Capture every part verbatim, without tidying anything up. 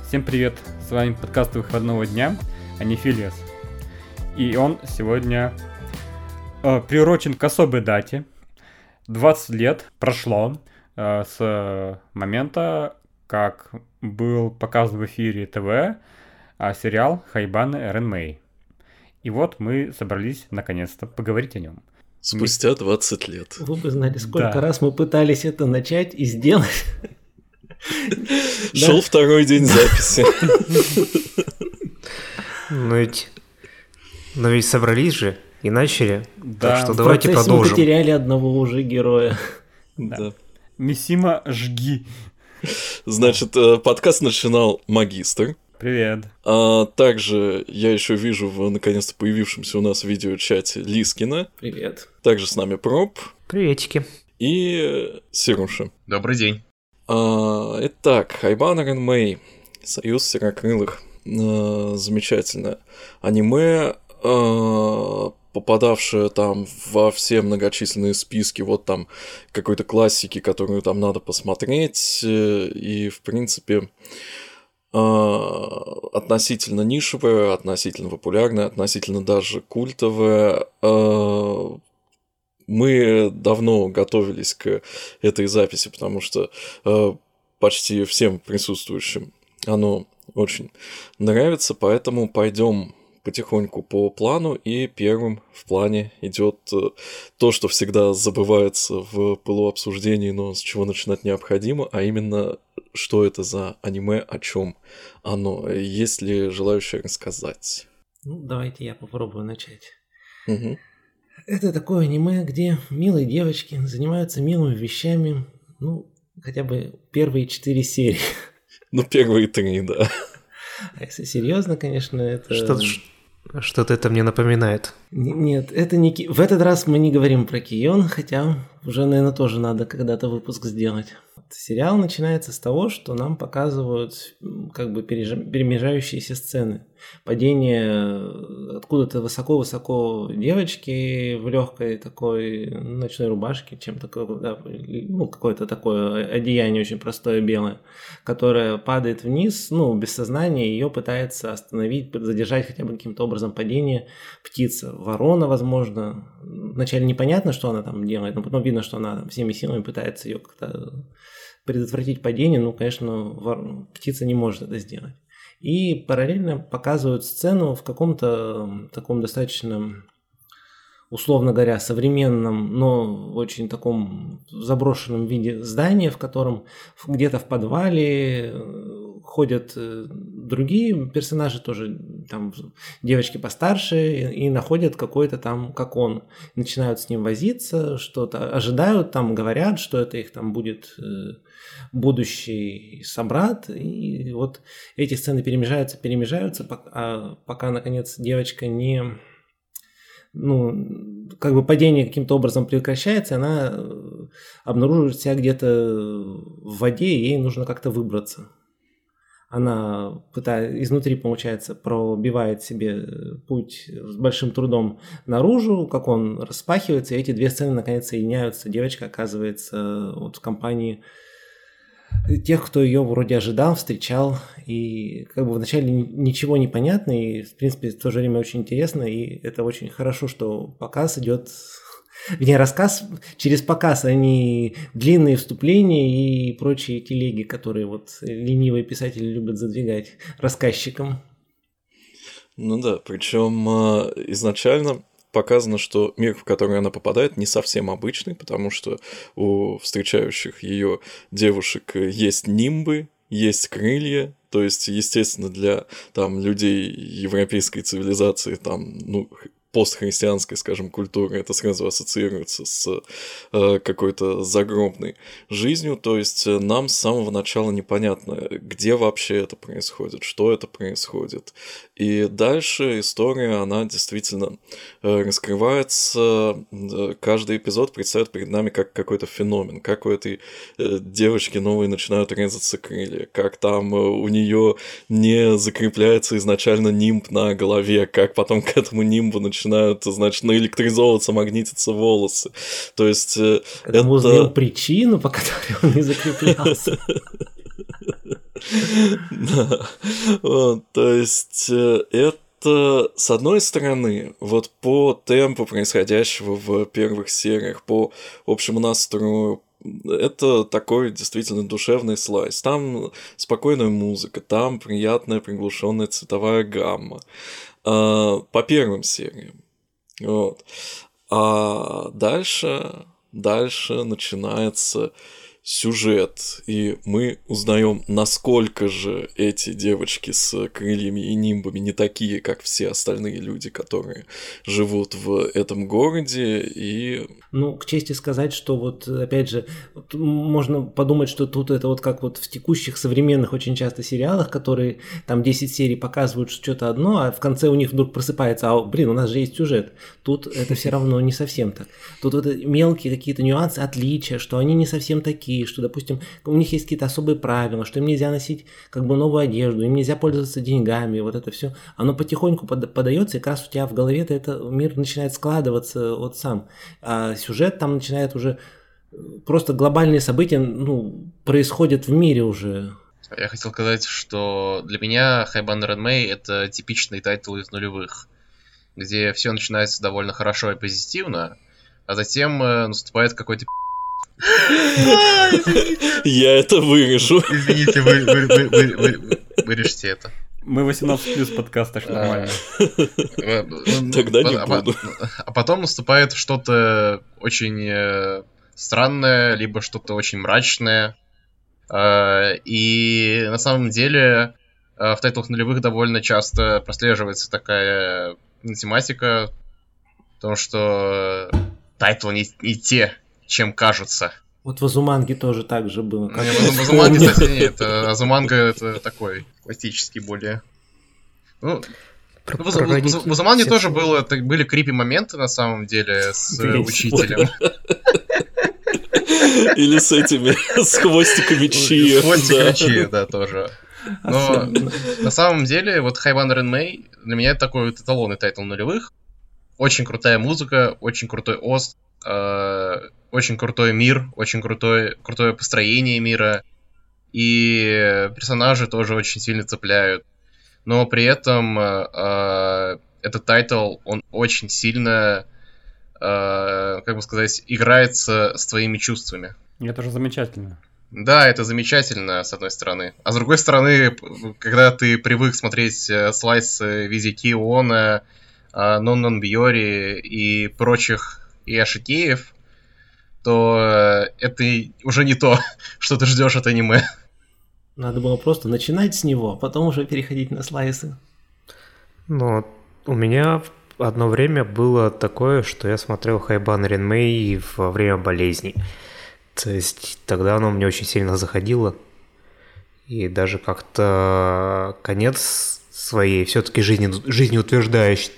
Всем привет, с вами подкаст выходного дня Анифилиас. И он сегодня э, приурочен к особой дате. двадцать лет прошло э, с момента, как был показан в эфире ТВ э, сериал «Хайбан Эрен Мэй». И вот мы собрались наконец-то поговорить о нем. Спустя двадцать лет. Вы бы знали, сколько Да. раз мы пытались это начать и сделать. Шел второй день записи. Но ведь, но ведь собрались же и начали. Да. Так что В давайте процессе продолжим. мы потеряли одного уже героя. Да. Мисима, жги. Значит, э, подкаст начинал магистр. Привет. А также я еще вижу в наконец-то появившемся у нас в видеочате Лискина. Привет. Также с нами Проб Приветики. и Серуша. Добрый день. А, итак, Хайбан Эрен Мэй, Союз Серокрылых. А, замечательное аниме, а, попадавшее там во все многочисленные списки, вот там какой-то классики, которую там надо посмотреть, и, в принципе, а, относительно нишевое, относительно популярное, относительно даже культовое. А, Мы давно готовились к этой записи, потому что э, почти всем присутствующим оно очень нравится, поэтому пойдем потихоньку по плану, и первым в плане идет э, то, что всегда забывается в пылу обсуждений, но с чего начинать необходимо, а именно, что это за аниме, о чем оно. Есть ли желающие рассказать? Ну, давайте я попробую начать. Угу. Это такое аниме, где милые девочки занимаются милыми вещами, ну, хотя бы первые четыре серии. Ну, первые три, да. А если серьезно, конечно, это... Что-то, что-то это мне напоминает. Н- Нет, это не... ки- В этот раз мы не говорим про Кион, хотя уже, наверное, тоже надо когда-то выпуск сделать. Сериал начинается с того, что нам показывают м, как бы переж- перемежающиеся сцены. Падение э, откуда-то высоко-высоко девочки в легкой такой ночной рубашке, чем-то такое, да, ну, какое-то такое одеяние очень простое белое, которое падает вниз, ну, без сознания, ее пытается остановить, задержать хотя бы каким-то образом падение птица, ворона, возможно. Вначале непонятно, что она там делает, но потом видно, что она там всеми силами пытается ее как-то предотвратить падение. Ну, конечно, вор... птица не может это сделать. И параллельно показывают сцену в каком-то таком достаточно, условно говоря, современном, но очень таком заброшенном виде здания, в котором где-то в подвале ходят другие персонажи, тоже там девочки постарше, и находят какой-то там, как он. Начинают с ним возиться, что-то ожидают, там говорят, что это их там будет будущий собрат. И вот эти сцены перемежаются, перемежаются, пока, пока наконец, девочка не... ну, как бы падение каким-то образом прекращается, она обнаруживает себя где-то в воде, и ей нужно как-то выбраться. Она пытается, изнутри, получается, пробивает себе путь с большим трудом наружу, как он распахивается, и эти две сцены наконец соединяются. Девочка оказывается вот в компании тех, кто ее вроде ожидал, встречал, и как бы вначале ничего не понятно, и в принципе в то же время очень интересно, и это очень хорошо, что показ идет, вернее, рассказ через показ, а не длинные вступления и прочие телеги, которые вот ленивые писатели любят задвигать рассказчикам. Ну да, причем изначально показано, что мир, в который она попадает, не совсем обычный, потому что у встречающих ее девушек есть нимбы, есть крылья, то есть, естественно, для там людей европейской цивилизации, там, ну, постхристианской, скажем, культуры, это сразу ассоциируется с э, какой-то загробной жизнью, то есть нам с самого начала непонятно, где вообще это происходит, что это происходит. И дальше история, она действительно э, раскрывается, э, каждый эпизод предстает перед нами как какой-то феномен, как у этой э, девочки новой начинают резаться крылья, как там э, у нее не закрепляется изначально нимб на голове, как потом к этому нимбу начинают начинают, значит, наэлектризовываться, магнититься волосы. То есть... Когда это... мы узнаем причину, по которой он не закреплялся. Да. Вот, то есть э, это, с одной стороны, вот по темпу происходящего в первых сериях, по общему настрою, это такой действительно душевный слайс. Там спокойная музыка, там приятная приглушенная цветовая гамма. А, по первым сериям. Вот. А дальше, дальше начинается сюжет, и мы узнаем, насколько же эти девочки с крыльями и нимбами не такие, как все остальные люди, которые живут в этом городе, и... Ну, к чести сказать, что вот, опять же, вот можно подумать, что тут это вот как вот в текущих современных очень часто сериалах, которые там десять серий показывают что-то одно, а в конце у них вдруг просыпается, а, блин, у нас же есть сюжет. Тут это все равно не совсем так. Тут вот мелкие какие-то нюансы, отличия, что они не совсем такие, что, допустим, у них есть какие-то особые правила, что им нельзя носить как бы новую одежду, им нельзя пользоваться деньгами, вот это все, оно потихоньку под, подается, и как раз у тебя в голове-то это мир начинает складываться вот сам, а сюжет там начинает уже, просто глобальные события, ну, происходят в мире уже. Я хотел сказать, что для меня Highbanner and May это типичный тайтл из нулевых, где все начинается довольно хорошо и позитивно, а затем э, наступает какой-то Я это вырежу. Извините, вы, вы, вы, вы, вы, вырежьте это. Мы восемнадцать плюс подкаст, так что нормально. Тогда не буду. А потом наступает что-то очень странное, либо что-то очень мрачное. И на самом деле в тайтлах нулевых довольно часто прослеживается такая тематика, потому что тайтлы не, не те, чем кажутся. Вот в Азуманге тоже так же было. Как в Азуманге, кстати, нет. Азуманга это такой классический более. Ну, в, в, в, в Азуманге тоже было, были крипи-моменты на самом деле с Блин, учителем. Или с этими, с хвостиками Чия. С хвостиками Чия, да, тоже. Но на самом деле, вот Highbanner and May для меня это такой вот эталонный тайтл нулевых. Очень крутая музыка, очень крутой ост, очень крутой мир, очень крутое, крутое построение мира, и персонажи тоже очень сильно цепляют. Но при этом э, этот тайтл, он очень сильно, э, как бы сказать, играется с твоими чувствами. Это же замечательно. Да, это замечательно, с одной стороны. А с другой стороны, когда ты привык смотреть слайсы в виде Киона, Ноннон Бьори и прочих Иошикеев, то это уже не то, что ты ждешь от аниме. Надо было просто начинать с него, а потом уже переходить на слайсы. Ну, у меня одно время было такое, что я смотрел Highbanner and May во время болезней. То есть тогда оно мне очень сильно заходило. И даже как-то конец своей все-таки жизни, жизнеутверждающей,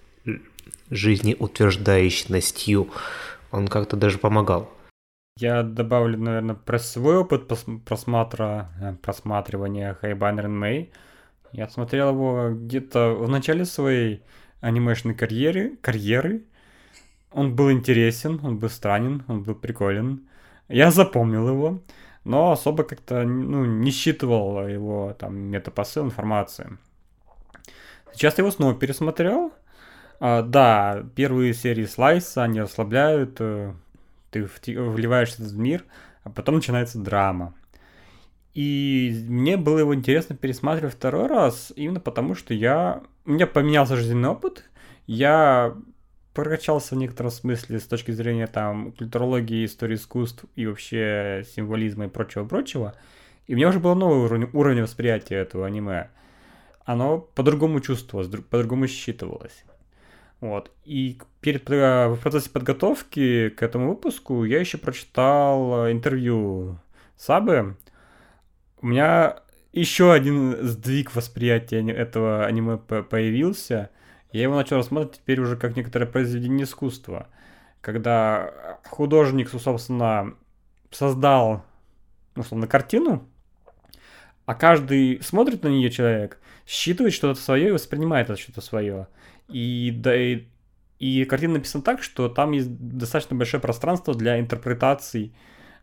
жизнеутверждающностью он как-то даже помогал. Я добавлю, наверное, про свой опыт просмотра, просматривания Highbanner and May. Я смотрел его где-то в начале своей анимешной карьеры, карьеры. Он был интересен, он был странен, он был приколен. Я запомнил его, но особо как-то ну, не считывал его там метапосыл информации. Сейчас я его снова пересмотрел. А, да, первые серии слайса, они расслабляют, ты вливаешься в мир, а потом начинается драма. И мне было его интересно пересматривать второй раз, именно потому что я... у меня поменялся жизненный опыт, я прокачался в некотором смысле с точки зрения там культурологии, истории искусств и вообще символизма и прочего-прочего, и у меня уже был новый уровень, уровень восприятия этого аниме. Оно по-другому чувствовалось, по-другому считывалось. Вот. И перед, в процессе подготовки к этому выпуску я еще прочитал интервью Сабы. У меня еще один сдвиг восприятия этого аниме появился. Я его начал рассматривать теперь уже как некоторое произведение искусства. Когда художник, собственно, создал, условно, картину, а каждый смотрит на нее человек, считывает что-то свое и воспринимает это что-то свое. И, да, и, и картина написана так, что там есть достаточно большое пространство для интерпретаций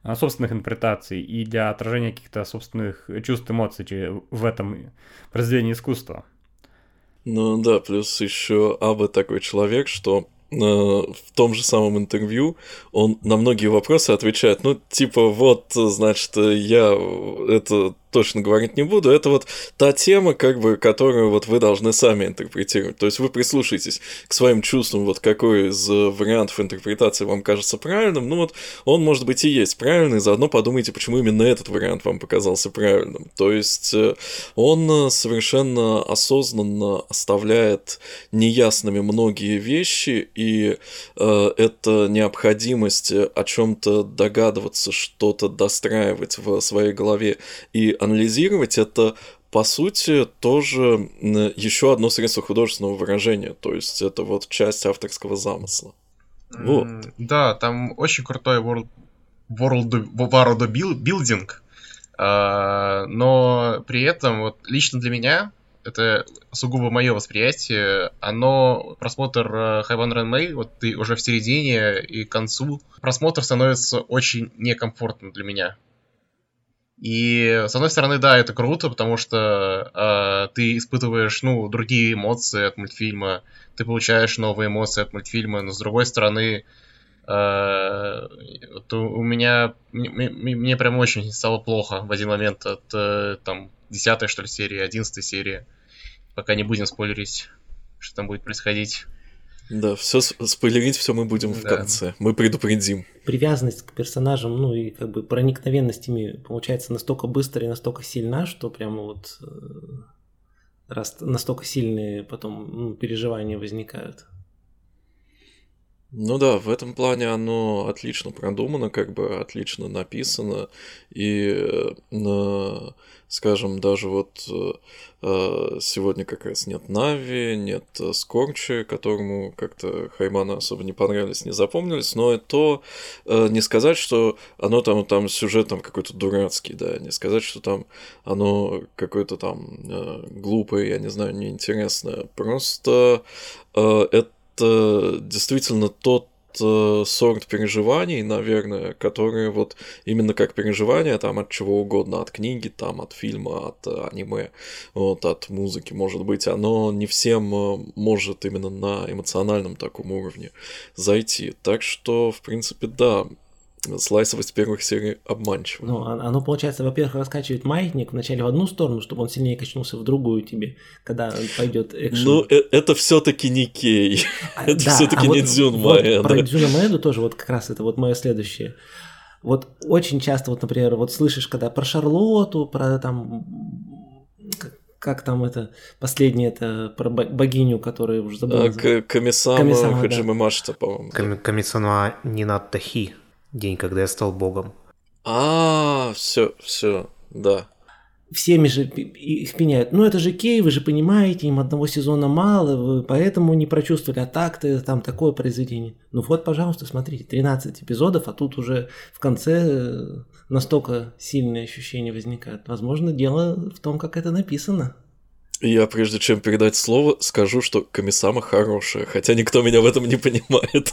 собственных интерпретаций и для отражения каких-то собственных чувств, эмоций в этом произведении искусства. Ну да, плюс еще Абба такой человек, что э, в том же самом интервью он на многие вопросы отвечает, ну, типа, вот, значит, я это точно говорить не буду, это вот та тема, как бы, которую вот вы должны сами интерпретировать. То есть вы прислушаетесь к своим чувствам, вот какой из вариантов интерпретации вам кажется правильным, ну вот он, может быть, и есть правильный, заодно подумайте, почему именно этот вариант вам показался правильным. То есть он совершенно осознанно оставляет неясными многие вещи, и э, эта необходимость о чем-то догадываться, что-то достраивать в своей голове и анализировать, это, по сути, тоже еще одно средство художественного выражения, то есть это вот часть авторского замысла. Вот. Mm, да, там очень крутой world, world, world building, uh, но при этом вот лично для меня, это сугубо мое восприятие, оно, просмотр Highborn Renmei, вот ты уже в середине и к концу, просмотр становится очень некомфортным для меня. И, с одной стороны, да, это круто, потому что э, ты испытываешь, ну, другие эмоции от мультфильма, ты получаешь новые эмоции от мультфильма, но, с другой стороны, э, то у меня, мне, мне прям очень стало плохо в один момент от, э, там, десятой, что ли, серии, одиннадцатой серии, пока не будем спойлерить, что там будет происходить. Да, все спойлерить все мы будем да. в конце. Мы предупредим. Привязанность к персонажам, ну и как бы проникновенность ими получается настолько быстрая и настолько сильна, что прямо вот раз настолько сильные потом ну, переживания возникают. Ну да, в этом плане оно отлично продумано, как бы отлично написано, и, скажем, даже вот сегодня как раз нет Нави, нет Скорча, которому как-то Хайбаны особо не понравились, не запомнились, но и то не сказать, что оно там, там сюжет там какой-то дурацкий, да, не сказать, что там оно какое-то там глупое, я не знаю, неинтересное, просто это это действительно тот э, сорт переживаний, наверное, которые вот именно как переживания там от чего угодно, от книги, там, от фильма, от э, аниме, вот, от музыки, может быть, оно не всем э, может именно на эмоциональном таком уровне зайти. Так что, в принципе, да, слайсовость первых серий обманчива. Ну, оно, получается, во-первых, раскачивает маятник вначале в одну сторону, чтобы он сильнее качнулся в другую тебе, когда пойдет экшен. Ну, это все-таки не Кей. Это да, все-таки а не вот, Дзюн вот Маэда. Про Дзюна Маэду тоже вот как раз это вот мое следующее. Вот очень часто, вот, например, вот слышишь, когда про Шарлоту, про там... Как там это, последнее, это про богиню, которая уже забыла. А, Камисама Хаджиме Машта, по-моему. Камисама Нинат Хи. День, когда я стал богом. А, все, все, да. Всеми же их пеняют. Ну, это же Кей, вы же понимаете, им одного сезона мало, вы поэтому не прочувствовали, а так-то там такое произведение. Ну вот, пожалуйста, смотрите, тринадцать эпизодов, а тут уже в конце настолько сильные ощущения возникают. Возможно, дело в том, как это написано. Я, прежде чем передать слово, скажу, что Камисама хорошая, хотя никто меня в этом не понимает.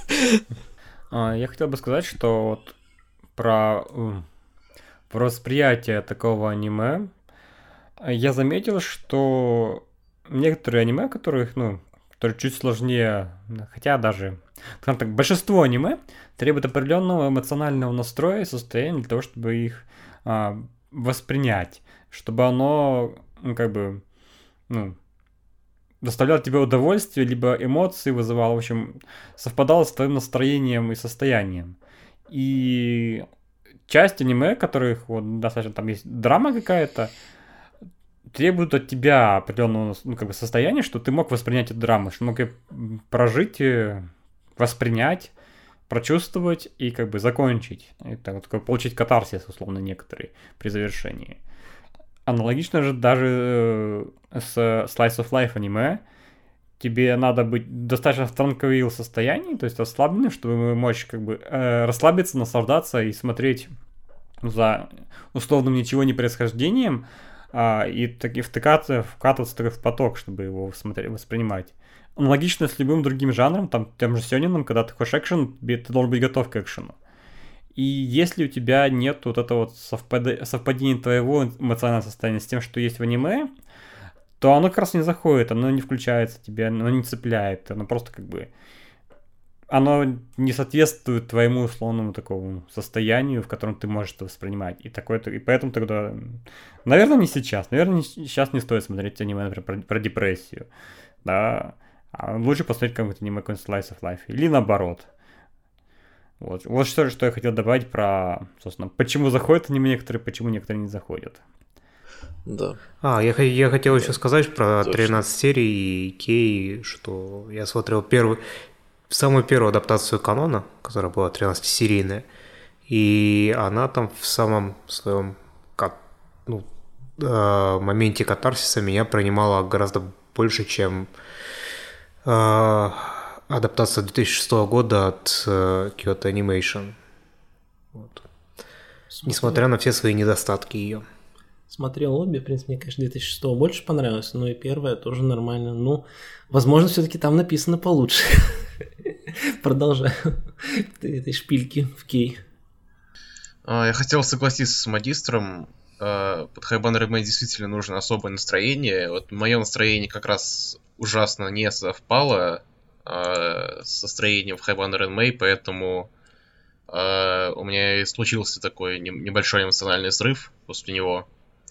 Я хотел бы сказать, что вот про, про восприятие такого аниме я заметил, что некоторые аниме, которых, ну, которые чуть сложнее, хотя даже, скажем так, большинство аниме требует определенного эмоционального настроя и состояния для того, чтобы их а, воспринять, чтобы оно, ну, как бы, ну, доставляло тебе удовольствие, либо эмоции вызывало, в общем, совпадало с твоим настроением и состоянием. И часть аниме, которых вот достаточно там есть драма какая-то, требует от тебя определенного, ну, как бы состояния, что ты мог воспринять эту драму, что мог ее прожить, воспринять, прочувствовать и как бы закончить. Это вот как получить катарсис, условно, некоторые при завершении. Аналогично же даже с Slice of Life аниме. Тебе надо быть достаточно в транквил состоянии, то есть расслабленным, чтобы мочь как бы э, расслабиться, наслаждаться и смотреть за условным ничего не происхождением, э, и таки втыкаться, вкатываться в поток, чтобы его смотреть, воспринимать. Аналогично с любым другим жанром, там, тем же сёнэном, когда ты хочешь экшен, ты должен быть готов к экшену. И если у тебя нет вот этого вот совпад... совпадения твоего эмоционального состояния с тем, что есть в аниме, то оно как раз не заходит, оно не включается тебе, оно не цепляет, оно просто как бы... Оно не соответствует твоему условному такому состоянию, в котором ты можешь это воспринимать. И, такое, и поэтому тогда... Наверное, не сейчас. Наверное, не, сейчас не стоит смотреть аниме, например, про, про депрессию. Да. А лучше посмотреть какой-то аниме, какой-нибудь Slice of Life. Или наоборот. Вот. Вот что, что я хотел добавить про, собственно, почему заходят аниме некоторые, почему некоторые не заходят. Да. А, я, я хотел еще сказать про Точно. тринадцать серий и Кей, что я смотрел первый, самую первую адаптацию канона, которая была тринадцатисерийная, и она там в самом своем ну, э, моменте катарсиса меня принимала гораздо больше, чем э, адаптация две тысячи шестого года от э, Kyoto Animation. Вот. Несмотря на все свои недостатки ее. Смотрел обе, в принципе, мне, конечно, две тысячи шестого больше понравилось, но и первая тоже нормально. Ну, возможно, все-таки там написано получше. Продолжаю этой шпильки в Кей. Я хотел согласиться с магистром. Под Хайбан Ремей действительно нужно особое настроение. Вот мое настроение как раз ужасно не совпало с настроением в Хайбан Ремей, поэтому у меня и случился такой небольшой эмоциональный взрыв после него.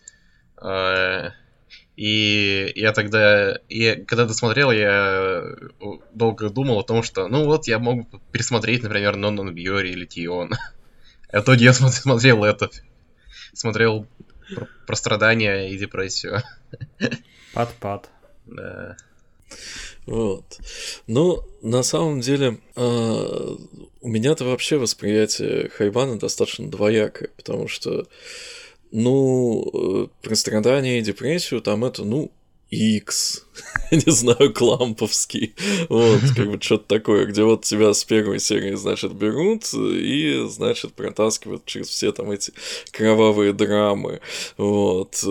И я тогда, я, когда досмотрел, я долго думал о том, что, ну вот, я мог пересмотреть, например, Non Biori или Тион. А в итоге я смотрел это, смотрел про, про страдания и депрессию. Пад-пад. Да. Вот. Ну, на самом деле, э, у меня-то вообще восприятие Хайбана достаточно двоякое, потому что ну, про страдания и депрессию там это, ну, X, не знаю, кламповский, вот, как бы что-то такое, где вот тебя с первой серии, значит, берут и, значит, протаскивают через все там эти кровавые драмы, вот,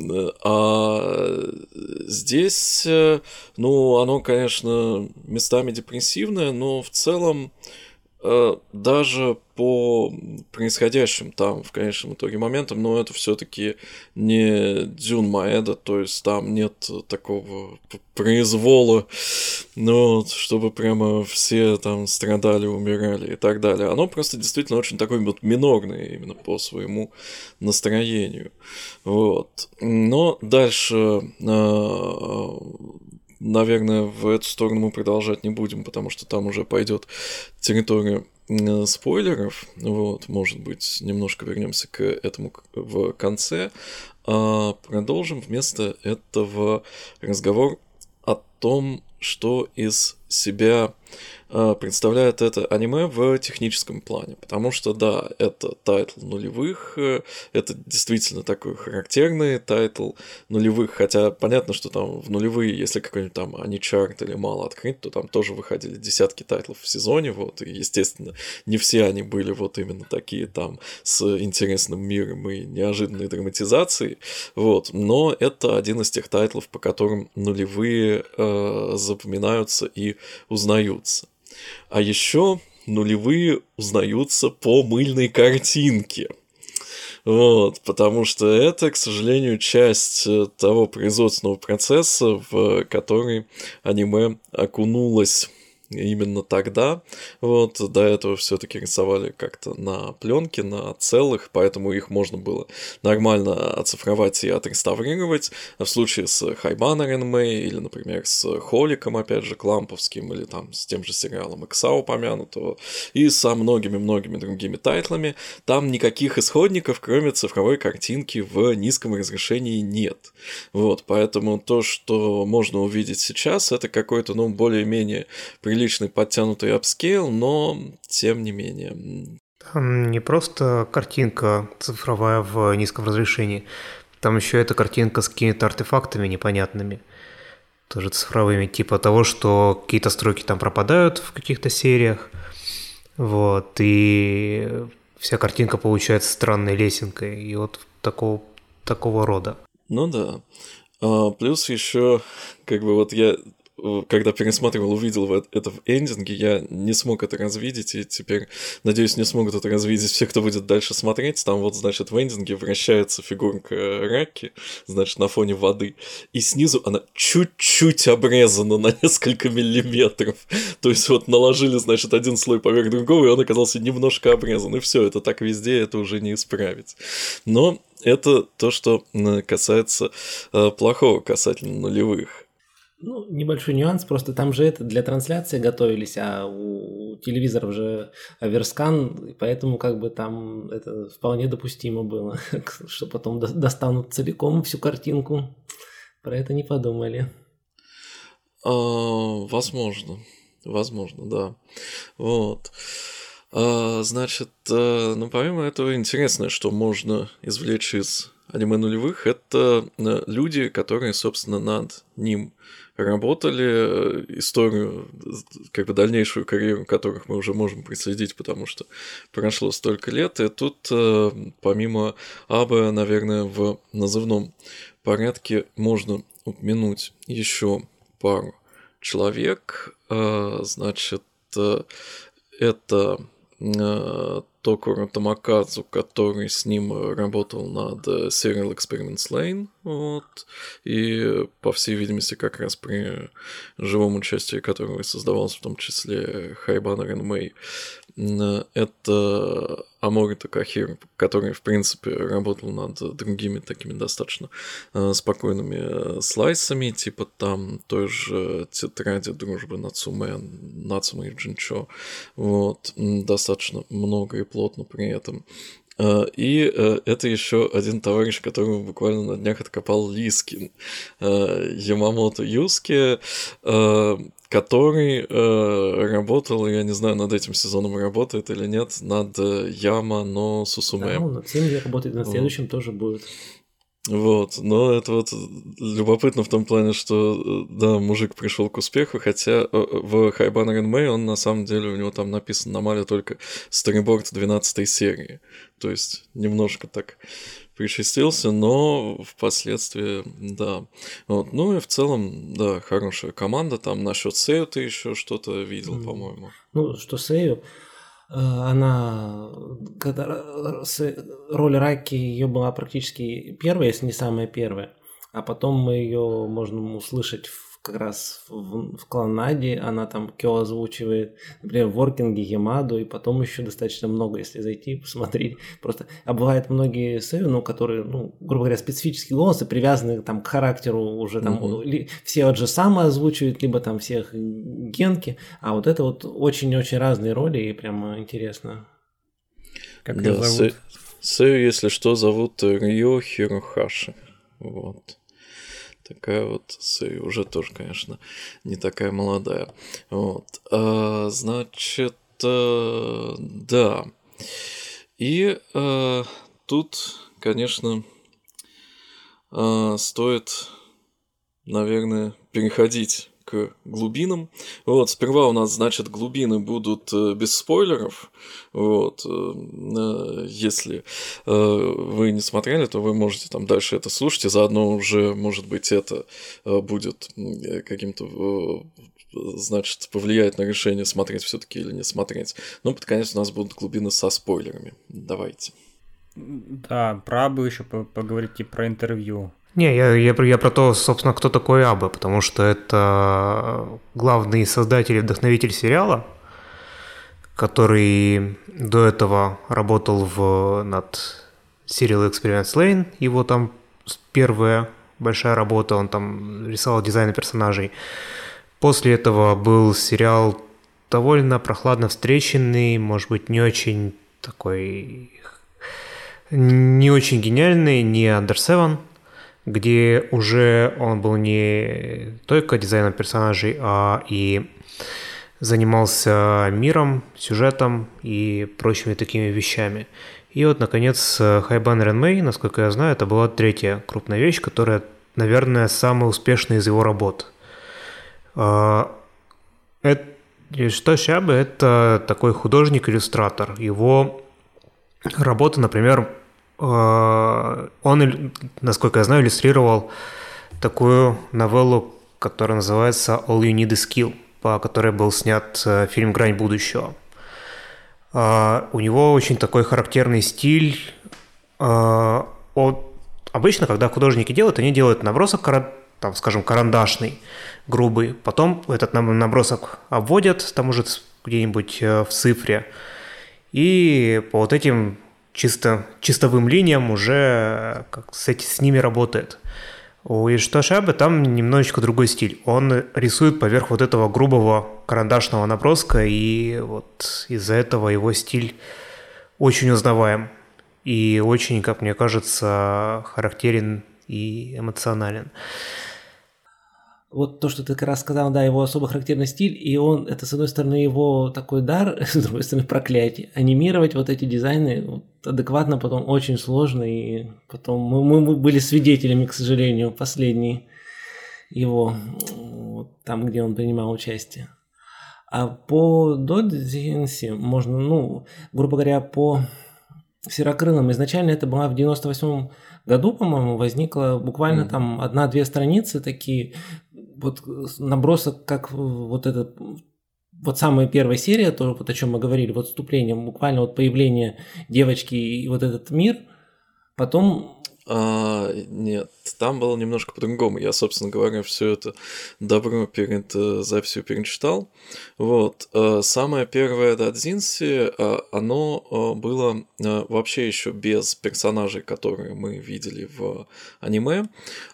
а здесь, ну, оно, конечно, местами депрессивное, но в целом даже по происходящим там в конечном итоге моментам, но это все-таки не Дзюн Маэда, то есть там нет такого произвола, ну, вот, чтобы прямо все там страдали, умирали и так далее. Оно просто действительно очень такое вот минорное именно по своему настроению. Вот. Но дальше... Наверное, в эту сторону мы продолжать не будем, потому что там уже пойдет территория э, спойлеров. Вот, может быть, немножко вернемся к этому в конце. А продолжим вместо этого разговор о том, что из себя э, представляет это аниме в техническом плане. Потому что, да, это тайтл нулевых, э, это действительно такой характерный тайтл нулевых, хотя понятно, что там в нулевые, если какой-нибудь там Аничарт или мало открыть, то там тоже выходили десятки тайтлов в сезоне, вот, и, естественно, не все они были вот именно такие там с интересным миром и неожиданной драматизацией, вот, но это один из тех тайтлов, по которым нулевые э, запоминаются и узнаются. А еще нулевые узнаются по мыльной картинке. Вот, потому что это, к сожалению, часть того производственного процесса, в который аниме окунулось именно тогда. Вот, до этого все-таки рисовали как-то на пленке, на целых, поэтому их можно было нормально оцифровать и отреставрировать. В случае с Хайбана Ренмей или, например, с Холиком, опять же, Кламповским, или там с тем же сериалом Икса упомянутого, и со многими-многими другими тайтлами, там никаких исходников, кроме цифровой картинки, в низком разрешении нет. Вот, поэтому то, что можно увидеть сейчас, это какой-то, ну, более-менее приличный подтянутый апскейл, но тем не менее. Там не просто картинка цифровая в низком разрешении, там еще эта картинка с какими-то артефактами непонятными, тоже цифровыми, типа того, что какие-то строки там пропадают в каких-то сериях, вот, и вся картинка получается странной лесенкой, и вот такого, такого рода. Ну да. А, плюс еще, как бы вот я когда пересматривал, увидел это в эндинге, я не смог это развидеть, и теперь, надеюсь, не смогут это развидеть все, кто будет дальше смотреть. Там вот, значит, в эндинге вращается фигурка Раки, значит, на фоне воды, и снизу она чуть-чуть обрезана на несколько миллиметров. То есть вот наложили, значит, один слой поверх другого, и он оказался немножко обрезан, и все, это так везде, это уже не исправить. Но это то, что касается э, плохого касательно нулевых. Ну, небольшой нюанс, просто там же это для трансляции готовились, а у телевизоров же оверскан, и поэтому как бы там это вполне допустимо было, что потом достанут целиком всю картинку. Про это не подумали. А, возможно, возможно, да. Вот. А, значит, ну, помимо этого, интересное, что можно извлечь из аниме нулевых, это люди, которые, собственно, над ним работали, историю, как бы дальнейшую карьеру которых мы уже можем проследить, потому что прошло столько лет, и тут, помимо Абы, наверное, в назывном порядке можно упомянуть еще пару человек. Значит, это Токуро Томакадзу, который с ним работал над Serial Experiments Lain, вот, и, по всей видимости, как раз при живом участии которого и создавался в том числе Хайбана Ренмей. Это Амори Такахиро, который, в принципе, работал над другими такими достаточно спокойными слайсами, типа там той же тетради дружбы Нацуме, Нацуме и Джинчо, вот, достаточно много и плотно при этом. И это еще один товарищ, которого буквально на днях откопал Лискин, Ямамото Юски, который работал, я не знаю, над этим сезоном работает или нет, над Яма но Сусуме. Да, он над всем работает, над следующим вот. Тоже будет. Вот, но это вот любопытно в том плане, что, да, мужик пришел к успеху, хотя в Хайбан Ренмей он, на самом деле, у него там написан на мале только сториборд двенадцатой серии, то есть немножко так причастился, но впоследствии, да. Вот. Ну и в целом, да, хорошая команда, там насчет Сэю ты еще что-то видел, mm. по-моему. Ну, что Сэю, она, когда роль Раки ее была практически первая, если не самая первая, а потом мы ее можем услышать в, как раз в, в Клонаде, она там Кё озвучивает, например, в Воркинге Ямаду, и потом еще достаточно много, если зайти, посмотреть, просто, а бывают многие сэю, ну, которые, ну, грубо говоря, специфические голосы, привязаны там к характеру уже там, mm-hmm. ли, все вот же самы озвучивают, либо там всех генки, а вот это вот очень-очень разные роли, и прямо интересно. Как да, их зовут? Сэю, если что, зовут Рё Хирохаши, вот. Такая вот Сэю, уже тоже, конечно, не такая молодая. Вот. А, значит, а, да. И а, тут, конечно, а, стоит, наверное, переходить к глубинам. Вот, сперва у нас, значит, глубины будут э, без спойлеров. Вот, э, если э, вы не смотрели, то вы можете там дальше это слушать, и заодно уже, может быть, это э, будет каким-то, э, значит, повлияет на решение, смотреть все-таки или не смотреть. Но под конец у нас будут глубины со спойлерами. Давайте. Да, про Абу еще поговорить и про интервью. Не, я, я, я про то, собственно, кто такой Абе, потому что это главный создатель и вдохновитель сериала, который до этого работал в, над Serial Experiments Lain, его там первая большая работа, он там рисовал дизайны персонажей. После этого был сериал довольно прохладно встреченный, может быть, не очень такой, не очень гениальный, не Under Seven, где уже он был не только дизайном персонажей, а и занимался миром, сюжетом и прочими такими вещами. И вот, наконец, Хайбан Ренмей, насколько я знаю, это была третья крупная вещь, которая, наверное, самая успешная из его работ. Шитоши Абе – это такой художник-иллюстратор. Его работа, например, он, насколько я знаю, иллюстрировал такую новеллу который называется «All You Need Is Kill», по которой был снят фильм «Грань будущего». У него очень такой характерный стиль. Он... Обычно, когда художники делают, они делают набросок, там, скажем, карандашный, грубый. Потом этот набросок обводят, там уже где-нибудь в цифре. И по вот этим чисто, чистовым линиям уже как с, эти, с ними работает. У Ишитошибы там немножечко другой стиль. Он рисует поверх вот этого грубого карандашного наброска, и вот из-за этого его стиль очень узнаваем. И очень, как мне кажется, характерен и эмоционален. Вот то, что ты как раз сказал, да, его особо характерный стиль, и он, это, с одной стороны, его такой дар, с другой стороны, проклятие. Анимировать вот эти дизайны вот, адекватно потом очень сложно, и потом мы, мы были свидетелями, к сожалению, последней его, вот, там, где он принимал участие. А по додзинси можно, ну, грубо говоря, по Серокрылым изначально это была в девяносто восьмом году, по-моему, возникла буквально mm-hmm. там одна-две страницы такие, вот набросок, как вот этот, вот самая первая серия, то, вот о чем мы говорили, вот вступление, буквально вот появление девочки и вот этот мир, потом... А, нет, там было немножко по-другому. Я, собственно говоря, все это добро перед э, записью перечитал. Вот. Э, самое первое додзинси, э, оно э, было э, вообще еще без персонажей, которые мы видели в аниме.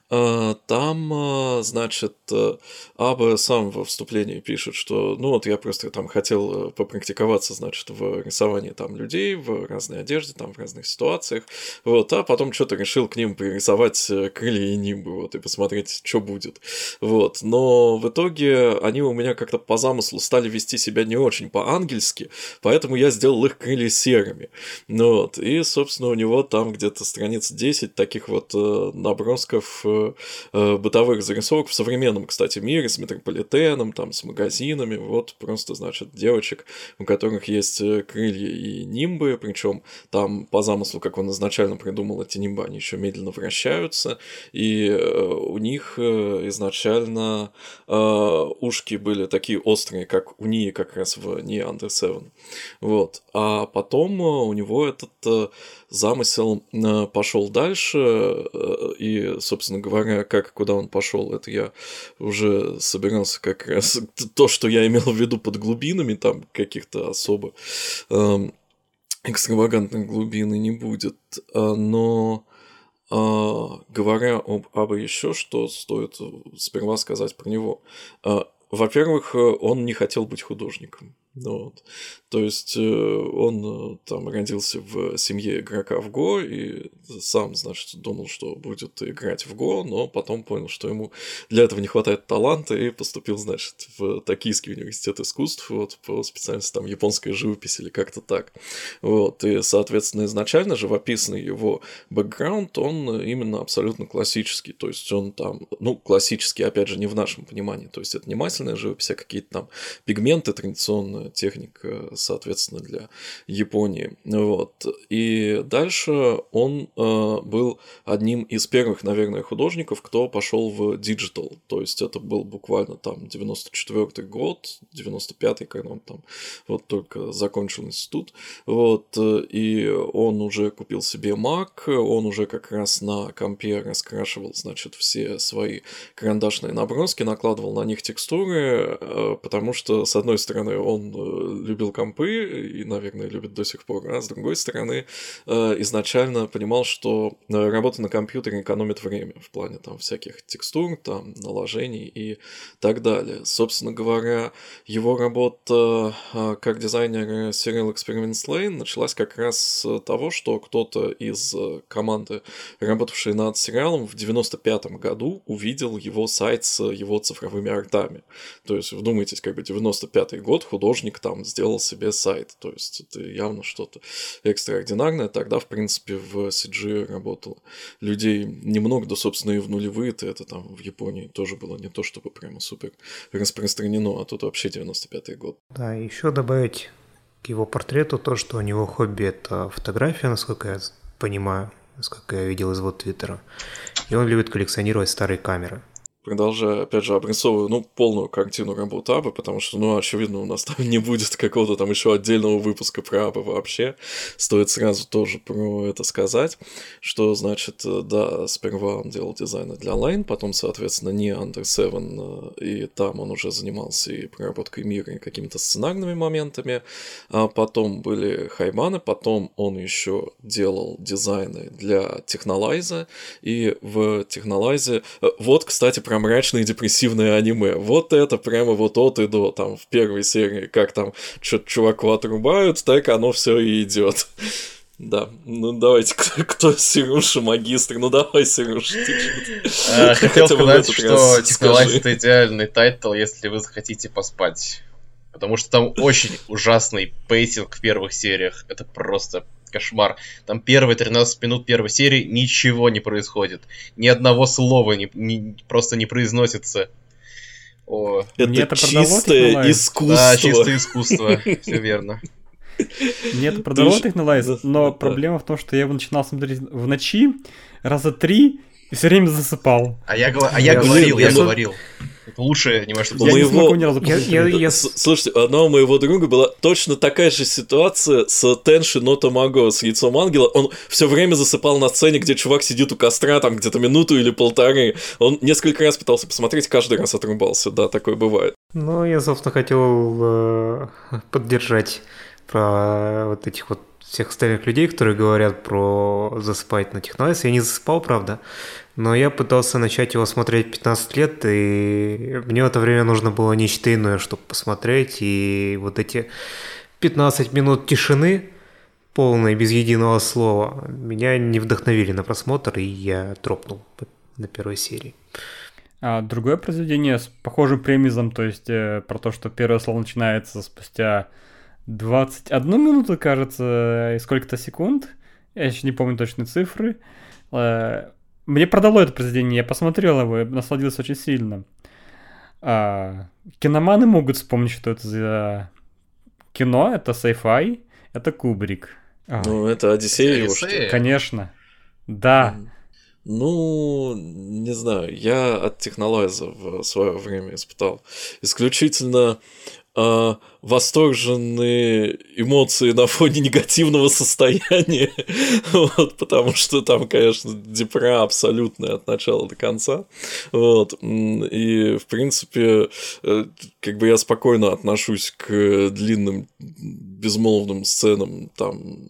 Э, там, э, значит, э, Аба сам во вступлении пишет, что, ну вот я просто там хотел попрактиковаться, значит, в рисовании там людей в разной одежде, там в разных ситуациях. Вот, а потом что-то решил к ним пририсовать крылья и нимбы, вот, и посмотреть, что будет. Вот, но в итоге они у меня как-то по замыслу стали вести себя не очень по-ангельски, поэтому я сделал их крылья серыми. Ну, вот, и, собственно, у него там где-то страниц десять таких вот э, набросков э, э, бытовых зарисовок в современном, кстати, мире, с метрополитеном, там, с магазинами, вот, просто, значит, девочек, у которых есть крылья и нимбы, причем там по замыслу, как он изначально придумал эти нимбы, они еще медленно вращаются, и э, у них э, изначально э, ушки были такие острые, как у Нии как раз в Нии Under Seven. Вот. А потом э, у него этот э, замысел э, пошел дальше, э, и, собственно говоря, как куда он пошел, это я уже собирался как раз то, что я имел в виду под глубинами, там каких-то особо э, экстравагантных глубин и не будет, но Uh, говоря об Абе еще, что стоит сперва сказать про него. Uh, во-первых, он не хотел быть художником. Вот. То есть он там родился в семье игрока в Го и сам, значит, думал, что будет играть в Го, но потом понял, что ему для этого не хватает таланта и поступил, значит, в Токийский университет искусств вот, по специальности там японская живопись или как-то так. Вот. И, соответственно, изначально живописный его бэкграунд, он именно абсолютно классический. То есть он там, ну, классический, опять же, не в нашем понимании. То есть это не масляная живопись, а какие-то там пигменты традиционные, техника, соответственно, для Японии. Вот. И дальше он э, был одним из первых, наверное, художников, кто пошел в диджитал. То есть это был буквально там девяносто четвёртый год, девяносто пятый, когда он там вот только закончил институт. Вот. И он уже купил себе Mac, он уже как раз на компе раскрашивал, значит, все свои карандашные наброски, накладывал на них текстуры, потому что, с одной стороны, он любил компы и, наверное, любит до сих пор, а с другой стороны, изначально понимал, что работа на компьютере экономит время в плане там всяких текстур, там, наложений и так далее. Собственно говоря, его работа как дизайнер Serial Experiments Lane началась как раз с того, что кто-то из команды, работавшей над сериалом, в девяносто пятом году увидел его сайт с его цифровыми артами. То есть, вдумайтесь, как бы девяносто пятый год, художник там сделал себе сайт. То есть, это явно что-то экстраординарное. Тогда, в принципе, в си джи работало людей немного, да, собственно, и в нулевые-то это там в Японии тоже было не то, чтобы прямо супер распространено, а тут вообще девяносто пятый год. Да, еще добавить к его портрету то, что у него хобби – это фотография, насколько я понимаю, насколько я видел из его твиттера. И он любит коллекционировать старые камеры. продолжаю, опять же, обрисовываю, ну, полную картину работы Абы, потому что, ну, очевидно, у нас там не будет какого-то там еще отдельного выпуска про Абы вообще. Стоит сразу тоже про это сказать, что, значит, да, сперва он делал дизайны для Line, потом, соответственно, не Under Seven, и там он уже занимался и проработкой мира, и какими-то сценарными моментами, а потом были Хайбаны, потом он еще делал дизайны для Технолайза, и в Технолайзе... Вот, кстати, про мрачные депрессивные аниме. Вот это прямо вот от и до, там, в первой серии, как там что-то чуваку отрубают, так оно все и идет. Да, ну давайте, кто, кто Сережа, магистр, ну давай, Сережа, ты что-то. Хотел сказать, что Технолайз — это идеальный тайтл, если вы захотите поспать. Потому что там очень ужасный пейсинг в первых сериях. Это просто кошмар. Там первые тринадцать минут первой серии ничего не происходит. Ни одного слова не, не, просто не произносится. О. Это, это чистое искусство. Да, чистое искусство. Все верно. Мне это продало Технолайз, но проблема в том, что я его начинал смотреть в ночи раза три и все время засыпал. А я, а я говорил, я говорил. Это лучшее аниме, что я моего... не я, я, я... Слушайте, у одного моего друга была точно такая же ситуация с Тенши но Тамаго, с яйцом ангела. Он все время засыпал на сцене, где чувак сидит у костра, там где-то минуту или полторы. Он несколько раз пытался посмотреть, каждый раз отрубался. Да, такое бывает. Ну, я, собственно, хотел э, поддержать про вот этих вот всех остальных людей, которые говорят про засыпать на Технолайз. Я не засыпал, правда, но я пытался начать его смотреть пятнадцать лет, и мне в это время нужно было нечто иное, чтобы посмотреть, и вот эти пятнадцать минут тишины, полной, без единого слова, меня не вдохновили на просмотр, и я дропнул на первой серии. А другое произведение с похожим премизом, то есть э, про то, что первое слово начинается спустя двадцать одну минуту, кажется, и сколько-то секунд. Я еще не помню точные цифры. Мне продало это произведение, я посмотрел его, я насладился очень сильно. А, киноманы могут вспомнить, что это за кино, это sci-fi, это Кубрик. А. Ну, это Одиссея его, что ли? Конечно. Да. Ну, не знаю, я от Технолайза в свое время испытал исключительно э, восторженные эмоции на фоне негативного состояния, вот, потому что там, конечно, депра абсолютная от начала до конца, вот, и, в принципе, э, как бы я спокойно отношусь к длинным безмолвным сценам, там,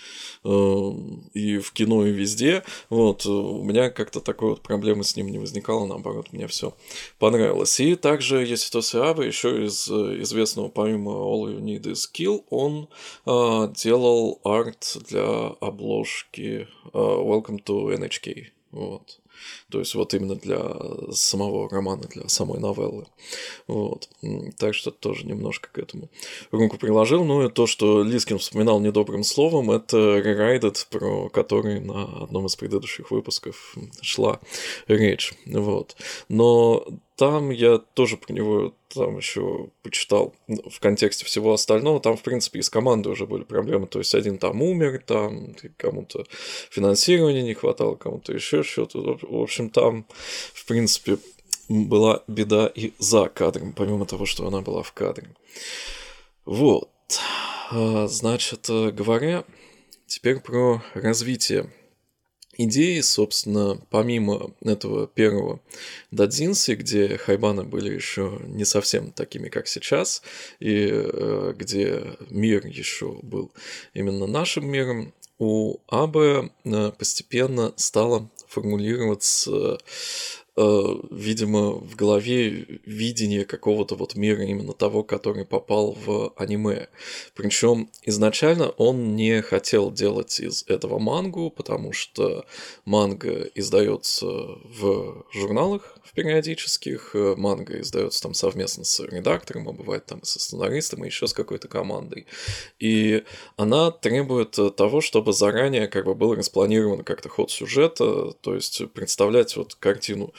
и в кино, и везде, вот, у меня как-то такой вот проблемы с ним не возникало, наоборот, мне все понравилось. И также Яситоси Абе, еще из известного помимо All You Need Is Kill, он э, делал арт для обложки э, Welcome to эн эйч кей, вот. То есть вот именно для самого романа, для самой новеллы. Вот. Так что тоже немножко к этому руку приложил. Ну и то, что Лискин вспоминал недобрым словом, это Rewrite, про который на одном из предыдущих выпусков шла речь. Вот. Но там я тоже про него там еще почитал в контексте всего остального. Там, в принципе, и с командой уже были проблемы. То есть один там умер, там кому-то финансирования не хватало, кому-то еще что-то. В общем, там, в принципе, была беда и за кадром, помимо того, что она была в кадре. Вот. Значит, говоря теперь про развитие идеи, собственно, помимо этого первого додзинси, где хайбаны были еще не совсем такими, как сейчас, и э, где мир еще был именно нашим миром, у Абе э, постепенно стало формулироваться, э, видимо, в голове видение какого-то вот мира именно того, который попал в аниме. Причем изначально он не хотел делать из этого мангу, потому что манга издается в журналах в периодических, манга издается там совместно с редактором, а бывает там и со сценаристом, и еще с какой-то командой. И она требует того, чтобы заранее как бы был распланирован как-то ход сюжета, то есть представлять вот картину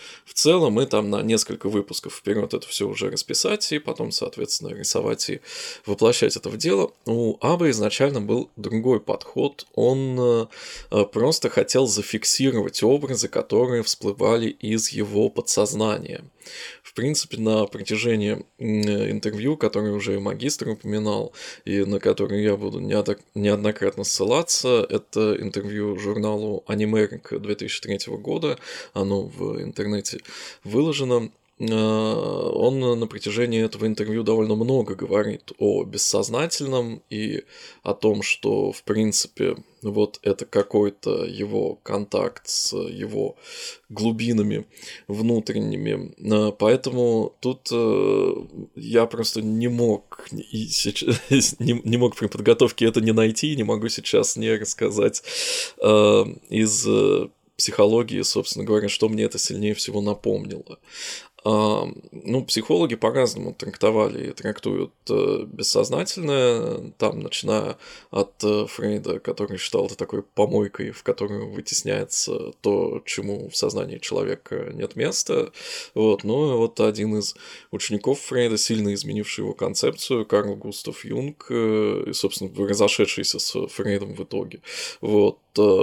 в целом, и там на несколько выпусков вперед это все уже расписать, и потом, соответственно, рисовать и воплощать это в дело. У Абы изначально был другой подход. Он просто хотел зафиксировать образы, которые всплывали из его подсознания. В принципе, на протяжении интервью, которое уже и магистр упоминал, и на которое я буду неоднократно ссылаться, это интервью журналу Animeric две тысячи третьего года, оно в интернете выложено. Он на протяжении этого интервью довольно много говорит о бессознательном и о том, что, в принципе, вот это какой-то его контакт с его глубинами внутренними. Поэтому тут я просто не мог и сейчас, не, не мог при подготовке это не найти, не могу сейчас не рассказать из психологии, собственно говоря, что мне это сильнее всего напомнило. Ну, психологи по-разному трактовали и трактуют бессознательное, там, начиная от Фрейда, который считал это такой помойкой, в которую вытесняется то, чему в сознании человека нет места. Вот. Ну, и вот один из учеников Фрейда, сильно изменивший его концепцию, Карл Густав Юнг, и, собственно, разошедшийся с Фрейдом в итоге. Вот.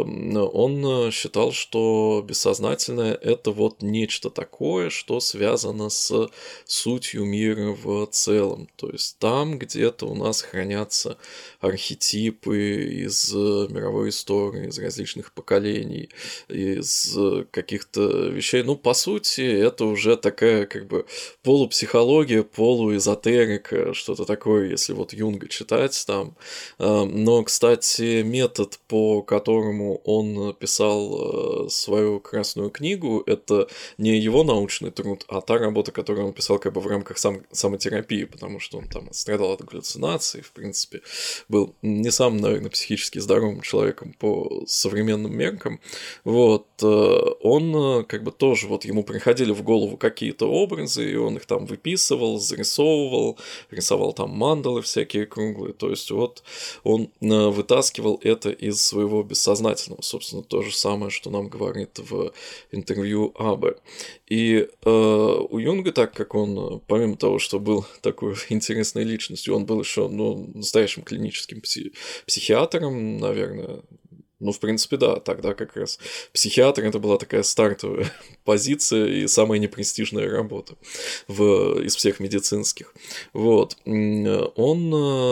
Он считал, что бессознательное – это вот нечто такое, что связано с сутью мира в целом. То есть там где-то у нас хранятся архетипы из мировой истории, из различных поколений, из каких-то вещей. Ну, по сути, это уже такая как бы полупсихология, полуэзотерика, что-то такое, если вот Юнга читать там. Но, кстати, метод, по которому он писал свою красную книгу, это не его научный труд, а та работа, которую он писал как бы в рамках сам, самотерапии, потому что он там страдал от галлюцинаций, в принципе, был не самым, наверное, психически здоровым человеком по современным меркам. Вот, он как бы тоже, вот ему приходили в голову какие-то образы, и он их там выписывал, зарисовывал, рисовал там мандалы всякие круглые, то есть вот он вытаскивал это из своего бессознательного. Сознательного, собственно, то же самое, что нам говорит в интервью Абе. И э, у Юнга, так как он, помимо того, что был такой интересной личностью, он был еще ну, настоящим клиническим пси- психиатром, наверное. Ну, в принципе, да, тогда как раз психиатр – это была такая стартовая позиция и самая непрестижная работа в, из всех медицинских. Вот. Он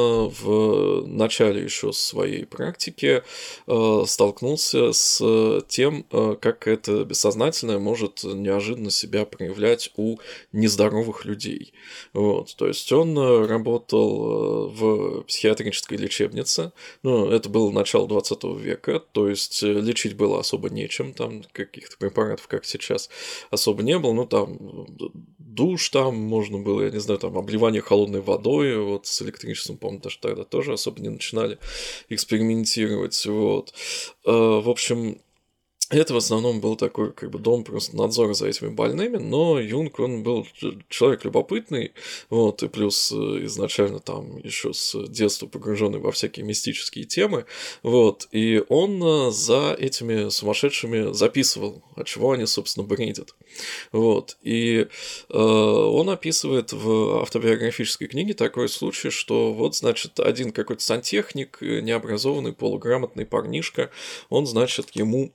в начале еще своей практики столкнулся с тем, как это бессознательное может неожиданно себя проявлять у нездоровых людей. Вот. То есть он работал в психиатрической лечебнице, ну, это было начало двадцатого века, то есть лечить было особо нечем, там каких-то препаратов, как сейчас, особо не было, ну там душ там можно было, я не знаю, там обливание холодной водой, вот с электричеством, по-моему, даже тогда тоже особо не начинали экспериментировать, вот. В общем, это в основном был такой как бы дом просто надзора за этими больными, но Юнг, он был человек любопытный, вот, и плюс изначально там еще с детства погруженный во всякие мистические темы, вот, и он за этими сумасшедшими записывал, от чего они, собственно, бредят, вот, и э, он описывает в автобиографической книге такой случай, что вот, значит, один какой-то сантехник, необразованный, полуграмотный парнишка, он, значит, ему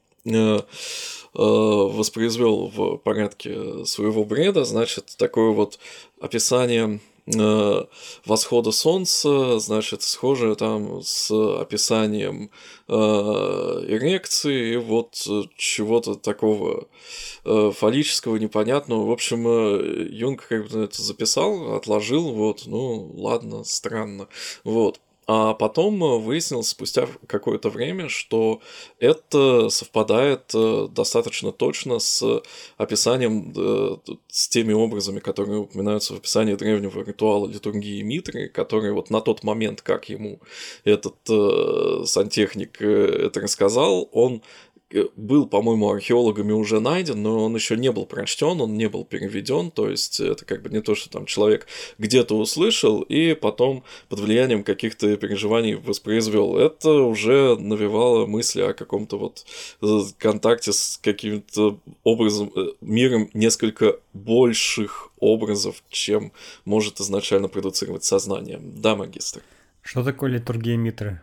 воспроизвел в порядке своего бреда, значит, такое вот описание восхода солнца, значит, схожее там с описанием эрекции и вот чего-то такого фаллического, непонятного. В общем, Юнг как бы это записал, отложил, вот, ну, ладно, странно, вот. А потом выяснилось спустя какое-то время, что это совпадает достаточно точно с описанием, с теми образами, которые упоминаются в описании древнего ритуала литургии Митры, который вот на тот момент, как ему этот сантехник это рассказал, он был, по-моему, археологами уже найден, но он еще не был прочтен, он не был переведен, то есть это как бы не то, что там человек где-то услышал и потом под влиянием каких-то переживаний воспроизвел. Это уже навевало мысли о каком-то вот контакте с каким-то образом, миром несколько больших образов, чем может изначально продуцировать сознание. Да, магистр? Что такое литургия Митры?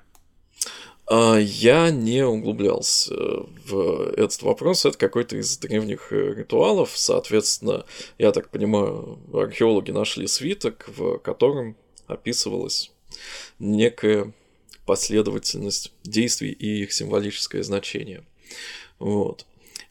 Я не углублялся в этот вопрос. Это какой-то из древних ритуалов. Соответственно, я так понимаю, археологи нашли свиток, в котором описывалась некая последовательность действий и их символическое значение. Вот.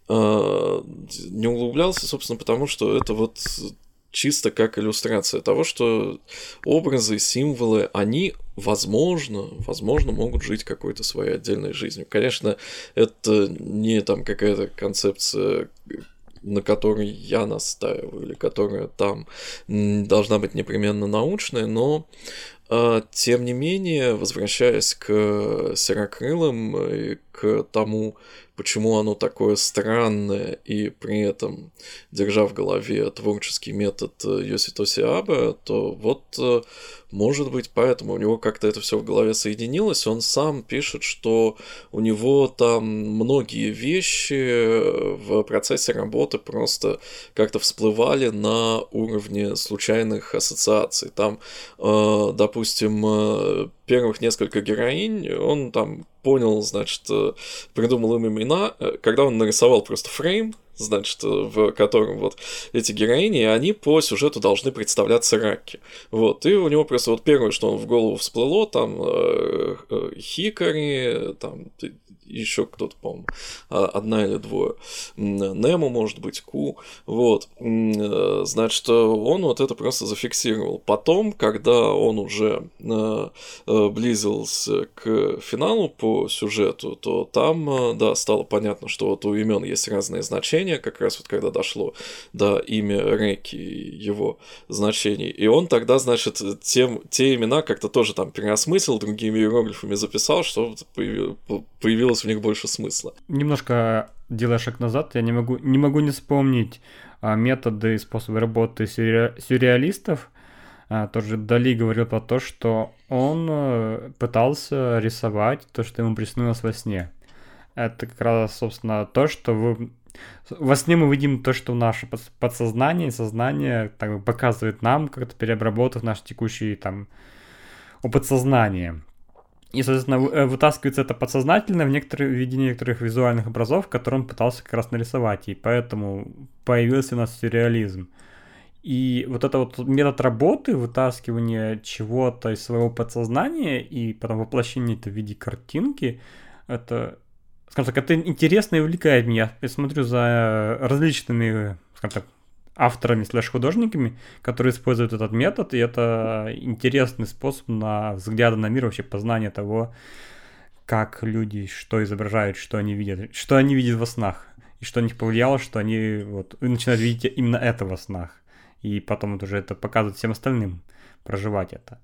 Не углублялся, собственно, потому что это вот чисто как иллюстрация того, что образы, символы, они, возможно, возможно, могут жить какой-то своей отдельной жизнью. Конечно, это не там какая-то концепция, на которой я настаиваю, или которая там должна быть непременно научная, но тем не менее, возвращаясь к серокрылым и к тому, почему оно такое странное, и при этом, держа в голове творческий метод Йоситоси Абе, то вот, может быть, поэтому у него как-то это все в голове соединилось. Он сам пишет, что у него там многие вещи в процессе работы просто как-то всплывали на уровне случайных ассоциаций. Там, допустим, первых несколько героинь он там понял, значит, придумал им имена, когда он нарисовал просто фрейм, значит, в котором вот эти героини, они по сюжету должны представляться Раки. Вот, и у него просто вот первое, что он в голову всплыло, там э, э, Хикари, там еще кто-то, по-моему, одна или двое. Немо, может быть, Ку. Вот. Значит, он вот это просто зафиксировал. Потом, когда он уже близился к финалу по сюжету, то там, да, стало понятно, что вот у имен есть разные значения, как раз вот когда дошло до имя Реки и его значений. И он тогда, значит, тем, те имена как-то тоже там переосмыслил, другими иероглифами записал, что появилось в них больше смысла. Немножко делая шаг назад, я не могу не, могу не вспомнить а, методы и способы работы сюрре... сюрреалистов. А, тоже Дали говорил про то, что он а, пытался рисовать то, что ему приснилось во сне. Это как раз, собственно, то, что вы... Во сне мы видим то, что наше подсознание и сознание так бы, показывает нам, как-то переобработав наш текущий там опыт сознания. И, соответственно, вытаскивается это подсознательно в, некоторые, в виде некоторых визуальных образов, которые он пытался как раз нарисовать. И поэтому появился у нас сюрреализм. И вот это вот метод работы, вытаскивание чего-то из своего подсознания и потом воплощение это в виде картинки, это, скажем так, это интересно и увлекает меня. Я смотрю за различными, скажем так, авторами слэш-художниками, которые используют этот метод, и это интересный способ на взгляды на мир, вообще познание того, как люди что изображают, что они видят, что они видят во снах, и что на них повлияло, что они вот, начинают видеть именно это во снах, и потом вот уже это показывают всем остальным, проживать это.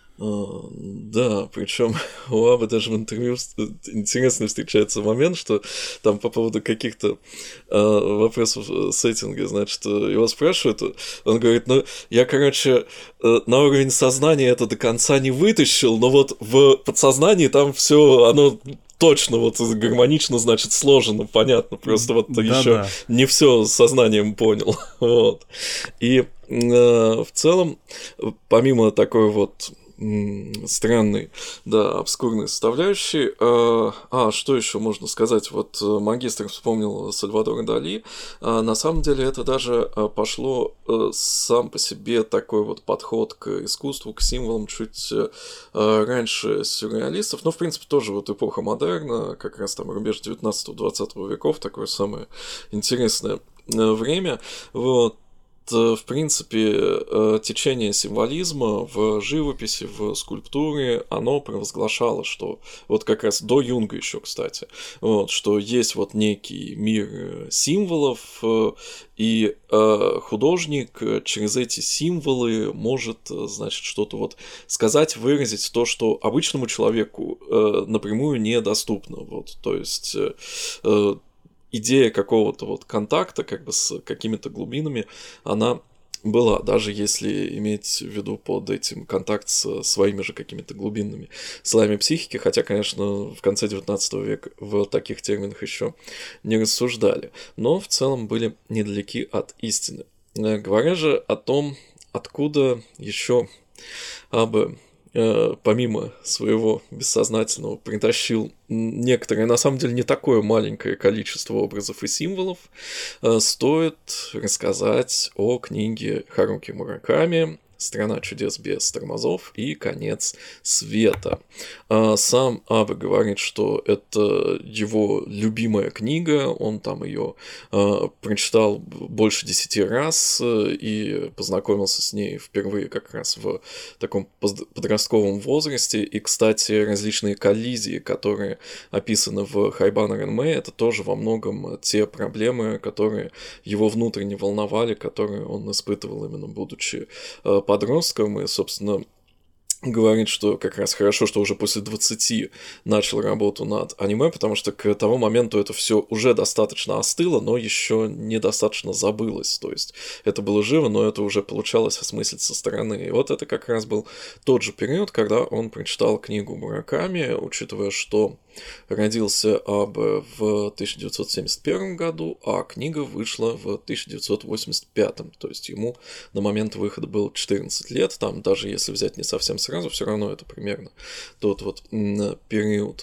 Да, причем у Абы даже в интервью интересно встречается момент, что там по поводу каких-то э, вопросов сеттинга, значит, его спрашивают, он говорит, ну, я, короче, э, на уровень сознания это до конца не вытащил, но вот в подсознании там все оно точно вот гармонично, значит, сложено, понятно, просто вот да, еще да. не все сознанием понял, вот. И э, в целом, помимо такой вот странный, да, обскурной составляющей. А, а, что еще можно сказать? Вот магистр вспомнил Сальвадора Дали. А, на самом деле это даже пошло сам по себе такой вот подход к искусству, к символам чуть раньше сюрреалистов. Но, в принципе, тоже вот эпоха модерна, как раз там рубеж девятнадцатого-двадцатого веков, такое самое интересное время. Вот. в принципе, течение символизма в живописи, в скульптуре, оно провозглашало, что вот как раз до Юнга еще, кстати, вот, что есть вот некий мир символов, и художник через эти символы может, значит, что-то вот сказать, выразить то, что обычному человеку напрямую недоступно. Вот, то есть идея какого-то вот контакта как бы с какими-то глубинами, она была, даже если иметь в виду под этим контакт с своими же какими-то глубинными слоями психики, хотя, конечно, в конце девятнадцатого века в таких терминах еще не рассуждали, но в целом были недалеки от истины. Говоря же о том, откуда еще Абе помимо своего бессознательного притащил некоторое, на самом деле, не такое маленькое количество образов и символов, стоит рассказать о книге Харуки Мураками «Страна чудес без тормозов» и «Конец света». Сам Абе говорит, что это его любимая книга, он там ее прочитал больше десяти раз и познакомился с ней впервые как раз в таком подростковом возрасте. И, кстати, различные коллизии, которые описаны в Хайбана Ренмэй, это тоже во многом те проблемы, которые его внутренне волновали, которые он испытывал именно будучи подростком, и, собственно, говорит, что как раз хорошо, что уже после двадцати начал работу над аниме, потому что к тому моменту это все уже достаточно остыло, но еще недостаточно забылось. То есть это было живо, но это уже получалось осмыслить со стороны. И вот это как раз был тот же период, когда он прочитал книгу Мураками, учитывая, что родился Абе в тысяча девятьсот семьдесят первом году, а книга вышла в тысяча девятьсот восемьдесят пятом. То есть ему на момент выхода было четырнадцать лет, там даже если взять не совсем сразу, все равно это примерно тот вот период.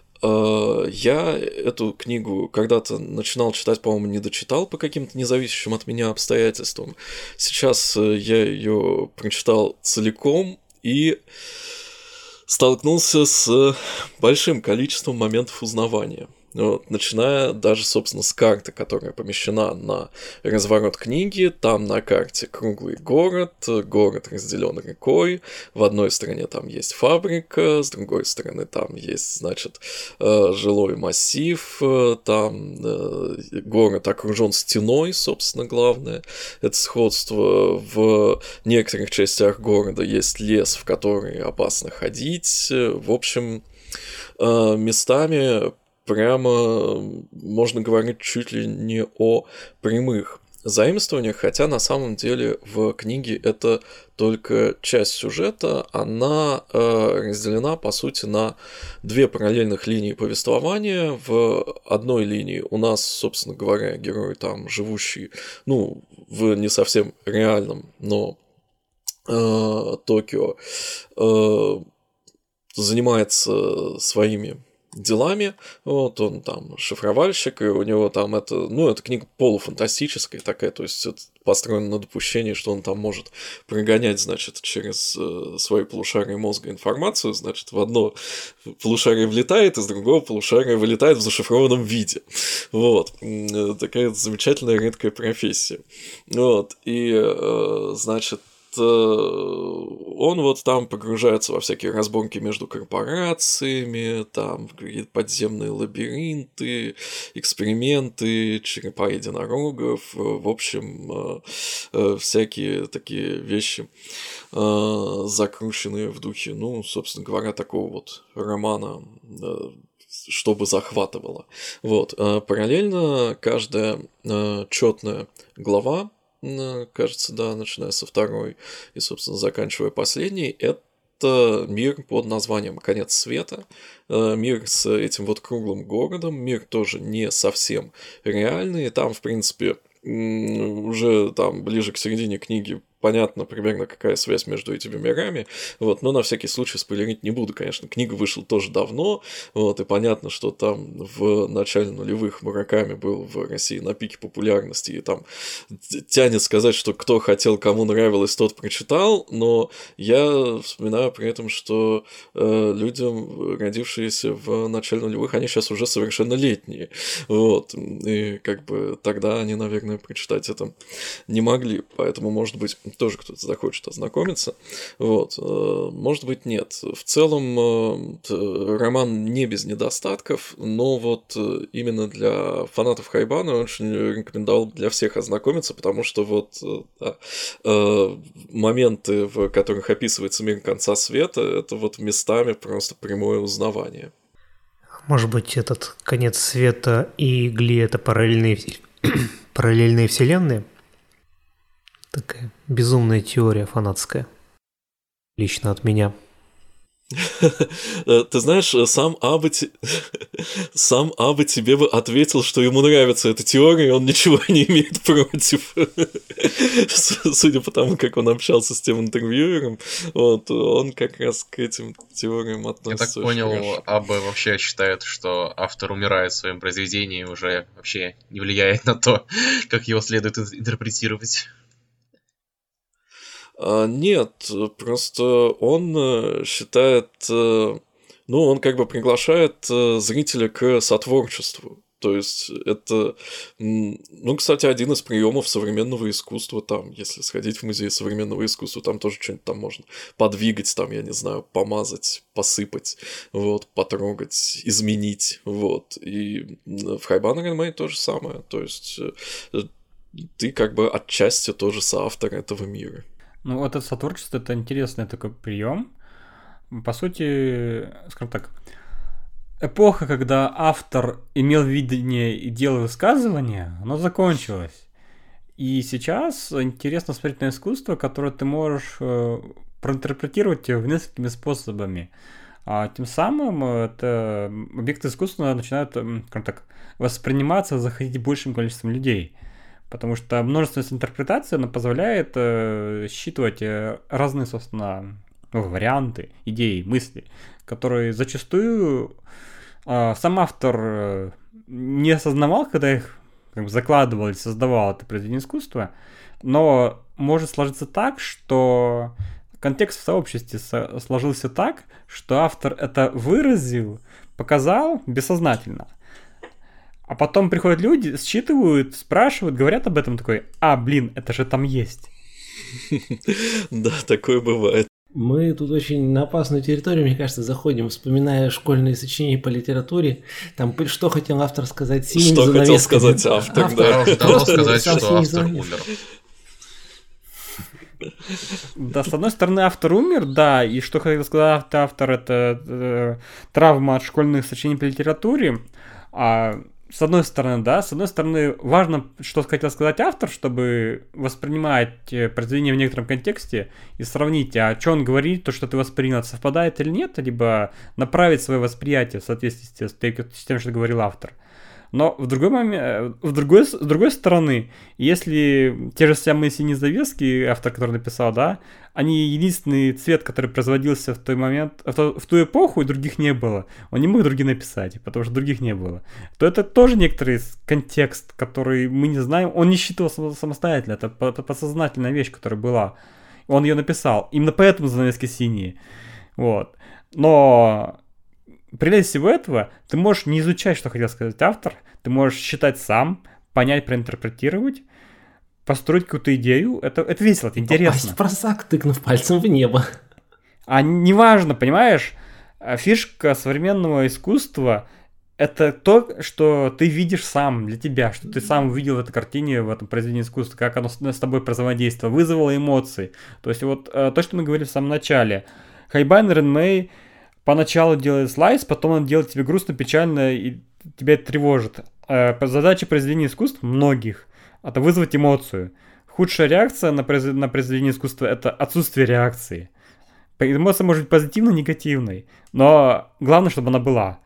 Я эту книгу когда-то начинал читать, по-моему, не дочитал по каким-то независящим от меня обстоятельствам. Сейчас я ее прочитал целиком и столкнулся с большим количеством моментов узнавания. Вот, начиная даже, собственно, с карты, которая помещена на разворот книги. Там на карте круглый город, город разделен рекой. В одной стороне там есть фабрика, с другой стороны там есть, значит, жилой массив. Там город окружен стеной, собственно, главное. Это сходство. В некоторых частях города есть лес, в который опасно ходить. В общем, местами прямо можно говорить чуть ли не о прямых заимствованиях, хотя на самом деле в книге это только часть сюжета, она э, разделена, по сути, на две параллельных линии повествования. В одной линии у нас, собственно говоря, герой там живущий, ну, в не совсем реальном, но э, Токио, э, занимается своими делами, вот он там шифровальщик, и у него там это, ну, эта книга полуфантастическая такая, то есть это построено на допущении, что он там может прогонять, значит, через э, свои полушария мозга информацию, значит, в одно полушарие влетает, из другого полушария вылетает в зашифрованном виде. Вот. Такая замечательная редкая профессия. Вот. И, э, значит, он вот там погружается во всякие разборки между корпорациями, там какие-то подземные лабиринты, эксперименты, черепа единорогов, в общем, всякие такие вещи, закрученные в духе, ну, собственно говоря, такого вот романа, чтобы захватывало. Вот. Параллельно каждая четная глава, кажется, да, начиная со второй и, собственно, заканчивая последней, это мир под названием «Конец света», мир с этим вот круглым городом, мир тоже не совсем реальный, там, в принципе, уже там ближе к середине книги понятно примерно, какая связь между этими мирами, вот, но на всякий случай спойлерить не буду, конечно. Книга вышла тоже давно, вот, и понятно, что там в начале нулевых Мураками был в России на пике популярности, и там тянет сказать, что кто хотел, кому нравилось, тот прочитал, но я вспоминаю при этом, что э, людям, родившиеся в начале нулевых, они сейчас уже совершеннолетние, вот, и как бы тогда они, наверное, прочитать это не могли, поэтому, может быть, тоже кто-то захочет ознакомиться. Вот. Может быть, нет. В целом, роман не без недостатков, но вот именно для фанатов Хайбана очень рекомендовал для всех ознакомиться, потому что вот да, моменты, в которых описывается мир конца света, это вот местами просто прямое узнавание. Может быть, этот конец света и Гли — это параллельные, параллельные вселенные? Такая безумная теория фанатская. Лично от меня. Ты знаешь, сам Аба, сам Аба тебе бы ответил, что ему нравится эта теория, и он ничего не имеет против. Судя по тому, как он общался с тем интервьюером, вот, он как раз к этим теориям относится. Я так понял, Аба вообще считает, что автор умирает в своем произведении, уже вообще не влияет на то, как его следует интерпретировать. Нет, просто он считает, ну, он как бы приглашает зрителя к сотворчеству. То есть это, ну, кстати, один из приемов современного искусства, там, если сходить в музей современного искусства, там тоже что-нибудь там можно подвигать, там, я не знаю, помазать, посыпать, вот, потрогать, изменить, вот. И в Хайбан Ренмей то же самое, то есть ты как бы отчасти тоже соавтор этого мира. Ну, вот это сотворчество — это интересный такой прием. По сути, скажем так, эпоха, когда автор имел видение и делал высказывания, она закончилась. И сейчас интересно смотреть на искусство, которое ты можешь э, проинтерпретировать в несколькими способами. А тем самым это объекты искусства начинают, скажем так, восприниматься, заходить большим количеством людей. Потому что множественность интерпретаций, она позволяет э, считывать э, разные, собственно, варианты, идеи, мысли, которые зачастую э, сам автор э, не осознавал, когда их как бы закладывал или создавал это произведение искусства, но может сложиться так, что контекст в сообществе со- сложился так, что автор это выразил, показал бессознательно. А потом приходят люди, считывают, спрашивают, говорят об этом, такой: а, блин, это же там есть. Да, такое бывает. Мы тут очень на опасную территорию, мне кажется, заходим, вспоминая школьные сочинения по литературе. Там что хотел автор сказать синим Что занавесками. хотел сказать автор, автор да. Автор хотел сказать, написал что синий автор занавес. умер. Да, с одной стороны, автор умер, да, и что хотел сказать автор, это э, травма от школьных сочинений по литературе. А с одной стороны, да, с одной стороны, важно, что хотел сказать автор, чтобы воспринимать произведение в некотором контексте и сравнить, а что он говорит, то, что ты воспринял, совпадает или нет, либо направить свое восприятие в соответствии с тем, что говорил автор. Но в другой момент, в другой, с другой стороны, если те же самые синие завески, автор, который написал, да, они единственный цвет, который производился в той момент, в ту, в ту эпоху, и других не было, он не мог другие написать, потому что других не было, то это тоже некоторый контекст, который мы не знаем, он не считывал самостоятельно, это подсознательная вещь, которая была, он ее написал, именно поэтому занавески синие, вот, но... Прелесть всего этого, ты можешь не изучать, что хотел сказать автор, ты можешь считать сам, понять, проинтерпретировать, построить какую-то идею. Это, это весело, это интересно. Попасть в просак, тыкнув пальцем в небо. А неважно, понимаешь, фишка современного искусства — это то, что ты видишь сам для тебя, что ты сам увидел в этой картине, в этом произведении искусства, как оно с тобой взаимодействовало, вызвало эмоции. То есть вот то, что мы говорили в самом начале. Хайбан Ренмей поначалу делает слайс, потом он делает тебе грустно, печально, и тебя это тревожит. Задача произведения искусства многих — это вызвать эмоцию. Худшая реакция на, произ... на произведение искусства — это отсутствие реакции. Эмоция может быть позитивной, негативной, но главное, чтобы она была.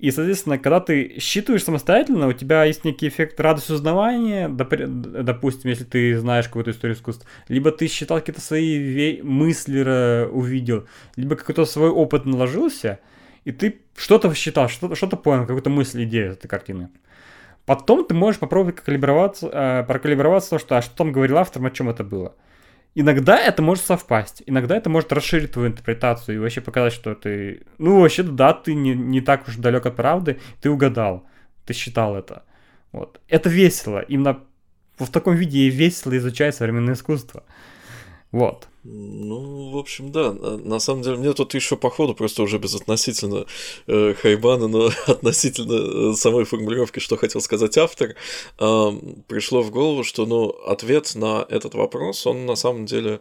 И, соответственно, когда ты считываешь самостоятельно, у тебя есть некий эффект радости узнавания, допустим, если ты знаешь какую-то историю искусства, либо ты считал какие-то свои мысли, увидел, либо какой-то свой опыт наложился, и ты что-то считал, что-то, что-то понял, какую-то мысль, идею этой картины. Потом ты можешь попробовать калиброваться, э, прокалиброваться то, что, а что там говорил автор, о чем это было. Иногда это может совпасть, иногда это может расширить твою интерпретацию и вообще показать, что ты... Ну, вообще-то, да, ты не, не так уж далек от правды, ты угадал, ты считал это. Вот. Это весело, именно в таком виде и весело изучать современное искусство. Вот. Ну, в общем, да. На самом деле, мне тут еще по ходу, просто уже безотносительно э, Хайбана, но относительно самой формулировки, что хотел сказать автор, э, пришло в голову, что, ну, ответ на этот вопрос, он на самом деле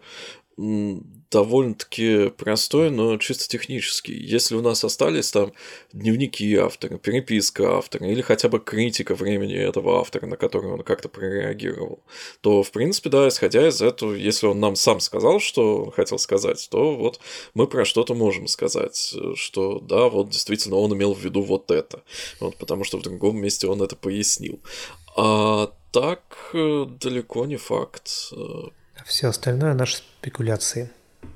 довольно-таки простой, но чисто технический. Если у нас остались там дневники автора, переписка автора или хотя бы критика времени этого автора, на который он как-то прореагировал, то, в принципе, да, исходя из этого, если он нам сам сказал, что он хотел сказать, то вот мы про что-то можем сказать, что да, вот действительно он имел в виду вот это, вот, потому что в другом месте он это пояснил. А так далеко не факт. Все остальное наши спекуляции.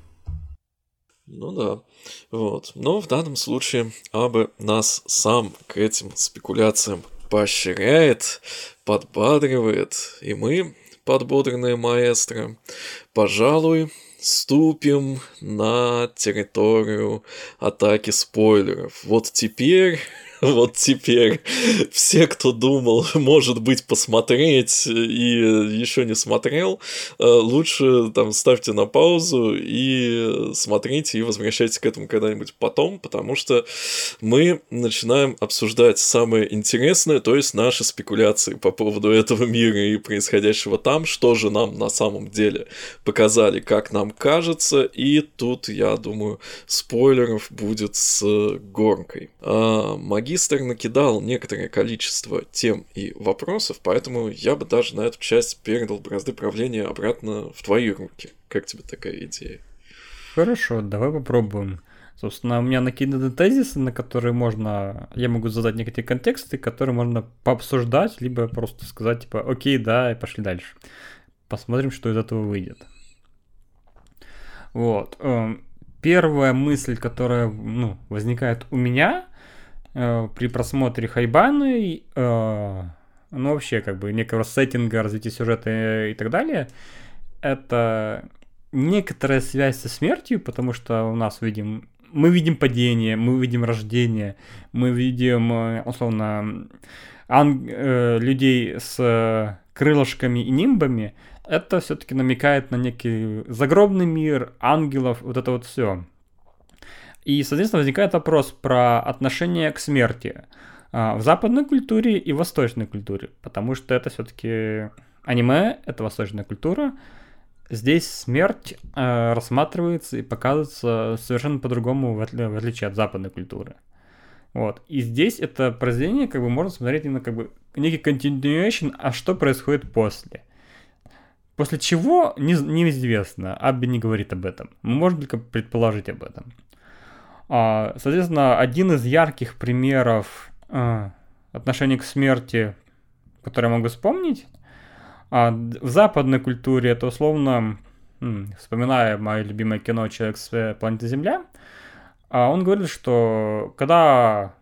Ну да, вот. Но в данном случае Абе нас сам к этим спекуляциям поощряет, подбадривает, и мы, подбодренные маэстро, пожалуй, ступим на территорию атаки спойлеров. Вот теперь... Вот теперь все, кто думал, может быть, посмотреть и еще не смотрел, лучше там ставьте на паузу и смотрите и возвращайтесь к этому когда-нибудь потом, потому что мы начинаем обсуждать самое интересное, то есть наши спекуляции по поводу этого мира и происходящего там, что же нам на самом деле показали, как нам кажется, и тут, я думаю, спойлеров будет с горкой. А магистр накидал некоторое количество тем и вопросов, поэтому я бы даже на эту часть передал бразды правления обратно в твои руки. Как тебе такая идея? Хорошо, давай попробуем. Собственно, у меня накиданы тезисы, на которые можно... Я могу задать некоторые контексты, которые можно пообсуждать, либо просто сказать, типа, окей, да, и пошли дальше. Посмотрим, что из этого выйдет. Вот. Первая мысль, которая, ну, возникает у меня... при просмотре Хайбаны, э, ну вообще как бы некого сеттинга, развития сюжета и так далее, это некоторая связь со смертью, потому что у нас видим, мы видим падение, мы видим рождение, мы видим, условно, ан- э, людей с крылышками и нимбами. Это все-таки намекает на некий загробный мир, ангелов, вот это вот все. И, соответственно, возникает вопрос про отношение к смерти в западной культуре и восточной культуре, потому что это все-таки аниме, это восточная культура. Здесь смерть э, рассматривается и показывается совершенно по-другому, в, отли- в отличие от западной культуры. Вот. И здесь это произведение, как бы, можно смотреть именно как бы некий continuation, а что происходит после. После чего не, неизвестно, Абби не говорит об этом. Мы можем только предположить об этом. Соответственно, один из ярких примеров э, отношения к смерти, который я могу вспомнить, э, в западной культуре это условно, м, вспоминая мое любимое кино «Человек с планеты Земля», э, он говорит, что когда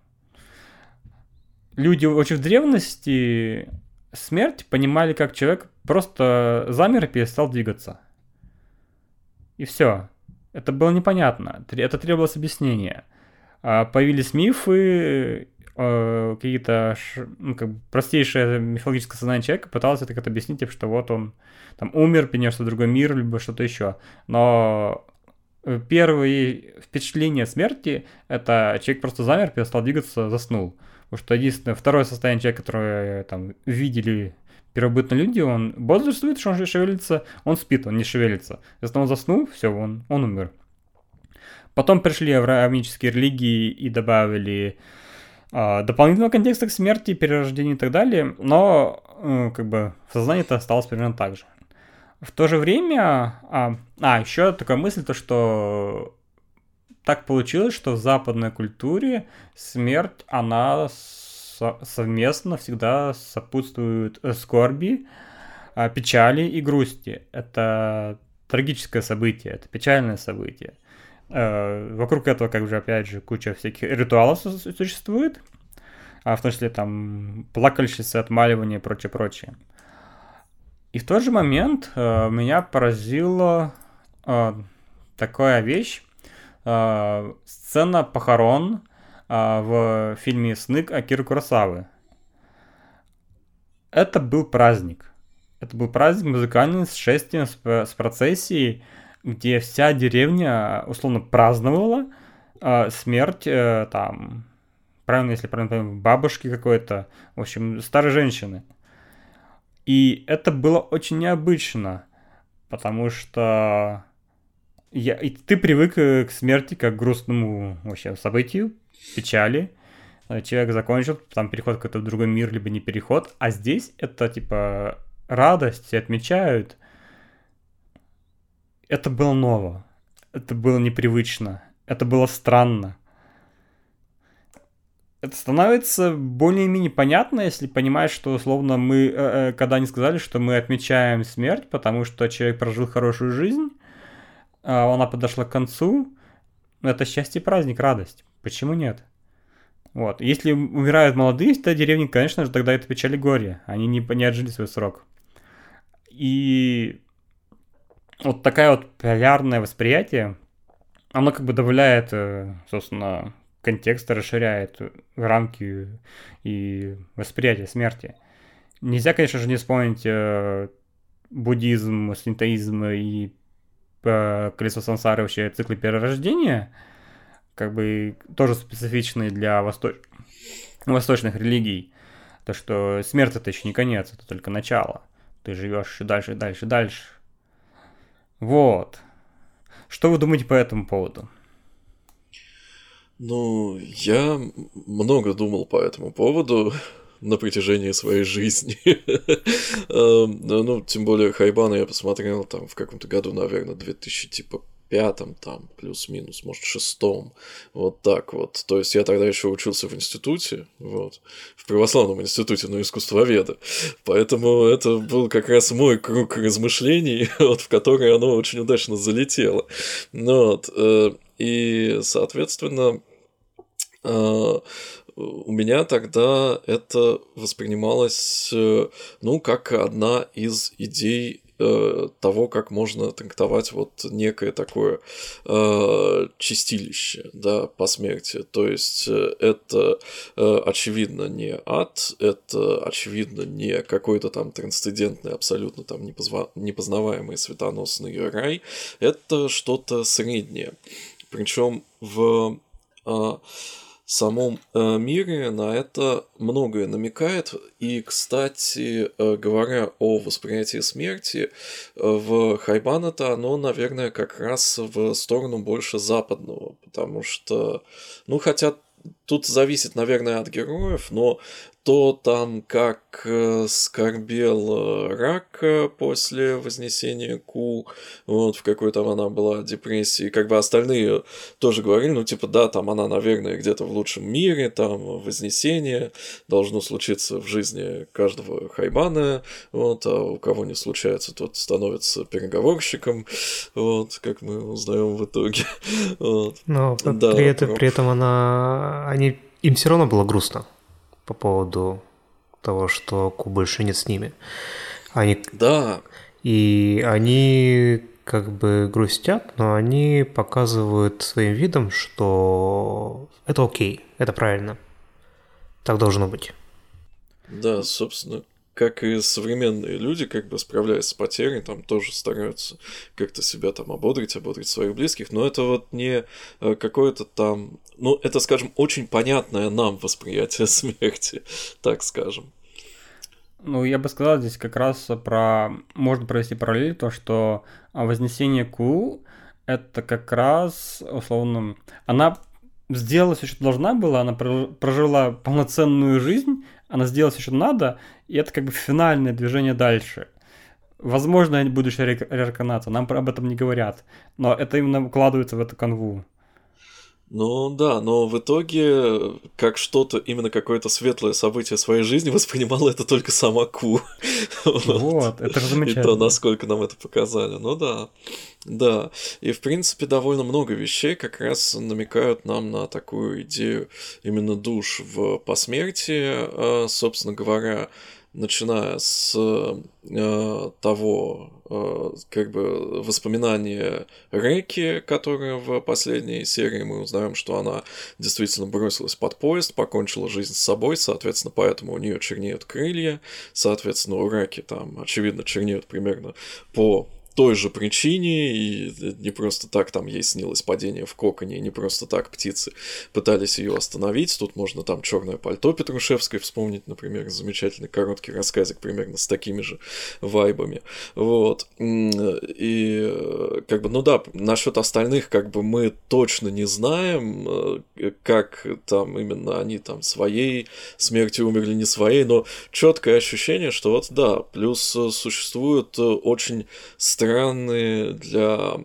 люди очень в древности смерть понимали, как человек просто замер и перестал двигаться. И все. Это было непонятно, это требовалось объяснения. Появились мифы, какие-то ну, как бы простейшее мифологическое сознание человека пыталось это как-то объяснить, что вот он там умер, перенесся в другой мир, либо что-то еще. Но первые впечатления смерти — это человек просто замер, перестал двигаться, заснул. Потому что единственное, второе состояние человека, которое там видели первобытные люди, он бодрствует, что он шевелится, он спит, он не шевелится. Если он заснул, все, он, он умер. Потом пришли авраамические религии и добавили э, дополнительного контекста к смерти, перерождению и так далее, но э, как бы в сознании это осталось примерно так же. В то же время... А, а еще такая мысль, то что так получилось, что в западной культуре смерть, она со- совместно всегда сопутствует э, скорби, э, печали и грусти. Это трагическое событие, это печальное событие. Э, вокруг этого, как же, опять же, куча всяких ритуалов су- существует, а в том числе там плакальщицы, отмаливание и прочее, прочее. И в тот же момент э, меня поразила э, такая вещь, э, сцена похорон э, в фильме «Сны» Акиры Куросавы. Это был праздник. Это был праздник музыкальный с шествием, с, с процессией, где вся деревня условно праздновала э, смерть э, там, правильно, если правильно понимаю, бабушки какой-то, в общем, старой женщины. И это было очень необычно, потому что я, и ты привык к смерти как к грустному вообще событию, печали. Человек закончил, там переход какой-то в другой мир, либо не переход. А здесь это типа радость, все отмечают. Это было ново, это было непривычно, это было странно. Это становится более-менее понятно, если понимаешь, что условно мы, э, когда они сказали, что мы отмечаем смерть, потому что человек прожил хорошую жизнь, э, она подошла к концу, это счастье, праздник, радость. Почему нет? Вот. Если умирают молодые в той деревне, конечно же, тогда это печаль и горе. Они не, не отжили свой срок. И вот такое вот полярное восприятие, оно как бы добавляет, э, собственно, контекста, расширяет рамки и восприятие смерти. Нельзя, конечно же, не вспомнить э, буддизм, синтоизм и э, колесо сансары, вообще циклы перерождения, как бы тоже специфичные для восто... восточных религий. То, что смерть — это еще не конец, это только начало. Ты живешь дальше, дальше, дальше. Вот. Что вы думаете по этому поводу? Ну, я много думал по этому поводу на протяжении своей жизни. Ну, тем более Хайбана я посмотрел там в каком-то году, наверное, две тысячи пятом, там, плюс-минус, может, шестом, вот так вот. То есть я тогда еще учился в институте, вот, в православном институте, но искусствоведа. Поэтому это был как раз мой круг размышлений, вот, в который оно очень удачно залетело. Ну, вот, и, соответственно, у меня тогда это воспринималось, ну, как одна из идей того, как можно трактовать вот некое такое э, чистилище, да, по смерти. То есть это э, очевидно не ад, это очевидно не какой-то там трансцендентный, абсолютно там непозва- непознаваемый светоносный рай, это что-то среднее. Причем в э, самом э, мире на это многое намекает. И, кстати, э, говоря о восприятии смерти, э, в Хайбана-то оно, наверное, как раз в сторону больше западного, потому что, ну, хотя тут зависит, наверное, от героев, но то там, как э, скорбел Рак после вознесения Ку, вот, в какой там она была депрессии, как бы остальные тоже говорили, ну, типа, да, там она, наверное, где-то в лучшем мире, там вознесение должно случиться в жизни каждого Хайбана, вот, а у кого не случается, тот становится переговорщиком, вот, как мы узнаем в итоге. Вот. Но да, при, это, при этом она... Они... им все равно было грустно по поводу того, что Ку больше нет с ними. Они... Да. И они как бы грустят, но они показывают своим видом, что это окей, это правильно. Так должно быть. Да, собственно, как и современные люди, как бы справляясь с потерей, там тоже стараются как-то себя там ободрить, ободрить своих близких, но это вот не какое-то там, ну, это, скажем, очень понятное нам восприятие смерти, так скажем. Ну, я бы сказал здесь как раз про... Можно провести параллель, то, что вознесение Ку — это как раз, условно... Она сделала все, что должна была, она прожила полноценную жизнь, она сделала все, что надо, и это как бы финальное движение дальше. Возможно, будущая реинкарнация, нам об этом не говорят, но это именно укладывается в эту канву. Ну да, но в итоге, как что-то, именно какое-то светлое событие своей жизни воспринимала это только сама Ку. Вот, это же И замечательно. то, насколько нам это показали. Ну да, да. И, в принципе, довольно много вещей как раз намекают нам на такую идею именно душ в посмертии, собственно говоря, начиная с э, того, э, как бы, воспоминания Рэки, которая в последней серии мы узнаем, что она действительно бросилась под поезд, покончила жизнь с собой, соответственно, поэтому у нее чернеют крылья, соответственно, у Рэки там, очевидно, чернеют примерно по той же причине, и не просто так там ей снилось падение в коконе, и не просто так птицы пытались ее остановить. Тут можно там «Черное пальто» Петрушевской вспомнить, например, замечательный короткий рассказик примерно с такими же вайбами. Вот. И как бы, ну да, насчет остальных как бы мы точно не знаем, как там именно они там своей смертью умерли, не своей, но четкое ощущение, что вот да, плюс существует очень странные для,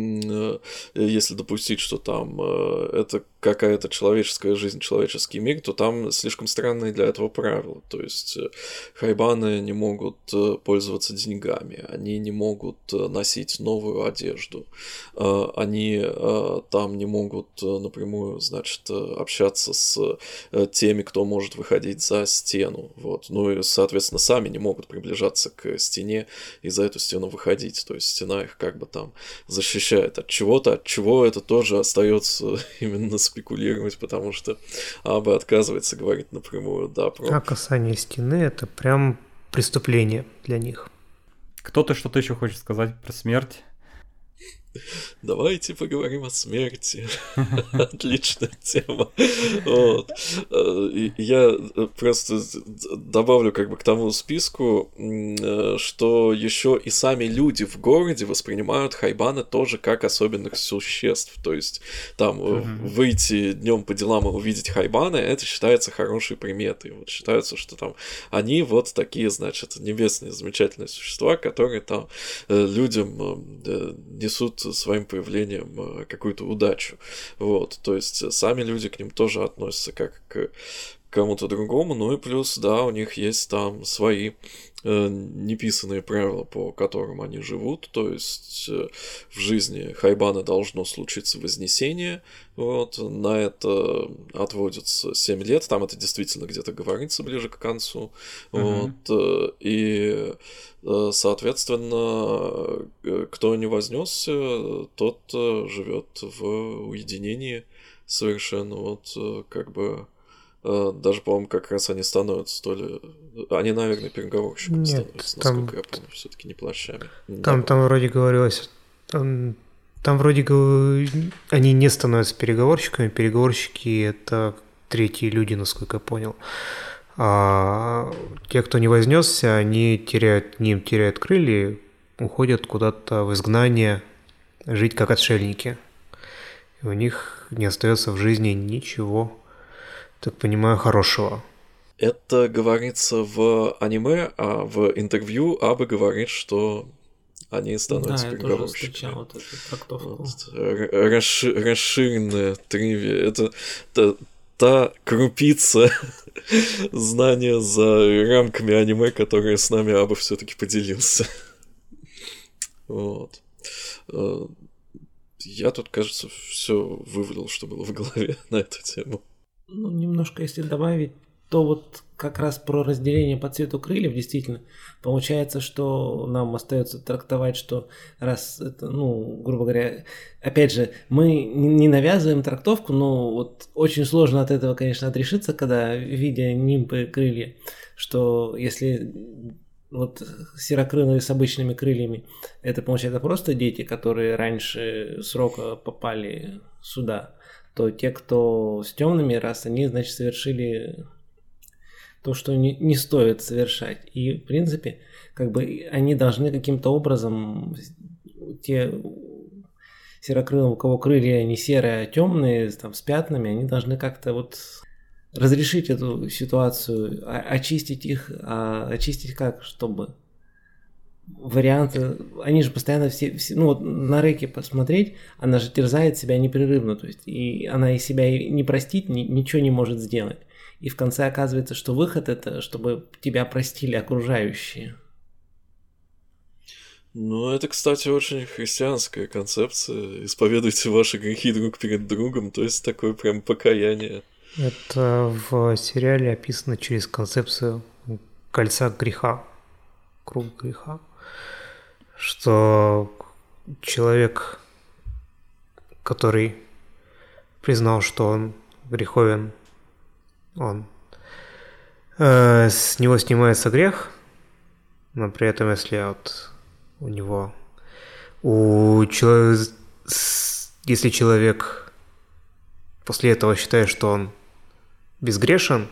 если допустить, что там это какая-то человеческая жизнь, человеческий мир, то там слишком странные для этого правила. То есть хайбаны не могут пользоваться деньгами, они не могут носить новую одежду, они там не могут напрямую, значит, общаться с теми, кто может выходить за стену. Вот. Ну и, соответственно, сами не могут приближаться к стене и за эту стену выходить. То есть стена их как бы там защищает от чего-то, от чего это тоже остается именно спекулировать, потому что Аба отказывается говорить напрямую, да, про... А касание стены — это прям преступление для них. Кто-то что-то еще хочет сказать про смерть? Давайте поговорим о смерти. Отличная тема. Вот. Я просто добавлю как бы к тому списку, что еще и сами люди в городе воспринимают хайбаны тоже как особенных существ. То есть там mm-hmm. выйти днем по делам и увидеть хайбаны, это считается хорошей приметой. Вот считается, что там они вот такие, значит, небесные замечательные существа, которые там людям несут своим появлением какую-то удачу. Вот, то есть сами люди к ним тоже относятся как к кому-то другому, ну и плюс, да, у них есть там свои э, неписанные правила, по которым они живут, то есть э, в жизни хайбана должно случиться вознесение, вот, на это отводится семь лет, там это действительно где-то говорится ближе к концу, uh-huh. вот, э, и соответственно, кто не вознесся, тот живет в уединении совершенно, вот, как бы, даже, по-моему, как раз они становятся, то ли... Они, наверное, переговорщиками Нет, становятся, там... насколько я помню, все-таки не плащами. Там, там вроде говорилось... Там, там вроде они не становятся переговорщиками, переговорщики — это третьи люди, насколько я понял. А те, кто не вознесся, они теряют, ним теряют крылья, уходят куда-то в изгнание, жить как отшельники. И у них не остается в жизни ничего, так понимаю, хорошего. Это говорится в аниме, а в интервью Аба говорит, что они становятся да, переговорщиками. Да, я тоже встречал вот эту трактовку. Вот. Расши- расширенная тривия. Это... это та крупица знания за рамками аниме, которое с нами Аба все-таки поделился. Вот. Я тут, кажется, все вывалил, что было в голове на эту тему. Ну, немножко, если добавить, то вот как раз про разделение по цвету крыльев, действительно, получается, что нам остается трактовать, что раз это, ну, грубо говоря, опять же, мы не навязываем трактовку, но вот очень сложно от этого, конечно, отрешиться, когда, видя нимбы крылья, что если вот серокрылые с обычными крыльями, это, получается, просто дети, которые раньше срока попали сюда, то те, кто с темными, раз они, значит, совершили то, что не, не стоит совершать. И, в принципе, как бы они должны каким-то образом, те серокрылые, у кого крылья не серые, а темные, там, с пятнами, они должны как-то вот разрешить эту ситуацию, очистить их, а очистить как, чтобы... варианты, они же постоянно все, все ну вот на Реке посмотреть, она же терзает себя непрерывно, то есть и она и себя и не простить, ни, ничего не может сделать. И в конце оказывается, что выход это, чтобы тебя простили окружающие. Ну, это, кстати, очень христианская концепция. Исповедуйте ваши грехи друг перед другом, то есть такое прям покаяние. Это в сериале описано через концепцию кольца греха, круг греха, что человек, который признал, что он греховен, он э, с него снимается грех, но при этом, если вот у него, у человека, если человек после этого считает, что он безгрешен,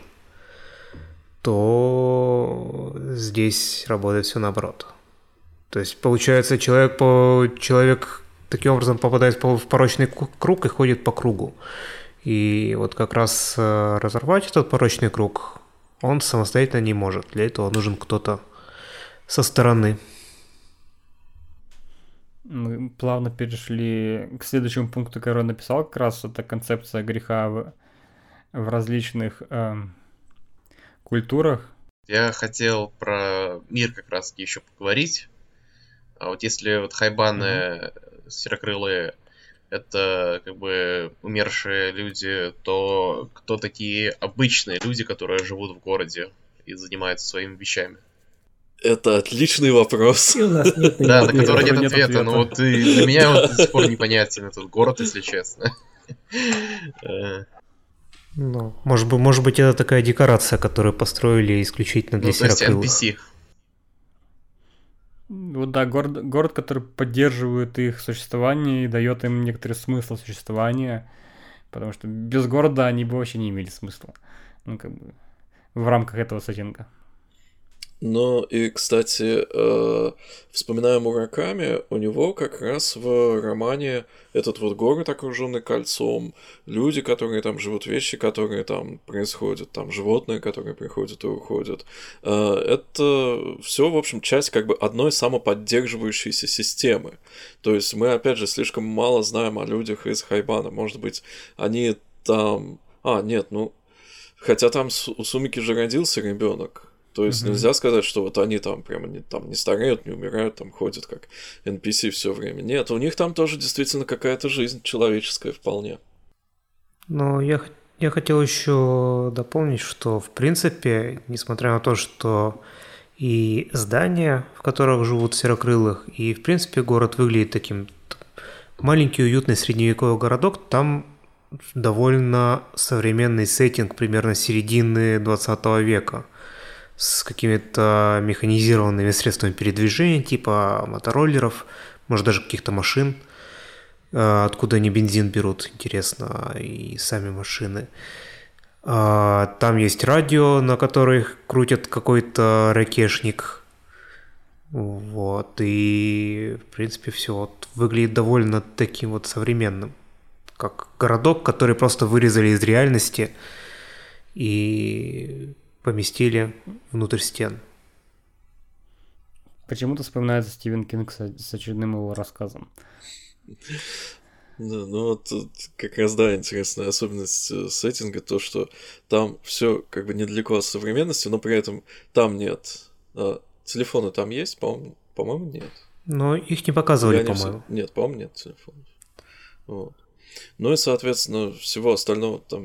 то здесь работает все наоборот. То есть, получается, человек, по, человек таким образом попадает в порочный круг и ходит по кругу. И вот как раз разорвать этот порочный круг он самостоятельно не может. Для этого нужен кто-то со стороны. Мы плавно перешли к следующему пункту, который он написал, как раз это концепция греха в, в различных э, культурах. Я хотел про мир как раз еще поговорить. А вот если вот хайбаны, mm-hmm. серокрылые, это как бы умершие люди, то кто такие обычные люди, которые живут в городе и занимаются своими вещами? Это отличный вопрос. И у нас нет да, на который нет ответа. Но вот и для меня вот до сих пор непонятен этот город, если честно. Ну, может быть, может быть, это такая декорация, которую построили исключительно для серокрылых. Ну, то есть эн пи си. Вот да, город, город, который поддерживает их существование и дает им некоторый смысл существования, потому что без города они бы вообще не имели смысла, ну, как бы, в рамках этого сеттинга. Ну и, кстати, э, вспоминая Мураками, у него как раз в романе этот вот город, окруженный кольцом, люди, которые там живут, вещи, которые там происходят, там животные, которые приходят и уходят, э, это все, в общем, часть как бы одной самоподдерживающейся системы. То есть мы, опять же, слишком мало знаем о людях из Хайбана. Может быть, они там... А, нет, ну... Хотя там у Сумики же родился ребенок. То есть mm-hmm. нельзя сказать, что вот они там прямо не, там не стареют, не умирают, там ходят как эн пи си все время. Нет, у них там тоже действительно какая-то жизнь человеческая вполне. Ну, я, я хотел еще дополнить, что в принципе, несмотря на то, что и здания, в которых живут серокрылых, и в принципе город выглядит таким маленький, уютный средневековый городок, там довольно современный сеттинг примерно середины двадцатого века. С какими-то механизированными средствами передвижения, типа мотороллеров, может даже каких-то машин, откуда они бензин берут, интересно, и сами машины. Там есть радио, на которых крутят какой-то ракешник. Вот, и в принципе все вот выглядит довольно таким вот современным, как городок, который просто вырезали из реальности и поместили внутрь стен. Почему-то вспоминается Стивен Кинг с очередным его рассказом. Да, ну вот тут как раз, да, интересная особенность сеттинга, то, что там все как бы недалеко от современности, но при этом там нет. А, телефоны там есть, по-моему, по-моему, нет. Но их не показывали, по-моему. Все... Нет, по-моему, нет телефонов. Вот. Ну и, соответственно, всего остального там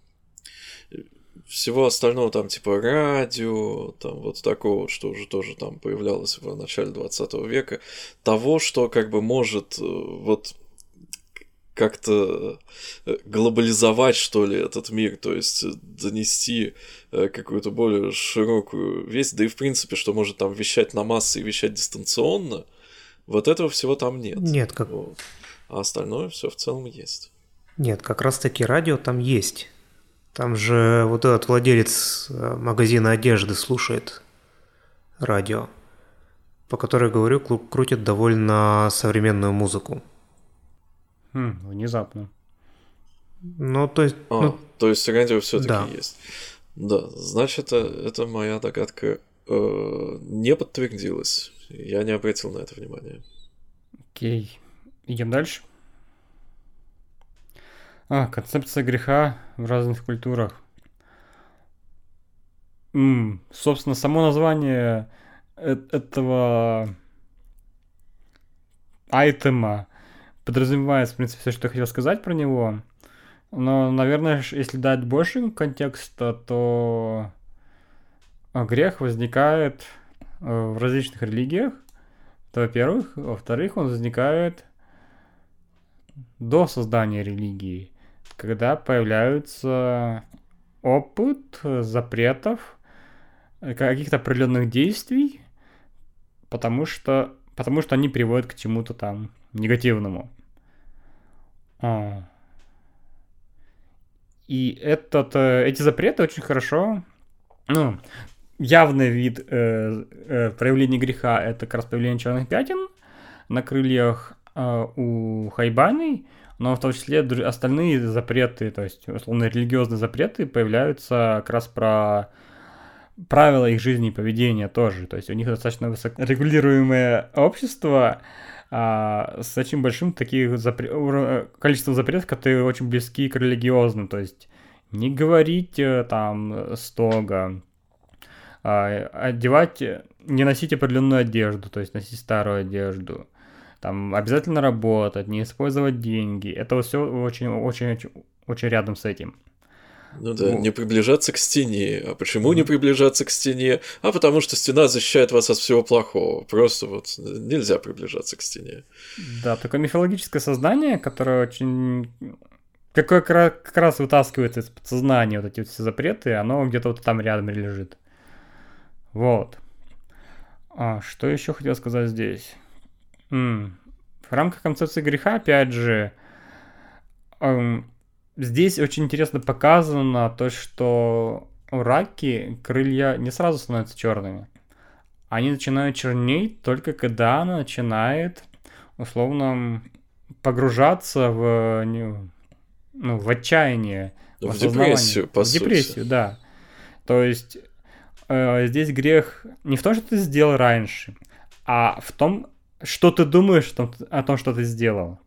Всего остального там типа радио, там вот такого, что уже тоже там появлялось в начале двадцатого века, того, что как бы может вот как-то глобализовать, что ли, этот мир, то есть донести какую-то более широкую весть, да и в принципе, что может там вещать на массы и вещать дистанционно, вот этого всего там нет. Нет, как... Вот. А остальное все в целом есть. Нет, как раз-таки радио там есть. Там же вот этот владелец магазина одежды слушает радио, по которой, говорю, крутит довольно современную музыку. Хм, внезапно. Ну, то есть... А, ну, то есть радио все-таки да. есть. Да, значит, это, это моя догадка э, не подтвердилось. Я не обратил на это внимания. Окей. Идем дальше. А, концепция греха в разных культурах. М, собственно, само название э- этого айтема подразумевает, в принципе, все, что я хотел сказать про него. Но, наверное, ш- если дать больше контекста, то а, грех возникает э, в различных религиях. Это во-первых. Во-вторых, он возникает до создания религии, когда появляется опыт э, запретов, э, каких-то определенных действий, потому что, потому что они приводят к чему-то там негативному. А. И этот, э, эти запреты очень хорошо, ну, явный вид э, э, проявления греха — это как раз появление черных пятен на крыльях э, у Хайбаны, но в том числе дру- остальные запреты, то есть условно религиозные запреты, появляются как раз про правила их жизни и поведения тоже. То есть у них достаточно высокорегулируемое общество а, с очень большим таких запре- уро- количеством запретов, которые очень близки к религиозным. То есть не говорить э, там строго, а, одевать, не носить определенную одежду, то есть носить старую одежду, там обязательно работать, не использовать деньги. Это все очень, очень, очень, очень рядом с этим. Ну да, Вот. не приближаться к стене. А почему не приближаться к стене? А потому что стена защищает вас от всего плохого. Просто вот нельзя приближаться к стене. Да, такое мифологическое создание, которое очень... Какое как раз, как раз вытаскивает из подсознания вот эти вот все запреты, оно где-то вот там рядом лежит. Вот. А, что еще хотел сказать здесь? М, В рамках концепции греха, опять же, эм, здесь очень интересно показано то, что у раки крылья не сразу становятся черными. Они начинают чернеть только когда она начинает, условно, погружаться в, не- ну, в отчаяние, в В осознавание. депрессию, по В сути. депрессию, да. То есть э, здесь грех не в том, что ты сделал раньше, а в том, что ты думаешь о том, о том, что ты сделал.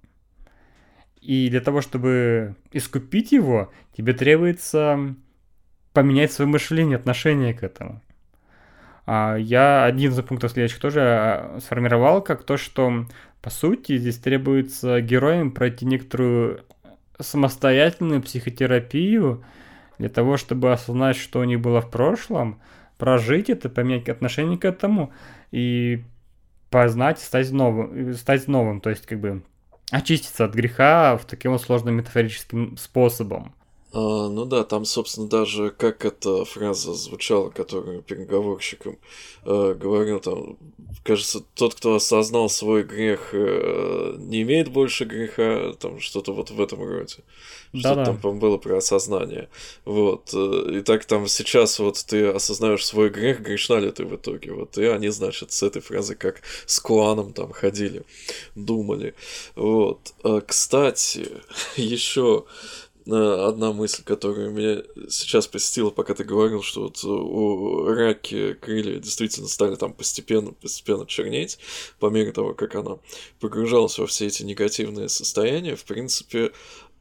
И для того, чтобы искупить его, тебе требуется поменять свое мышление, отношение к этому. А я один из пунктов следующих тоже а, сформировал как то, что по сути здесь требуется героям пройти некоторую самостоятельную психотерапию для того, чтобы осознать, что у них было в прошлом, прожить это, поменять отношение к этому и познать, стать новым, стать новым, то есть как бы очиститься от греха в таким вот сложным метафорическим способом. А, ну да, там, собственно, даже как эта фраза звучала, которую переговорщиком э, говорил, там, кажется, тот, кто осознал свой грех, э, не имеет больше греха, там, что-то вот в этом роде. Что-то Да-да. там, по-моему, было про осознание. Вот. э, И так там сейчас вот ты осознаешь свой грех, грешна ли ты в итоге? Вот. И они, значит, с этой фразы как с Куаном там ходили, думали. Вот. А, Кстати, еще одна мысль, которая меня сейчас посетила, пока ты говорил, что вот у раки крылья действительно стали там постепенно, постепенно чернеть по мере того, как она погружалась во все эти негативные состояния. В принципе,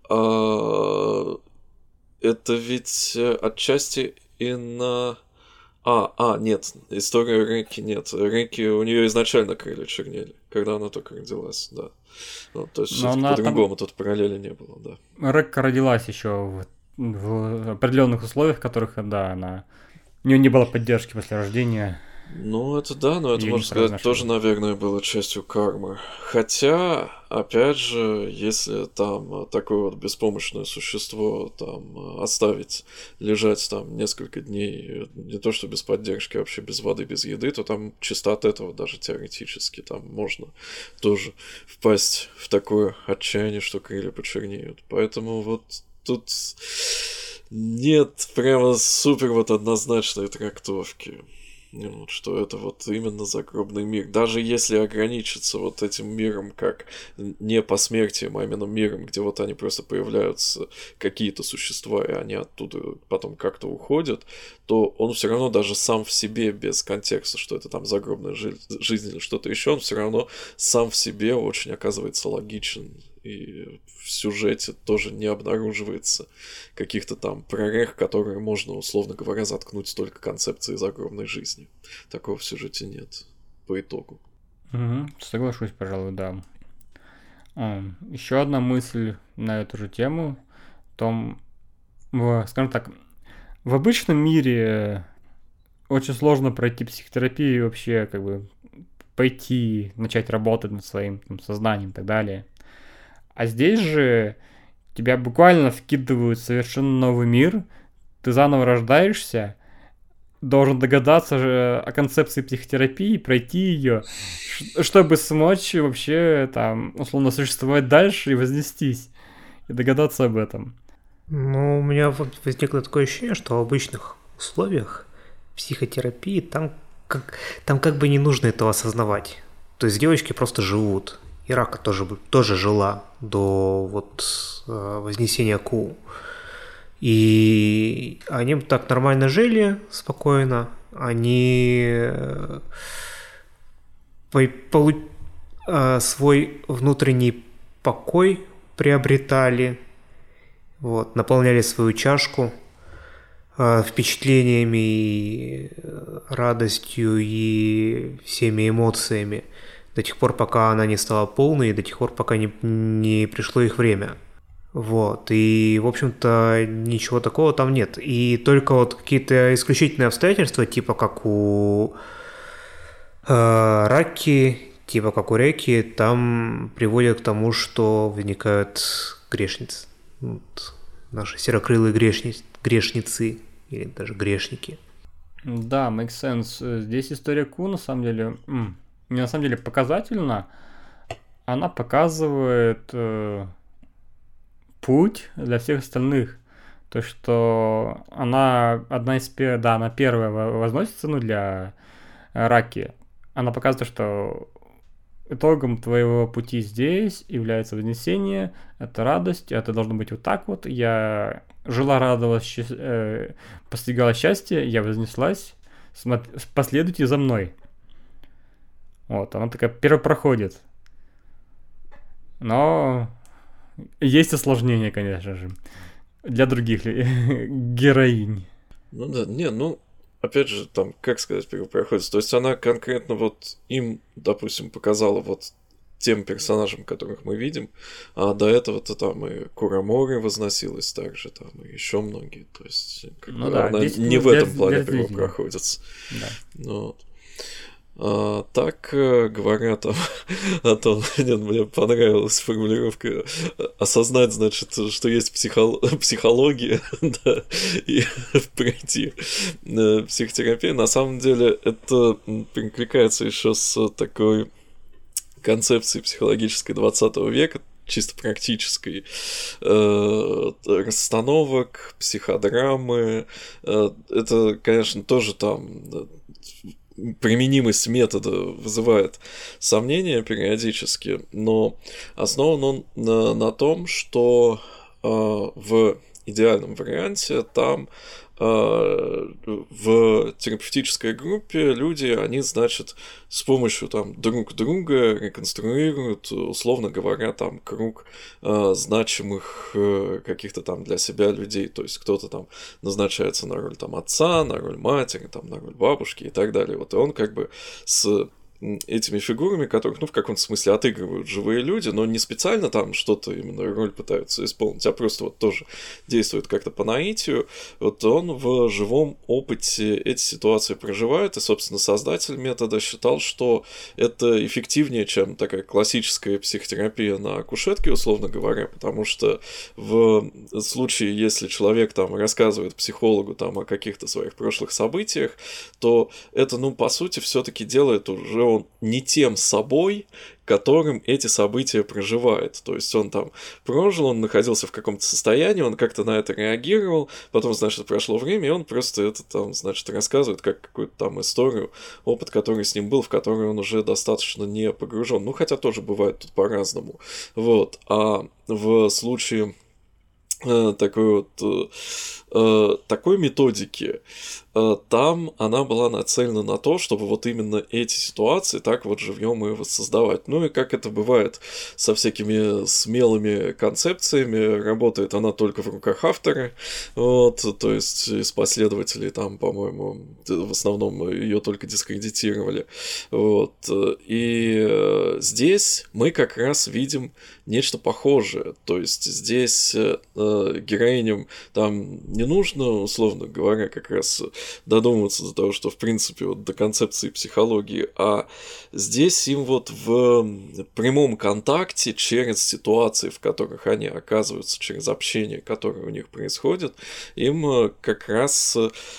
а, это ведь отчасти и на... А, а, нет, история Рэки нет. Рэки, у нее изначально крылья чернели, когда она только родилась, да. Ну, то есть Но всё-таки она по-другому тут параллели не было, да. Рекка родилась еще в, в определенных условиях, в которых, да, она... У нее не было поддержки после рождения. Ну, это да, но это, Её можно не сразу сказать, нашли. тоже, наверное, было частью кармы. Хотя, опять же, если там такое вот беспомощное существо там оставить лежать там несколько дней, не то что без поддержки, а вообще без воды, без еды, то там чисто от этого даже теоретически там можно тоже впасть в такое отчаяние, что крылья почернеют. Поэтому вот тут нет прямо супер вот однозначной трактовки. Вот, что это вот именно загробный мир. Даже если ограничиться вот этим миром как не посмертием, а именно миром, где вот они просто появляются какие-то существа, и они оттуда потом как-то уходят, то он все равно даже сам в себе, без контекста, что это там загробная жи- жизнь или что-то еще, он все равно сам в себе очень оказывается логичен. И в сюжете тоже не обнаруживается каких-то там прорех, которые можно, условно говоря, заткнуть только концепцией загробной жизни. Такого в сюжете нет по итогу. Угу, соглашусь, пожалуй, да. А, еще одна мысль на эту же тему. В том, в, скажем так, в обычном мире очень сложно пройти психотерапию и вообще как бы пойти, начать работать над своим там, сознанием и так далее. А здесь же тебя буквально вкидывают в совершенно новый мир, ты заново рождаешься, должен догадаться же о концепции психотерапии, пройти ее, чтобы смочь вообще там условно существовать дальше и вознестись, и догадаться об этом. Ну, у меня вот возникло такое ощущение, что в обычных условиях психотерапии там как, там как бы не нужно этого осознавать. То есть девочки просто живут. И Рака тоже, тоже жила до вот вознесения Ку. И они так нормально жили, спокойно. Они полу... свой внутренний покой приобретали, вот, наполняли свою чашку впечатлениями, и радостью и всеми эмоциями. До тех пор, пока она не стала полной, и до тех пор, пока не, не пришло их время. Вот. И, в общем-то, ничего такого там нет. И только вот какие-то исключительные обстоятельства, типа как у э, Раки, типа как у Реки, там приводят к тому, что возникают грешницы. Вот. Наши серокрылые грешницы, грешницы или даже грешники. Да, makes sense. Здесь история Ку, на самом деле... М- не на самом деле показательно, она показывает э, путь для всех остальных. То, что она одна из первых, да, она первая возносится, ну, для Раки. Она показывает, что итогом твоего пути здесь является вознесение, это радость, это должно быть вот так вот. Я жила, радовалась, счаст... э, постигала счастье, я вознеслась, смотр... последуйте за мной. Вот, она такая первопроходит. Но есть осложнения, конечно же, для других героинь. Ну да, не, ну, опять же, там, как сказать, первопроходец. То есть она конкретно вот им, допустим, показала вот тем персонажам, которых мы видим, а до этого-то там и Курамори возносилась также, там и еще многие. То есть как ну бы, да, она не в этом плане первопроходец. Да. Ну, вот. А, так говоря там о том, мне понравилась формулировка осознать, значит, что есть психо- психология, да, и пройти психотерапию. На самом деле это перекликается еще с такой концепцией психологической двадцатого века, чисто практической, э, расстановок, психодрамы. Э, это, конечно, тоже там... применимость метода вызывает сомнения периодически, но основан он на, на том, что э, в идеальном варианте там э, в терапевтической группе люди, они, значит, с помощью там друг друга реконструируют, условно говоря, там круг э, значимых э, каких-то там для себя людей, то есть кто-то там назначается на роль там отца, на роль матери, там на роль бабушки и так далее. Вот и он как бы с этими фигурами, которых, ну, в каком-то смысле отыгрывают живые люди, но не специально там что-то именно роль пытаются исполнить, а просто вот тоже действует как-то по наитию. Вот он в живом опыте эти ситуации проживает, и, собственно, создатель метода считал, что это эффективнее, чем такая классическая психотерапия на кушетке, условно говоря, потому что в случае, если человек там рассказывает психологу там о каких-то своих прошлых событиях, то это, ну, по сути, все-таки делает уже он не тем собой, которым эти события проживает. То есть он там прожил, он находился в каком-то состоянии, он как-то на это реагировал, потом, значит, прошло время, и он просто это там, значит, рассказывает как какую-то там историю, опыт, который с ним был, в который он уже достаточно не погружен. Ну, хотя тоже бывает тут по-разному. Вот. А в случае э, такой вот э, такой методики, э, там она была нацелена на то, чтобы вот именно эти ситуации так вот живьем и воссоздавать. Ну и как это бывает со всякими смелыми концепциями, работает она только в руках автора, вот, то есть из последователей там, по-моему, в основном ее только дискредитировали, вот, и здесь мы как раз видим нечто похожее, то есть здесь э, героиням там не нужно, условно говоря, как раз додумываться до того, что в принципе вот до концепции психологии, а здесь им вот в прямом контакте через ситуации, в которых они оказываются, через общение, которое у них происходит, им как раз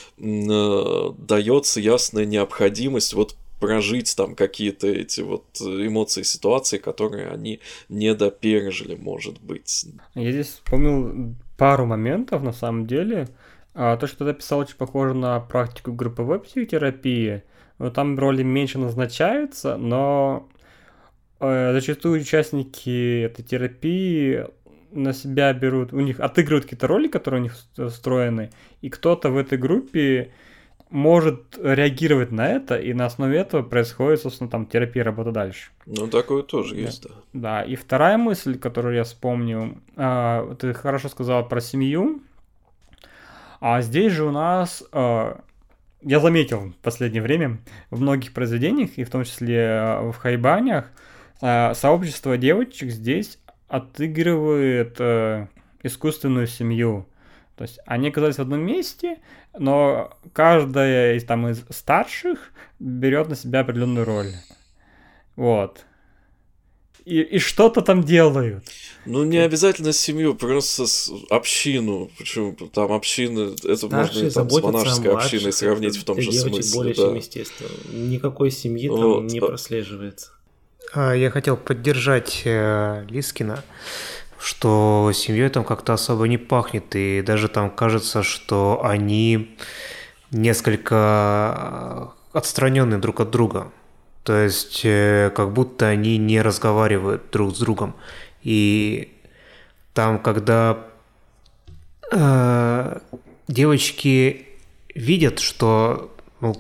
дается ясная необходимость вот прожить там какие-то эти вот эмоции, ситуации, которые они недопережили, может быть. Я здесь вспомнил пару моментов, на самом деле. А, то, что ты описал, очень похоже на практику групповой психотерапии. Но там роли меньше назначаются, но э, зачастую участники этой терапии на себя берут, у них отыгрывают какие-то роли, которые у них встроены, и кто-то в этой группе может реагировать на это, и на основе этого происходит, собственно, там терапия, работа дальше. Ну, такое тоже да. есть, да. Да, и вторая мысль, которую я вспомнил, э, ты хорошо сказал про семью, а здесь же у нас, э, я заметил в последнее время в многих произведениях, и в том числе в хайбанях, э, сообщество девочек здесь отыгрывает э, искусственную семью. То есть они оказались в одном месте, но каждая из, там, из старших берет на себя определенную роль. Вот. И, и что-то там делают. Ну, не обязательно семью, просто с общину. Почему? Там община, это старшие можно там, с монашеской общиной сравнить в том же смысле. Более да. чем естественно. Никакой семьи там вот. не прослеживается. Я хотел поддержать э, Лискина, что семьей там как-то особо не пахнет, и даже там кажется, что они несколько отстранены друг от друга. То есть, э, как будто они не разговаривают друг с другом. И там, когда э, девочки видят, что ну,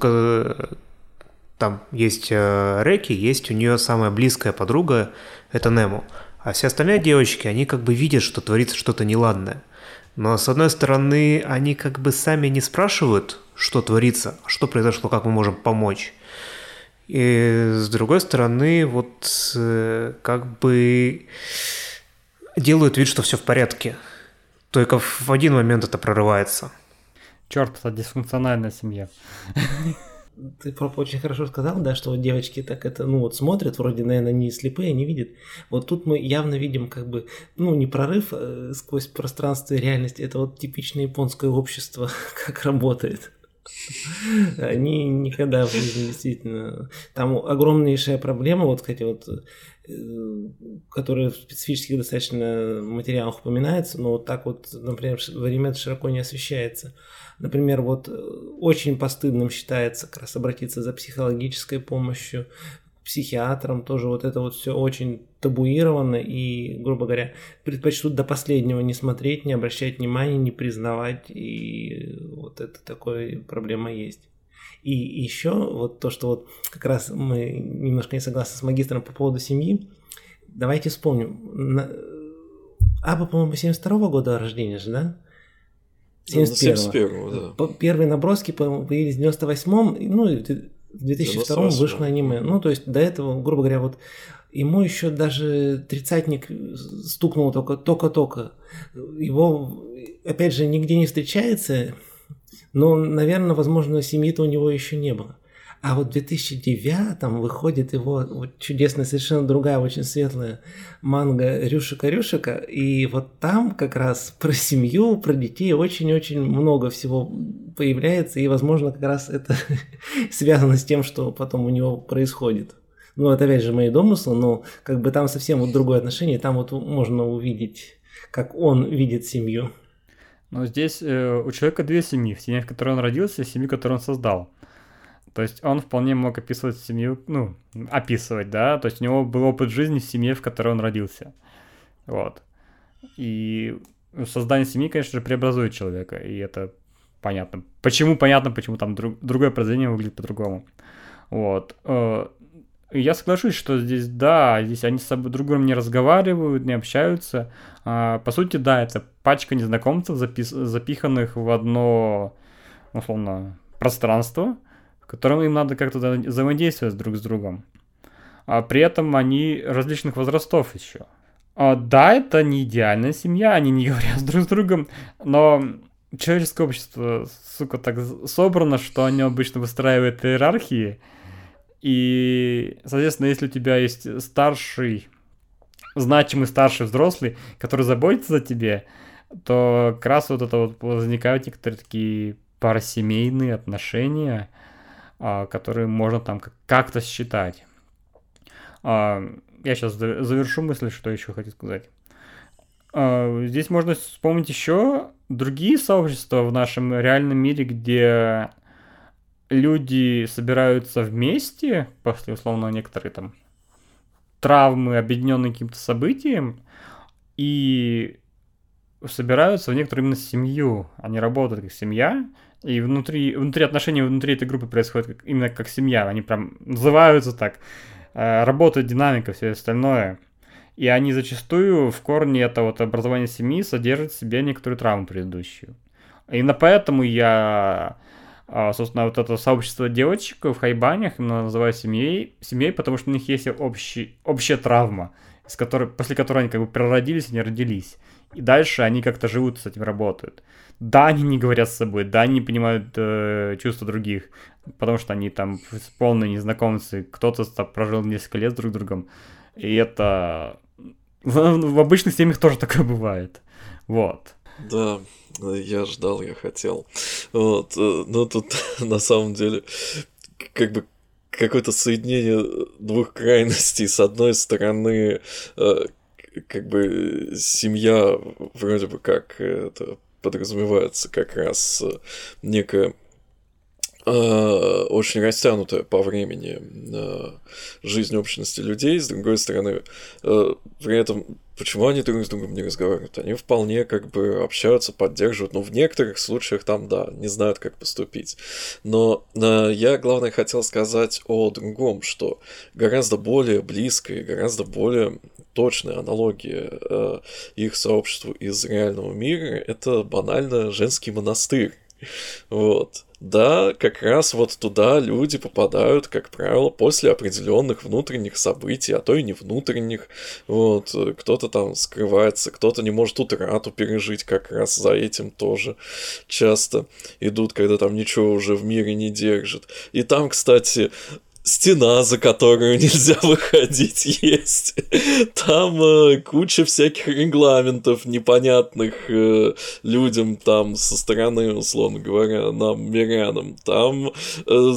там есть э, Реки, есть у нее самая близкая подруга, это Нему. А все остальные девочки, они как бы видят, что творится что-то неладное. Но с одной стороны, они как бы сами не спрашивают, что творится, что произошло, как мы можем помочь. И с другой стороны, вот э, как бы делают вид, что все в порядке. Только в один момент это прорывается. Черт, это дисфункциональная семья. Ты очень хорошо сказал, да, что вот девочки так это, ну вот смотрят, вроде, наверное, не слепые, не видят. Вот тут мы явно видим как бы, ну не прорыв а сквозь пространство и реальность, это вот типичное японское общество, как работает. Они никогда в жизни действительно... Там огромнейшая проблема, вот, кстати, вот, которая в специфических достаточно материалах упоминается, но вот так вот, например, во время широко не освещается. Например, вот очень постыдным считается как раз обратиться за психологической помощью, к психиатрам тоже вот это вот все очень табуировано и, грубо говоря, предпочтут до последнего не смотреть, не обращать внимания, не признавать, и вот это такая проблема есть. И еще вот то, что вот как раз мы немножко не согласны с магистром по поводу семьи, давайте вспомним. Аба, по-моему, семьдесят второго года рождения же, да? семьдесят первого, да. Первые наброски появились в девяносто восьмом, ну и в две тысячи втором вышло аниме. Ну, то есть до этого, грубо говоря, вот ему еще даже тридцатник стукнул только, только-только. Его, опять же, нигде не встречается, но, наверное, возможно, семьи-то у него еще не было. А вот в две тысячи девятом выходит его вот чудесная, совершенно другая, очень светлая манга Рюшика-Рюшика, и вот там как раз про семью, про детей очень-очень много всего появляется, и, возможно, как раз это связано с тем, что потом у него происходит. Ну, это опять же мои домыслы, но как бы там совсем вот другое отношение, там вот можно увидеть, как он видит семью. Но здесь э, у человека две семьи. Семья, в которой он родился, и семью, которую он создал. То есть он вполне мог описывать семью, ну, описывать, да, то есть у него был опыт жизни в семье, в которой он родился. Вот. И создание семьи, конечно же, преобразует человека, и это понятно. Почему понятно, почему там друг, другое произведение выглядит по-другому. Вот. Я соглашусь, что здесь, да, здесь они с собой друг другом не разговаривают, не общаются. По сути, да, это пачка незнакомцев, запис- запиханных в одно, условно, пространство, в котором им надо как-то взаимодействовать друг с другом. А при этом они различных возрастов еще. А, да, это не идеальная семья, они не говорят друг с другом, но человеческое общество, сука, так собрано, что оно обычно выстраивает иерархии. И, соответственно, если у тебя есть старший, значимый старший взрослый, который заботится о тебе, то как раз вот это вот возникают некоторые такие парасемейные отношения, которые можно там как-то считать. Я сейчас завершу мысль, что еще хочу сказать. Здесь можно вспомнить еще другие сообщества в нашем реальном мире, где люди собираются вместе после, условно, некоторые там травмы, объединенные каким-то событием, и собираются в некоторую именно семью. Они работают как семья, и внутри, внутри отношений внутри этой группы происходит как, именно как семья. Они прям называются так. Работает динамика, все остальное. И они зачастую в корне этого вот образования семьи содержат в себе некоторую травму предыдущую. Именно поэтому я, собственно, вот это сообщество девочек в хайбанях именно называю семьей, семьей, потому что у них есть общий, общая травма, с которой, после которой они как бы прородились и не родились. И дальше они как-то живут, с этим работают. Да, они не говорят с собой, да, они не понимают э, чувства других, потому что они там полные незнакомцы, кто-то прожил несколько лет друг с другом, и это в, в обычных семьях тоже такое бывает, вот. Да, я ждал, я хотел, вот, но тут на самом деле как бы какое-то соединение двух крайностей. С одной стороны, как бы семья вроде бы как это подразумевается как раз некая э, очень растянутая по времени э, жизнь общности людей. С другой стороны, э, при этом почему они друг с другом не разговаривают? Они вполне как бы общаются, поддерживают, но в некоторых случаях там, да, не знают, как поступить. Но э, я, главное, хотел сказать о другом, что гораздо более близкая и гораздо более точная аналогия э, их сообществу из реального мира — это банально женский монастырь. Вот. Да, как раз вот туда люди попадают, как правило, после определенных внутренних событий, а то и не внутренних. Вот. Кто-то там скрывается, кто-то не может утрату пережить, как раз за этим тоже часто идут, когда там ничего уже в мире не держит. И там, кстати, стена, за которую нельзя выходить, есть. Там э, куча всяких регламентов непонятных э, людям там со стороны, условно говоря, нам, мирянам. Там э,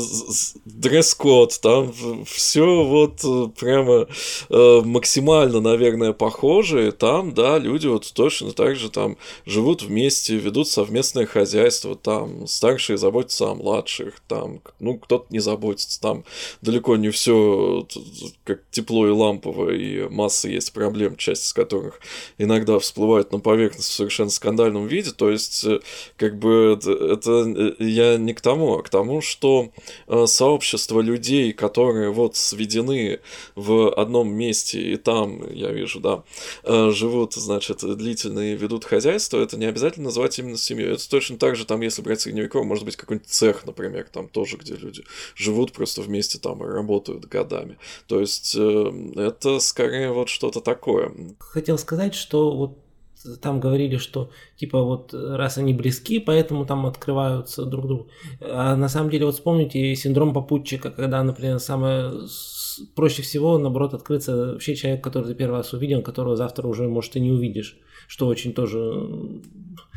дресс-код, там все вот э, прямо э, максимально, наверное, похоже. Там, да, люди вот точно так же там живут вместе, ведут совместное хозяйство, там старшие заботятся о младших, там, ну, кто-то не заботится, там далеко не все как тепло и лампово, и масса есть проблем, часть из которых иногда всплывают на поверхность в совершенно скандальном виде. То есть, как бы, это, это я не к тому, а к тому, что сообщество людей, которые вот сведены в одном месте, и там, я вижу, да, живут, значит, длительно и ведут хозяйство, это не обязательно называть именно семьей. Это точно так же, там, если брать средневековье, может быть, какой-нибудь цех, например, там тоже, где люди живут просто вместе, там, и работают годами. То есть э, это скорее вот что-то такое. Хотел сказать, что вот там говорили, что типа вот раз они близки, поэтому там открываются друг другу. А на самом деле вот вспомните синдром попутчика, когда, например, самое проще всего, наоборот, открыться вообще человек, который ты первый раз увидел, которого завтра уже, может, и не увидишь, что очень тоже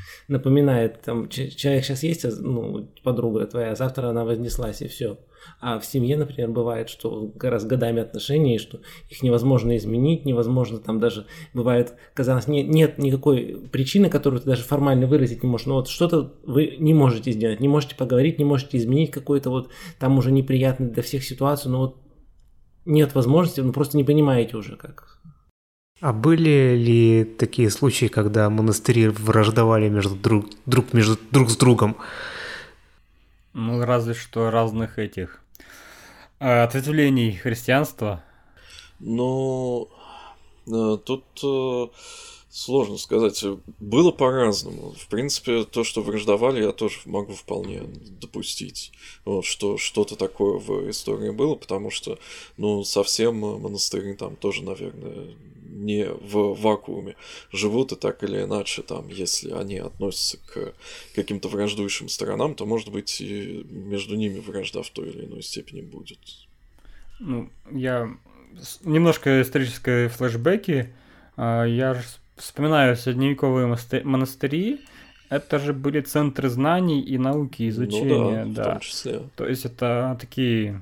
напоминает, там, человек сейчас есть, ну, подруга твоя, а завтра она вознеслась, и все. А в семье, например, бывает, что как раз годами отношений, что их невозможно изменить, невозможно там даже, бывает, казалось, нет, нет никакой причины, которую ты даже формально выразить не можешь, но вот что-то вы не можете сделать, не можете поговорить, не можете изменить какой-то вот там уже неприятный для всех ситуацию, но вот нет возможности, ну просто не понимаете уже как. А были ли такие случаи, когда монастыри враждовали между друг, друг, между, друг с другом? Ну, разве что разных этих э, ответвлений христианства. Ну, э, тут э, сложно сказать. Было по-разному. В принципе, то, что враждовали, я тоже могу вполне допустить. Вот, что что-то такое в истории было, потому что, ну, совсем монастыри там тоже, наверное, не в вакууме живут, и так или иначе, там, если они относятся к каким-то враждующим сторонам, то, может быть, и между ними вражда в той или иной степени будет. Ну, я... Немножко исторические флешбеки. Я вспоминаю средневековые монастыри. Это же были центры знаний и науки, изучения. Ну да, да. в том числе. То есть это такие...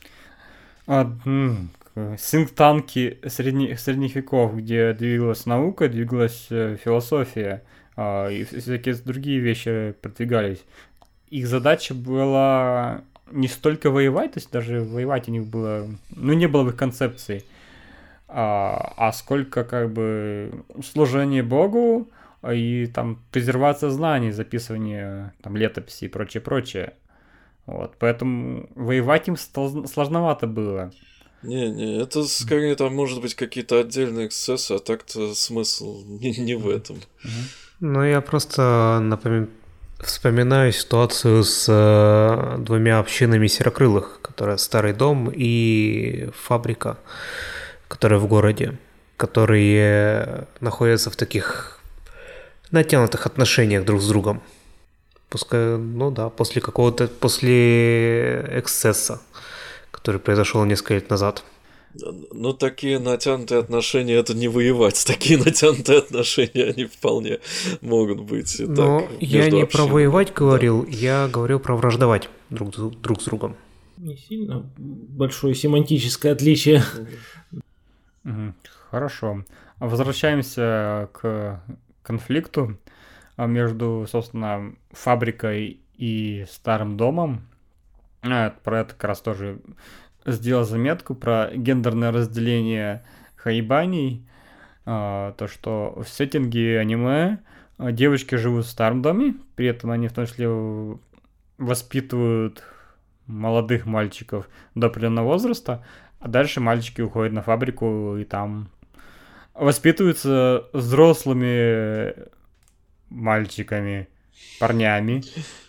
синктанки средних, средних веков, где двигалась наука, двигалась философия, и всякие другие вещи продвигались. Их задача была не столько воевать, то есть даже воевать у них было, ну, не было в их концепции, а, а сколько как бы служение Богу и там презервация знаний, записывание там летописи и прочее, прочее. Вот, поэтому воевать им сложновато было. Не-не, это скорее там может быть какие-то отдельные эксцессы, а так-то смысл не, не в этом. Ну, я просто напоминаю, вспоминаю ситуацию с э, двумя общинами серокрылых, которая Старый дом и фабрика, которая в городе, которые находятся в таких натянутых отношениях друг с другом. Пускай, ну да, после какого-то, после эксцесса, который произошел несколько лет назад. Ну, такие натянутые отношения, это не воевать. Такие натянутые отношения, они вполне могут быть. И Но так, я не общинами. про воевать говорил, да. Я говорил про враждовать друг, друг с другом. Не сильно большое семантическое отличие. Угу. Хорошо. Возвращаемся к конфликту между, собственно, фабрикой и Старым домом. А, про это как раз тоже сделал заметку про гендерное разделение хайбаней. А, то, что в сеттинге аниме девочки живут в Старом доме, при этом они в том числе воспитывают молодых мальчиков до определенного возраста, а дальше мальчики уходят на фабрику и там воспитываются взрослыми мальчиками, парнями.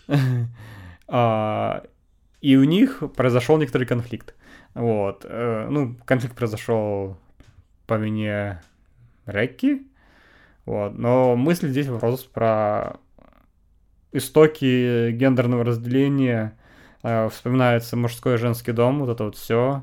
И у них произошел некоторый конфликт. Вот. Ну, конфликт произошел по вине Рекки. Вот. Но мысль здесь вопрос про истоки гендерного разделения. Вспоминается мужской и женский дом, вот это вот все.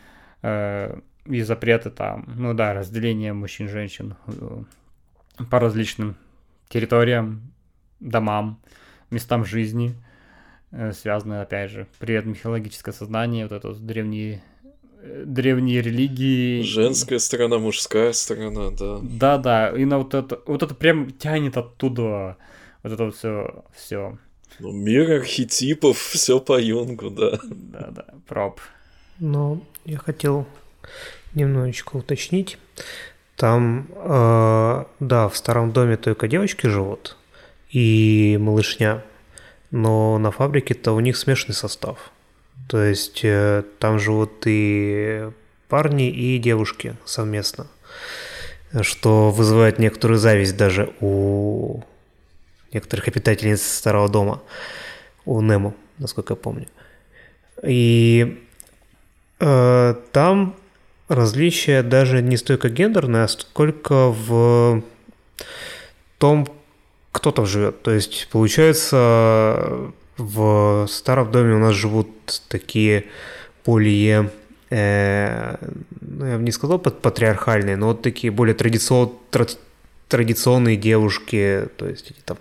И запреты там, ну да, разделение мужчин и женщин по различным территориям, домам, местам жизни, связанные, опять же, привет, мифологическое сознание, вот это вот древние, древние религии. Женская сторона, мужская сторона, да. Да-да, и на вот это, вот это прям тянет оттуда, вот это вот все, все. Ну, мир архетипов, все по Юнгу, да. Да-да, проб. Но я хотел немножечко уточнить. Там, э, да, в Старом доме только девочки живут и малышня, но на фабрике-то у них смешанный состав. То есть э, там живут и парни, и девушки совместно, что вызывает некоторую зависть даже у некоторых обитательниц Старого дома, у Немо, насколько я помню. И э, там различие даже не столько гендерное, а сколько в том, кто там живет. То есть, получается, в Старом доме у нас живут такие более, э, ну, я бы не сказал патриархальные, но вот такие более традицион, тра, традиционные девушки, то есть там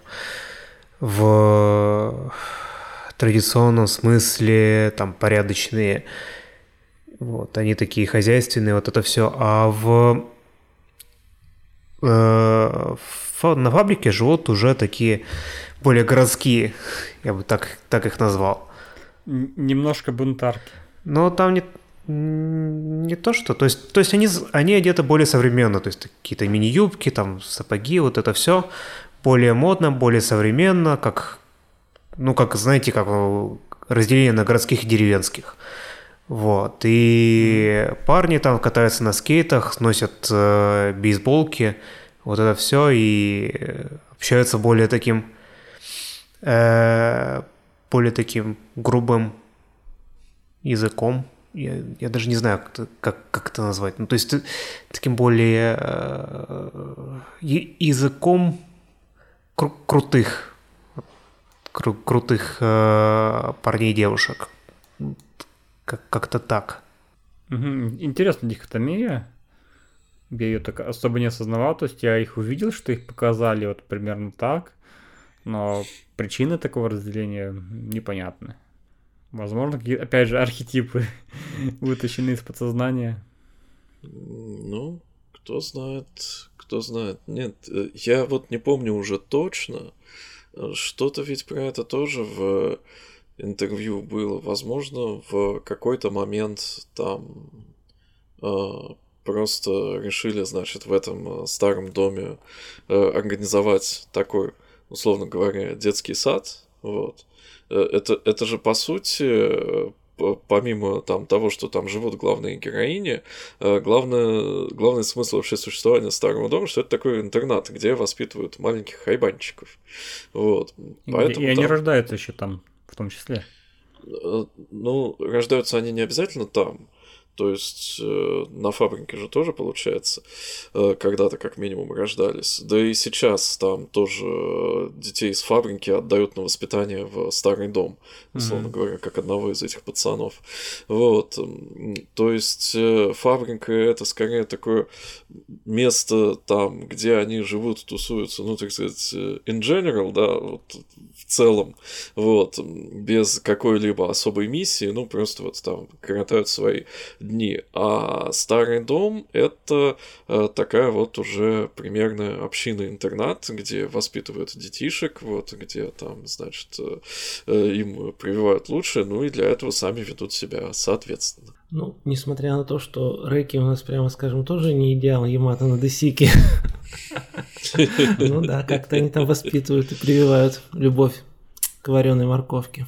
в традиционном смысле там порядочные, вот, они такие хозяйственные, вот это все, а в, э, в на фабрике живут уже такие более городские, я бы так, так их назвал. Немножко бунтарки. Но там не, не то, что... То есть, то есть они, они одеты более современно, то есть какие-то мини-юбки, там, сапоги, вот это все более модно, более современно, как, ну, как, знаете, как разделение на городских и деревенских. Вот. И парни там катаются на скейтах, носят э, бейсболки, вот это все, и общаются более таким... Э, более таким грубым языком. Я, я даже не знаю, как, как, как это назвать. Ну, то есть таким более э, языком кру- крутых кру- крутых э, парней и девушек. Как- как-то так. Угу. Интересная дихотомия. Я ее так особо не осознавал. То есть я их увидел, что их показали вот примерно так. Но причины такого разделения непонятны. Возможно, опять же, архетипы вытащены из подсознания. Ну, кто знает, кто знает. Нет, я вот не помню уже точно. Что-то ведь про это тоже в интервью было. Возможно, в какой-то момент там э, просто решили, значит, в этом старом доме э, организовать такой, условно говоря, детский сад. Вот. Это, это же, по сути, помимо там, того, что там живут главные героини, главное, главный смысл вообще существования старого дома, что это такой интернат, где воспитывают маленьких хайбанчиков. Вот. И, Поэтому и они там... рождаются еще там, в том числе. Ну, рождаются они не обязательно там. То есть э, на фабрике же тоже, получается, э, когда-то как минимум рождались. Да и сейчас там тоже детей из фабрики отдают на воспитание в старый дом, условно mm-hmm. говоря, как одного из этих пацанов. Вот. То есть э, фабрика — это скорее такое место там, где они живут, тусуются, ну, так сказать, in general, да, вот, в целом, вот, без какой-либо особой миссии, ну, просто вот там коротают свои дни. А старый дом — это э, такая вот уже примерная община-интернат, где воспитывают детишек, вот, где там, значит, э, им прививают лучшее, ну и для этого сами ведут себя соответственно. Ну, несмотря на то, что рэки у нас, прямо скажем, тоже не идеал Ямато Надесики. Ну да, как-то они там воспитывают и прививают любовь к вареной морковке.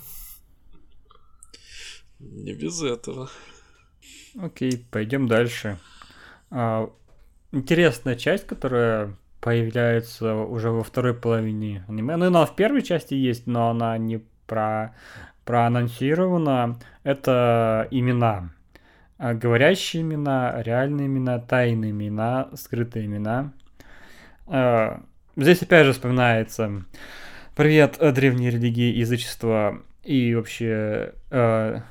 Не без этого. Окей, пойдем дальше. А, интересная часть, которая появляется уже во второй половине аниме. Ну, она в первой части есть, но она не про... проанонсирована. Это имена. Говорящие имена, реальные имена, тайные имена, скрытые имена. А, здесь опять же вспоминается привет древней религии, язычества и вообще... А,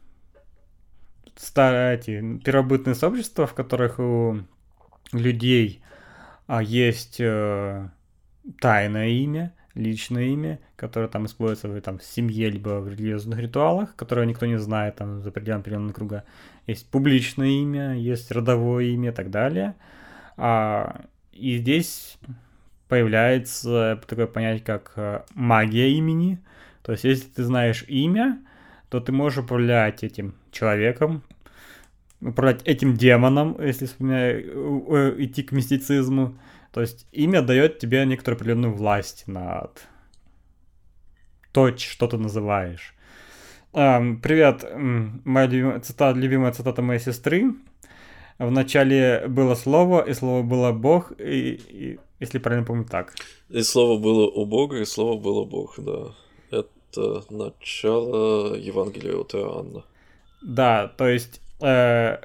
эти первобытные сообщества, в которых у людей а, есть э, тайное имя, личное имя, которое там используется в, там, в семье, либо в религиозных ритуалах, которое никто не знает там, за пределами определенного круга. Есть публичное имя, есть родовое имя и так далее. А, и здесь появляется такое понятие, как магия имени. То есть, если ты знаешь имя, то ты можешь управлять этим человеком, управлять этим демоном, если вспоминаю, идти к мистицизму. То есть имя дает тебе некоторую определенную власть над то, что ты называешь. Um, привет, моя любимая цитата, любимая цитата моей сестры. В начале было слово, и слово было Бог, и, и, если правильно помню, так. И слово было у Бога, и слово было Бог, да. Это начало Евангелия от Иоанна. Да, то есть э,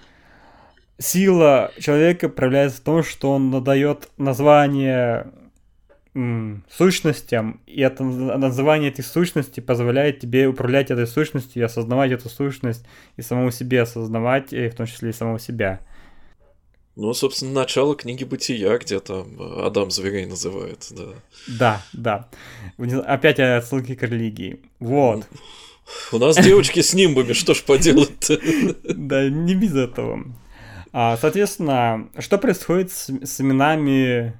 сила человека проявляется в том, что он надает название м, сущностям, и это название этих сущностей позволяет тебе управлять этой сущностью и осознавать эту сущность, и самому себе осознавать, и в том числе и самого себя. Ну, собственно, начало книги «Бытия», где там Адам зверей называет, да. Да, да. Опять отсылки к религии. Вот. У нас девочки с нимбами, что ж поделать-то? Да, не без этого. Соответственно, что происходит с, с именами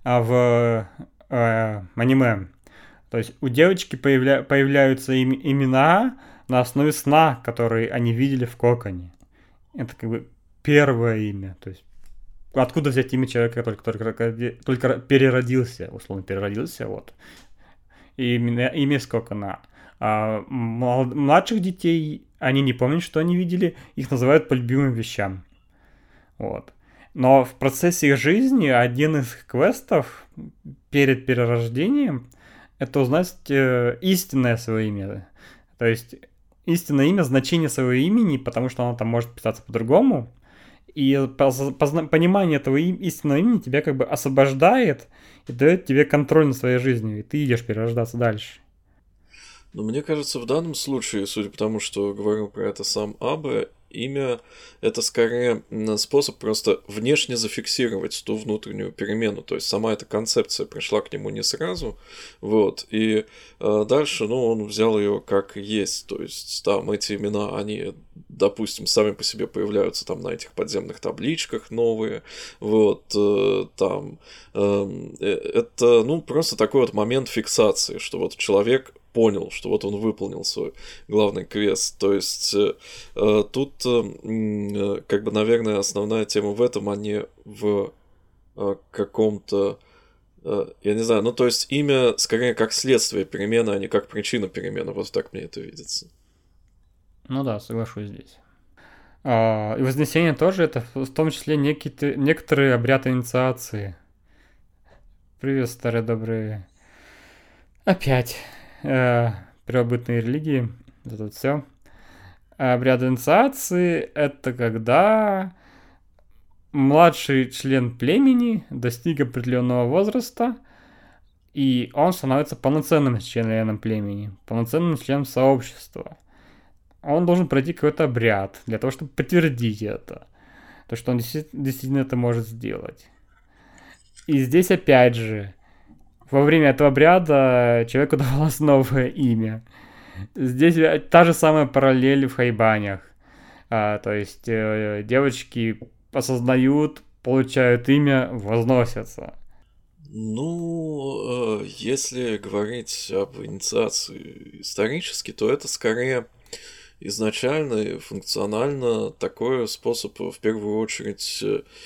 в э, аниме? То есть у девочки появля, появляются им, имена на основе сна, которые они видели в коконе. Это как бы первое имя. То есть откуда взять имя человека, который только, только, только переродился, условно переродился, вот. И имя, имя из кокона. А младших детей, они не помнят, что они видели, их называют по любимым вещам. Вот. Но в процессе их жизни один из квестов перед перерождением — это узнать э, истинное свое имя. То есть истинное имя, значение своего имени, потому что оно там может писаться по-другому. И позна- понимание этого им- истинного имени тебя как бы освобождает и дает тебе контроль над своей жизнью, и ты идешь перерождаться дальше. Но мне кажется, в данном случае, судя по тому, что говорил про это сам Абе, имя — это скорее способ просто внешне зафиксировать ту внутреннюю перемену. То есть сама эта концепция пришла к нему не сразу, вот, и э, дальше, ну, он взял ее как есть. То есть там эти имена, они, допустим, сами по себе появляются там на этих подземных табличках новые, вот, э, там, э, это, ну, просто такой вот момент фиксации, что вот человек понял, что вот он выполнил свой главный квест. То есть э, тут, э, как бы, наверное, основная тема в этом, а не в э, каком-то, э, я не знаю, ну, то есть имя скорее как следствие перемены, а не как причина перемены. Вот так мне это видится. Ну да, соглашусь здесь. А, и Вознесение тоже это в том числе некие, некоторые обряды инициации. Привет, старые добрые. Опять. Э, первобытные религии, это все. Обряд инициации — это когда младший член племени достиг определенного возраста, и он становится полноценным членом племени, полноценным членом сообщества. Он должен пройти какой-то обряд для того, чтобы подтвердить это, то, что он действительно это может сделать. И здесь опять же во время этого обряда человеку давалось новое имя. Здесь та же самая параллель в хайбанях. А, то есть э, девочки осознают, получают имя, возносятся. Ну, э, если говорить об инициации исторически, то это скорее изначально и функционально такой способ, в первую очередь,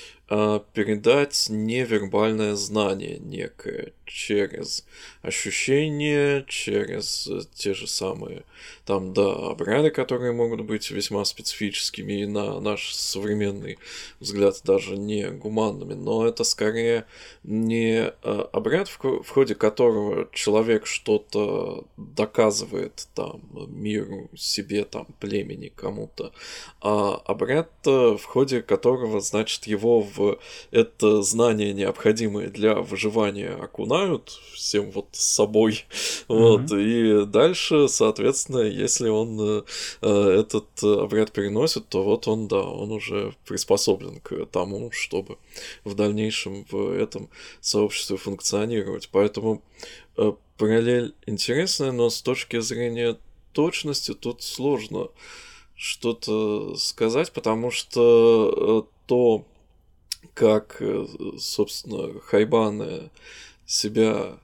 передать невербальное знание некое через ощущения, через те же самые там, да, обряды, которые могут быть весьма специфическими и на наш современный взгляд даже не гуманными, но это скорее не обряд, в ходе которого человек что-то доказывает там миру, себе, там, племени, кому-то, а обряд, в ходе которого, значит, его в это знание, необходимое для выживания, окунают всем вот с собой, mm-hmm. вот, и дальше, соответственно, если он э, этот обряд переносит, то вот он, да, он уже приспособлен к тому, чтобы в дальнейшем в этом сообществе функционировать. Поэтому э, параллель интересная, но с точки зрения точности тут сложно что-то сказать, потому что э, то, как, собственно, хайбаны себя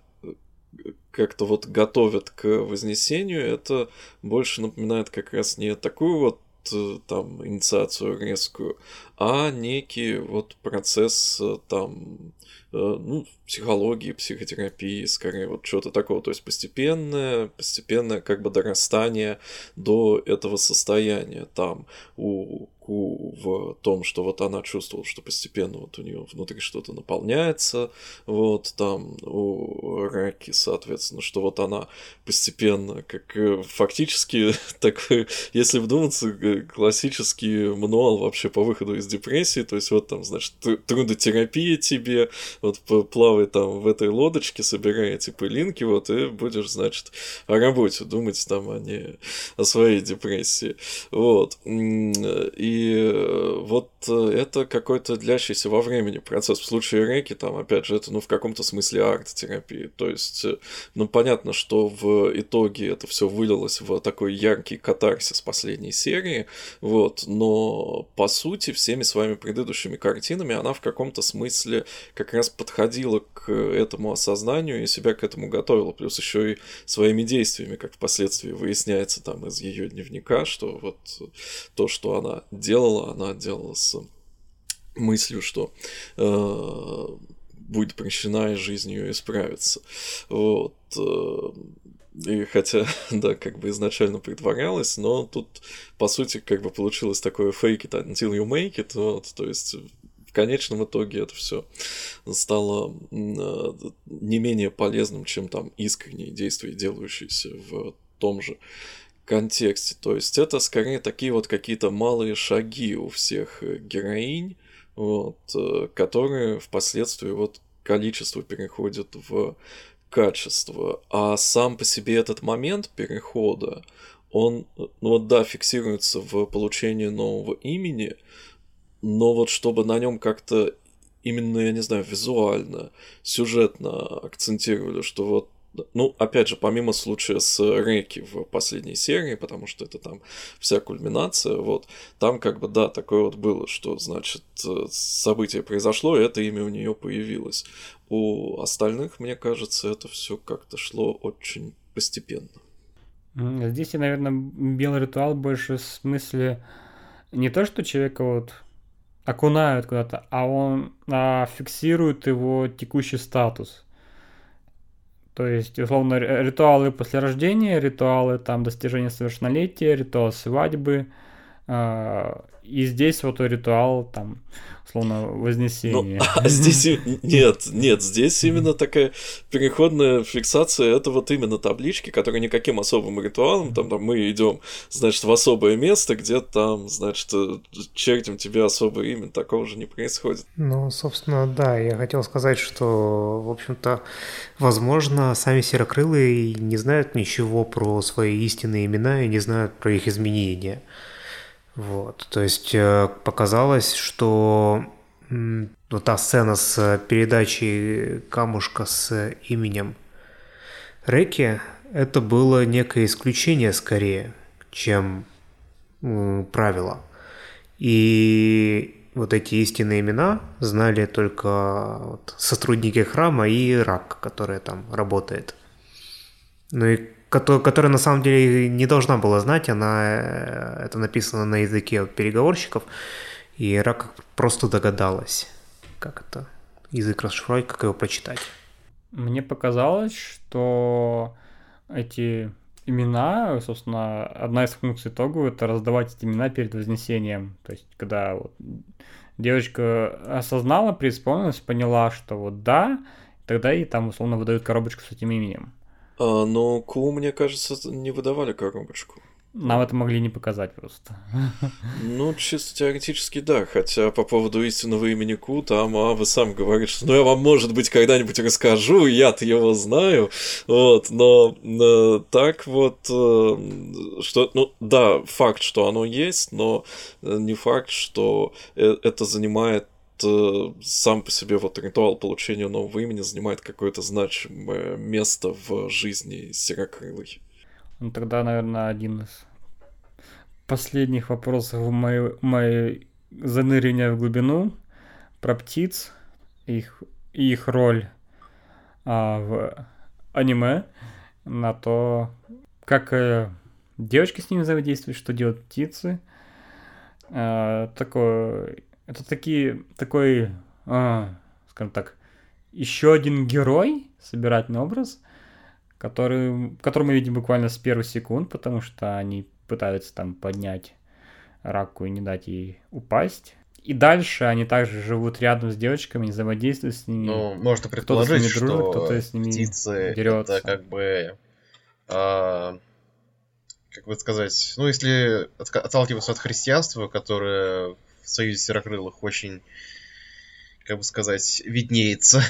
как-то вот готовят к Вознесению, это больше напоминает как раз не такую вот там инициацию резкую, а некий вот процесс там, ну, психологии, психотерапии, скорее вот что-то такого, то есть постепенное, постепенное как бы дорастание до этого состояния там у Ку в том, что вот она чувствовала, что постепенно вот у нее внутри что-то наполняется, вот там у Раки, соответственно, что вот она постепенно, как фактически, так, если вдуматься, классический мануал вообще по выходу из депрессии, то есть вот там, значит, трудотерапия тебе, вот плавай там в этой лодочке, собирай эти пылинки, вот, и будешь, значит, о работе думать там, а не о своей депрессии, вот, и И вот это какой-то длящийся во времени процесс. В случае Рейки, там, опять же, это, ну, в каком-то смысле арт-терапия. То есть, ну, понятно, что в итоге это все вылилось в такой яркий катарсис последней серии, вот, но, по сути, всеми своими предыдущими картинами она в каком-то смысле как раз подходила к этому осознанию и себя к этому готовила. Плюс еще и своими действиями, как впоследствии выясняется там из ее дневника, что вот то, что она делала, она делала с мыслью, что э, будет прощена и жизнь ее исправится. Вот. И хотя, да, как бы изначально притворялась, но тут, по сути, как бы получилось такое fake it until you make it, вот, то есть в конечном итоге это все стало не менее полезным, чем там искренние действия, делающиеся в том же контексте. То есть это скорее такие вот какие-то малые шаги у всех героинь, вот, которые впоследствии вот количество переходит в качество. А сам по себе этот момент перехода, он, ну вот да, фиксируется в получении нового имени, но вот чтобы на нем как-то именно, я не знаю, визуально, сюжетно акцентировали, что вот, ну, опять же, помимо случая с Рейки в последней серии, потому что это там вся кульминация, вот, там как бы, да, такое вот было, что, значит, событие произошло, и это имя у нее появилось. У остальных, мне кажется, это все как-то шло очень постепенно. Здесь, наверное, белый ритуал больше в смысле не то, что человека вот окунают куда-то, а он а, фиксирует его текущий статус. То есть, условно, ритуалы после рождения, ритуалы там достижения совершеннолетия, ритуал свадьбы. Э, и здесь вот ритуал там, условно, вознесения. Ну, а здесь нет, нет, здесь именно такая переходная фиксация, это вот именно таблички, которые никаким особым ритуалом, там, там мы идем, значит, в особое место, где там, значит, чертим тебе особое имя, такого же не происходит. Ну, собственно, да, я хотел сказать, что, в общем-то, возможно, сами серокрылые не знают ничего про свои истинные имена и не знают про их изменения. Вот, то есть показалось, что вот та сцена с передачей камушка с именем Рейки, это было некое исключение скорее, чем правило. И вот эти истинные имена знали только вот сотрудники храма и Рак, которая там работает. Ну и которая на самом деле не должна была знать, она это написано на языке переговорщиков, и Рак просто догадалась, как это язык расшифровать, как его прочитать. Мне показалось, что эти имена, собственно, одна из функций Тогу — это раздавать эти имена перед вознесением. То есть, когда вот девочка осознала, преисполнилась, поняла, что вот да, тогда ей там условно выдают коробочку с этим именем. А, но Ку, мне кажется, не выдавали коробочку. Нам это могли не показать просто. Ну, чисто теоретически, да. Хотя по поводу истинного имени Ку, там Ава сам говорит, что ну я вам, может быть, когда-нибудь расскажу, я-то его знаю. Вот, но э, так вот, э, что, ну да, факт, что оно есть, но не факт, что э, это занимает сам по себе вот ритуал получения нового имени занимает какое-то значимое место в жизни серокрылой. Ну тогда, наверное, один из последних вопросов в моей, моей заныривания в глубину про птиц, их, их роль а, в аниме, на то, как э, девочки с ними взаимодействуют, что делают птицы. А, такое... Это такие, такой, а, скажем так, еще один герой, собирательный образ, который, который мы видим буквально с первых секунд, потому что они пытаются там поднять Раку и не дать ей упасть. И дальше они также живут рядом с девочками, взаимодействуют с ними. Ну, можно предположить, кто-то с ними дружит, что кто-то с ними птицы дерется. Это как бы... А... Как бы сказать... Ну, если отталкиваться от христианства, которое... в Союзе Серокрылых очень, как бы сказать, виднеется,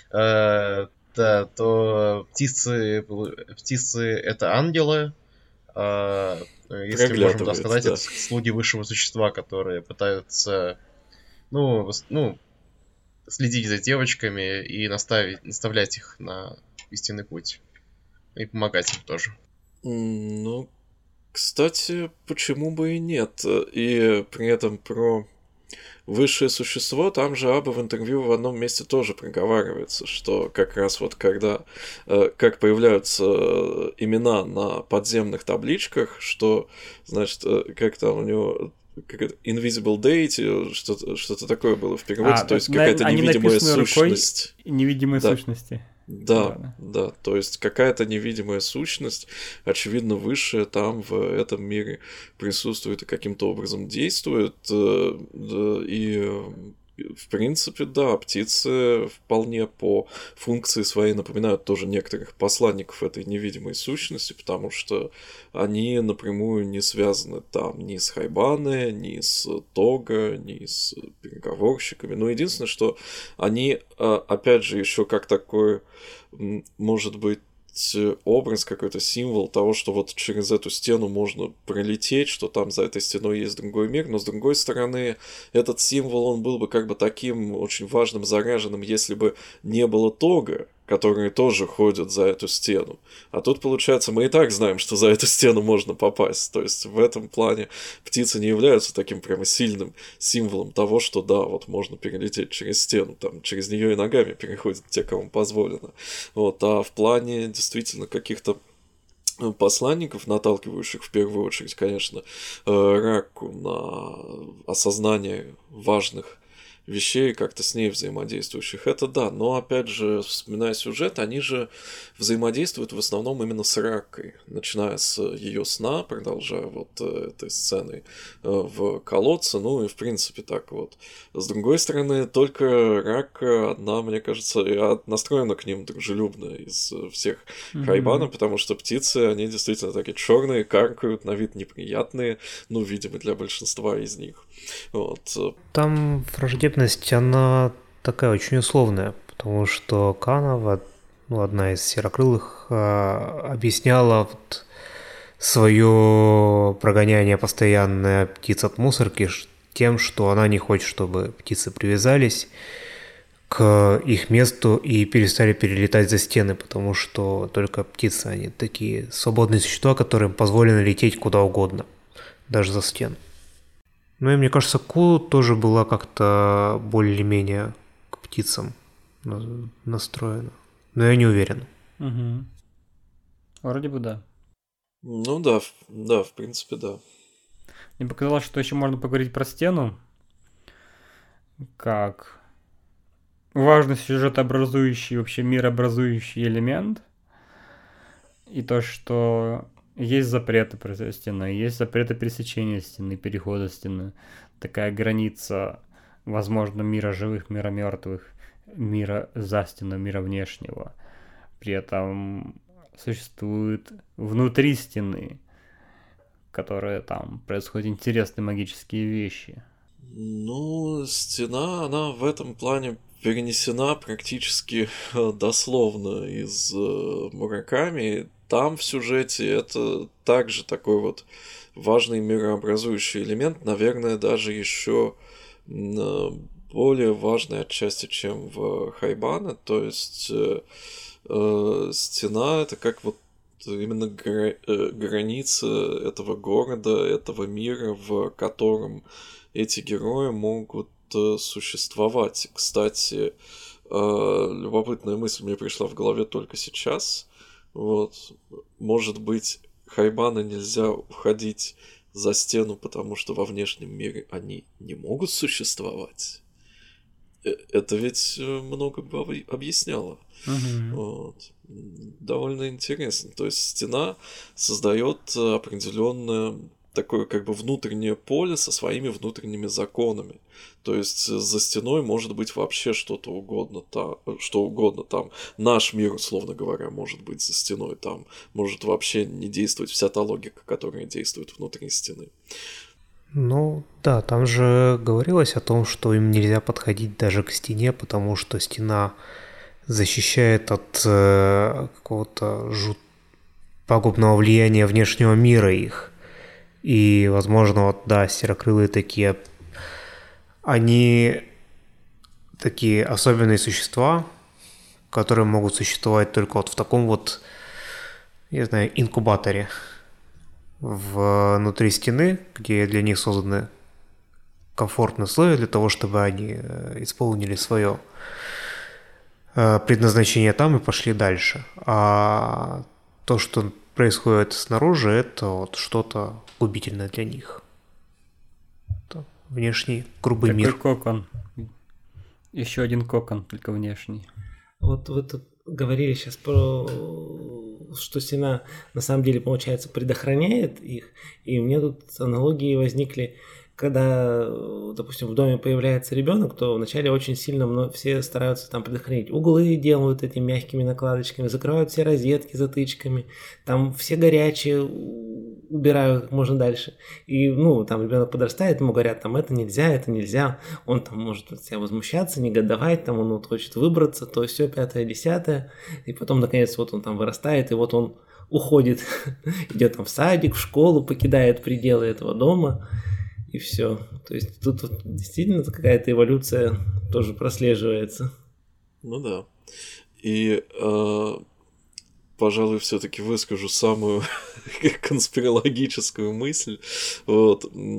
да, то птицы, птицы это ангелы, э, если можем так Проглядывает, сказать, да. это слуги высшего существа, которые пытаются, ну, вос- ну, следить за девочками и наставить, наставлять их на истинный путь. И помогать им тоже. М, Ну, кстати, почему бы и нет? И при этом про высшее существо, там же Аба в интервью в одном месте тоже проговаривается, что как раз вот когда, э, как появляются э, имена на подземных табличках, что, значит, э, как там у него... Как это, Invisible Deity, что-то, что-то такое было в переводе, А, то есть на- какая-то они невидимая написаны рукой сущность. невидимой Да. сущности. Да, Ладно. да, то есть какая-то невидимая сущность, очевидно, высшая там в этом мире присутствует и каким-то образом действует. э, да, И, э, в принципе, да, птицы вполне по функции своей напоминают тоже некоторых посланников этой невидимой сущности, потому что они напрямую не связаны там ни с Хайбаны, ни с Тога, ни с переговорщиками. Но единственное, что они, а, опять же, еще как такой, м, может быть, образ, какой-то символ того, что вот через эту стену можно пролететь, что там за этой стеной есть другой мир, но с другой стороны, этот символ, он был бы как бы таким очень важным, заряженным, если бы не было Тога, которые тоже ходят за эту стену. А тут, получается, мы и так знаем, что за эту стену можно попасть. То есть в этом плане птицы не являются таким прямо сильным символом того, что да, вот можно перелететь через стену, там через нее и ногами переходят те, кому позволено. Вот, а в плане действительно каких-то посланников, наталкивающих в первую очередь, конечно, Ракку на осознание важных вещей, как-то с ней взаимодействующих, это да, но опять же, вспоминая сюжет, они же взаимодействуют в основном именно с Раккой, начиная с ее сна, продолжая вот э, этой сценой э, в колодце, ну и в принципе так вот. С другой стороны, только Ракка одна, мне кажется, и настроена к ним дружелюбно из всех Мгм. Хайбана, потому что птицы, они действительно такие черные, каркают, на вид неприятные, ну, видимо, для большинства из них. Вот. Там враждебность, она такая очень условная, потому что Канова, ну, одна из серокрылых, а, объясняла вот свое прогоняние постоянное птиц от мусорки ш- тем, что она не хочет, чтобы птицы привязались к их месту и перестали перелетать за стены, потому что только птицы, они такие свободные существа, которым позволено лететь куда угодно, даже за стену. Ну и мне кажется, Ку тоже была как-то более-менее к птицам на- настроена. Но я не уверен. Мгм. Вроде бы да. Ну да, в- да, в принципе, да. Мне показалось, что еще можно поговорить про стену, как важный сюжетообразующий, вообще мирообразующий элемент, и то, что есть запреты про стены, есть запреты пересечения стены, перехода стены, такая граница, возможно, мира живых, мира мертвых, мира за стеной, мира внешнего. При этом существует внутри стены, которые там происходят интересные магические вещи. Ну, стена, она в этом плане перенесена практически э, дословно из э, Мураками. Там в сюжете это также такой вот важный мирообразующий элемент, наверное, даже еще более важный отчасти, чем в Хайбане. То есть э, э, стена это как вот именно гра- э, граница этого города, этого мира, в котором эти герои могут э, существовать. Кстати, э, любопытная мысль мне пришла в голове только сейчас. Вот. Может быть, Хайбана нельзя уходить за стену, потому что во внешнем мире они не могут существовать. Э, Это ведь э, много бы объ- объясняло. Мгм. Вот. М, Довольно интересно. То есть стена создает определенное такое как бы внутреннее поле со своими внутренними законами. То есть э, за стеной может быть вообще что-то угодно, та, э, что угодно там. Наш мир, условно говоря, может быть за стеной. Там может вообще не действовать вся та логика, которая действует внутри стены. Ну, да, там же говорилось о том, что им нельзя подходить даже к стене, потому что стена защищает от э, какого-то жут- пагубного влияния внешнего мира их. И, возможно, вот, да, серокрылые такие, они такие особенные существа, которые могут существовать только вот в таком вот, я знаю, инкубаторе внутри стены, где для них созданы комфортные условия для того, чтобы они исполнили свое предназначение там и пошли дальше. А то, что происходит снаружи, это вот что-то губительное для них. Это внешний грубый Такой мир. кокон. Еще один кокон, только внешний. Вот вы тут говорили сейчас про, что стена на самом деле, получается, предохраняет их, и у меня тут аналогии возникли, когда, допустим, в доме появляется ребенок, то вначале очень сильно все стараются там предохранить. Углы делают этими мягкими накладочками, закрывают все розетки затычками, там все горячие убирают как можно дальше. И, ну, там ребенок подрастает, ему говорят, там, это нельзя, это нельзя. Он там может от себя возмущаться, негодовать, там, он вот хочет выбраться, то все, пятое, десятое. И потом, наконец, вот он там вырастает, и вот он уходит, идет там в садик, в школу, покидает пределы этого дома. И все. То есть тут вот действительно какая-то эволюция тоже прослеживается. Ну да. И, э, пожалуй, все-таки выскажу самую конспирологическую мысль, вот,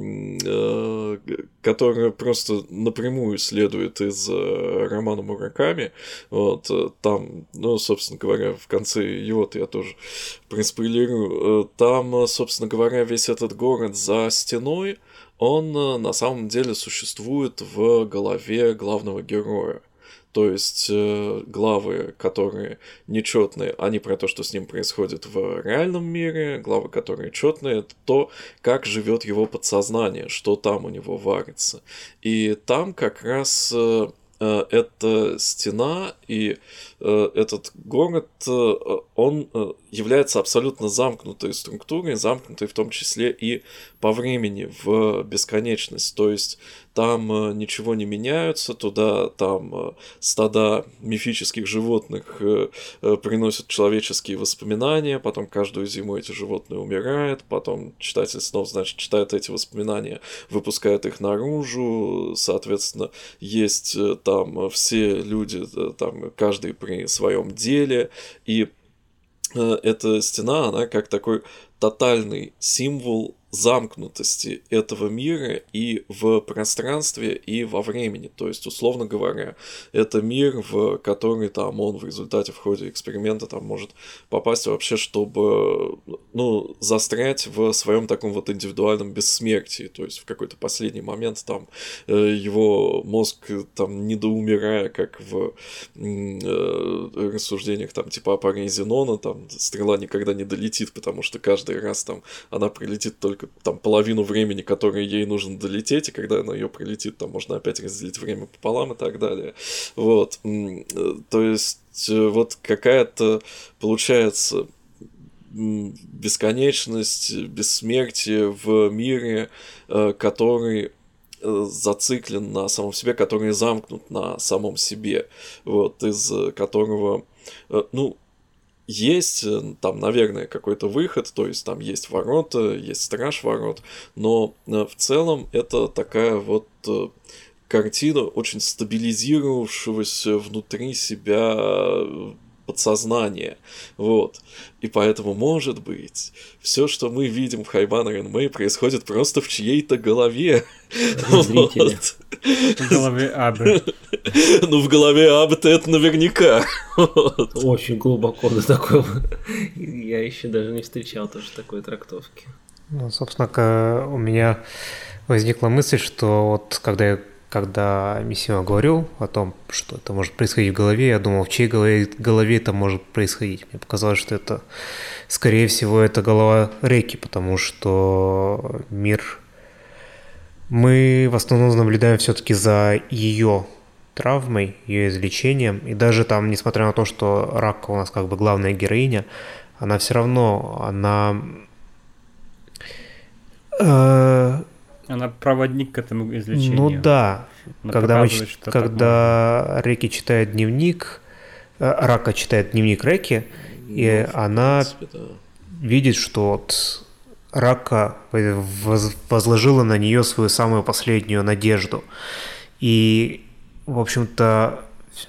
э, которая просто напрямую следует из э, романа Мураками. Вот, там, ну, собственно говоря, в конце его-то я тоже проспойлерю. Там, собственно говоря, весь этот город за стеной, он на самом деле существует в голове главного героя. То есть э, главы, которые нечетные, они про то, что с ним происходит в реальном мире, главы, которые четные, это то, как живет его подсознание, что там у него варится. И там как раз э, э, эта стена и э, этот город, э, он э, является абсолютно замкнутой структурой, замкнутой в том числе и по времени в бесконечность. То есть там ничего не меняется, туда там стада мифических животных приносят человеческие воспоминания, потом каждую зиму эти животные умирают, потом читатель снова, значит, читает эти воспоминания, выпускает их наружу, соответственно, есть там все люди, там каждый при своем деле, и эта стена, она как такой тотальный символ замкнутости этого мира и в пространстве, и во времени. То есть, условно говоря, это мир, в который там он в результате в ходе эксперимента там может попасть вообще, чтобы, ну, застрять в своем таком вот индивидуальном бессмертии. То есть в какой-то последний момент там его мозг там недоумирая, как в э, рассуждениях там типа о паре Зенона, там стрела никогда не долетит, потому что каждый раз там она прилетит только там половину времени, которое ей нужно долететь, и когда она ее прилетит, там можно опять разделить время пополам и так далее. Вот. То есть вот какая-то получается бесконечность, бессмертие в мире, который зациклен на самом себе, который замкнут на самом себе, вот, из которого, ну, есть там, наверное, какой-то выход, то есть там есть ворота, есть страж ворот, но в целом это такая вот картина очень стабилизировавшегося внутри себя подсознания, вот. И поэтому, может быть, все, что мы видим в Хайбан Ренмэй, происходит просто в чьей-то голове. Зрители. В голове Абы. Ну, в голове Абы-то это наверняка. Очень глубоко до такого. Я еще даже не встречал тоже такой трактовки. Ну, собственно, у меня возникла мысль, что вот когда я Когда Мисима говорил о том, что это может происходить в голове, я думал, в чьей голове, голове это может происходить. Мне показалось, что это, скорее всего, это голова Реки, потому что мир... Мы в основном наблюдаем все-таки за ее травмой, ее излечением. И даже там, несмотря на то, что Рака у нас как бы главная героиня, она все равно, она... Э- Она проводник к этому излечению. Ну да, Она когда, мы, что когда Реки читает дневник, Рака читает дневник Реки, ну, и она, принципе, да. видит, что вот Рака возложила на нее свою самую последнюю надежду. И, в общем-то,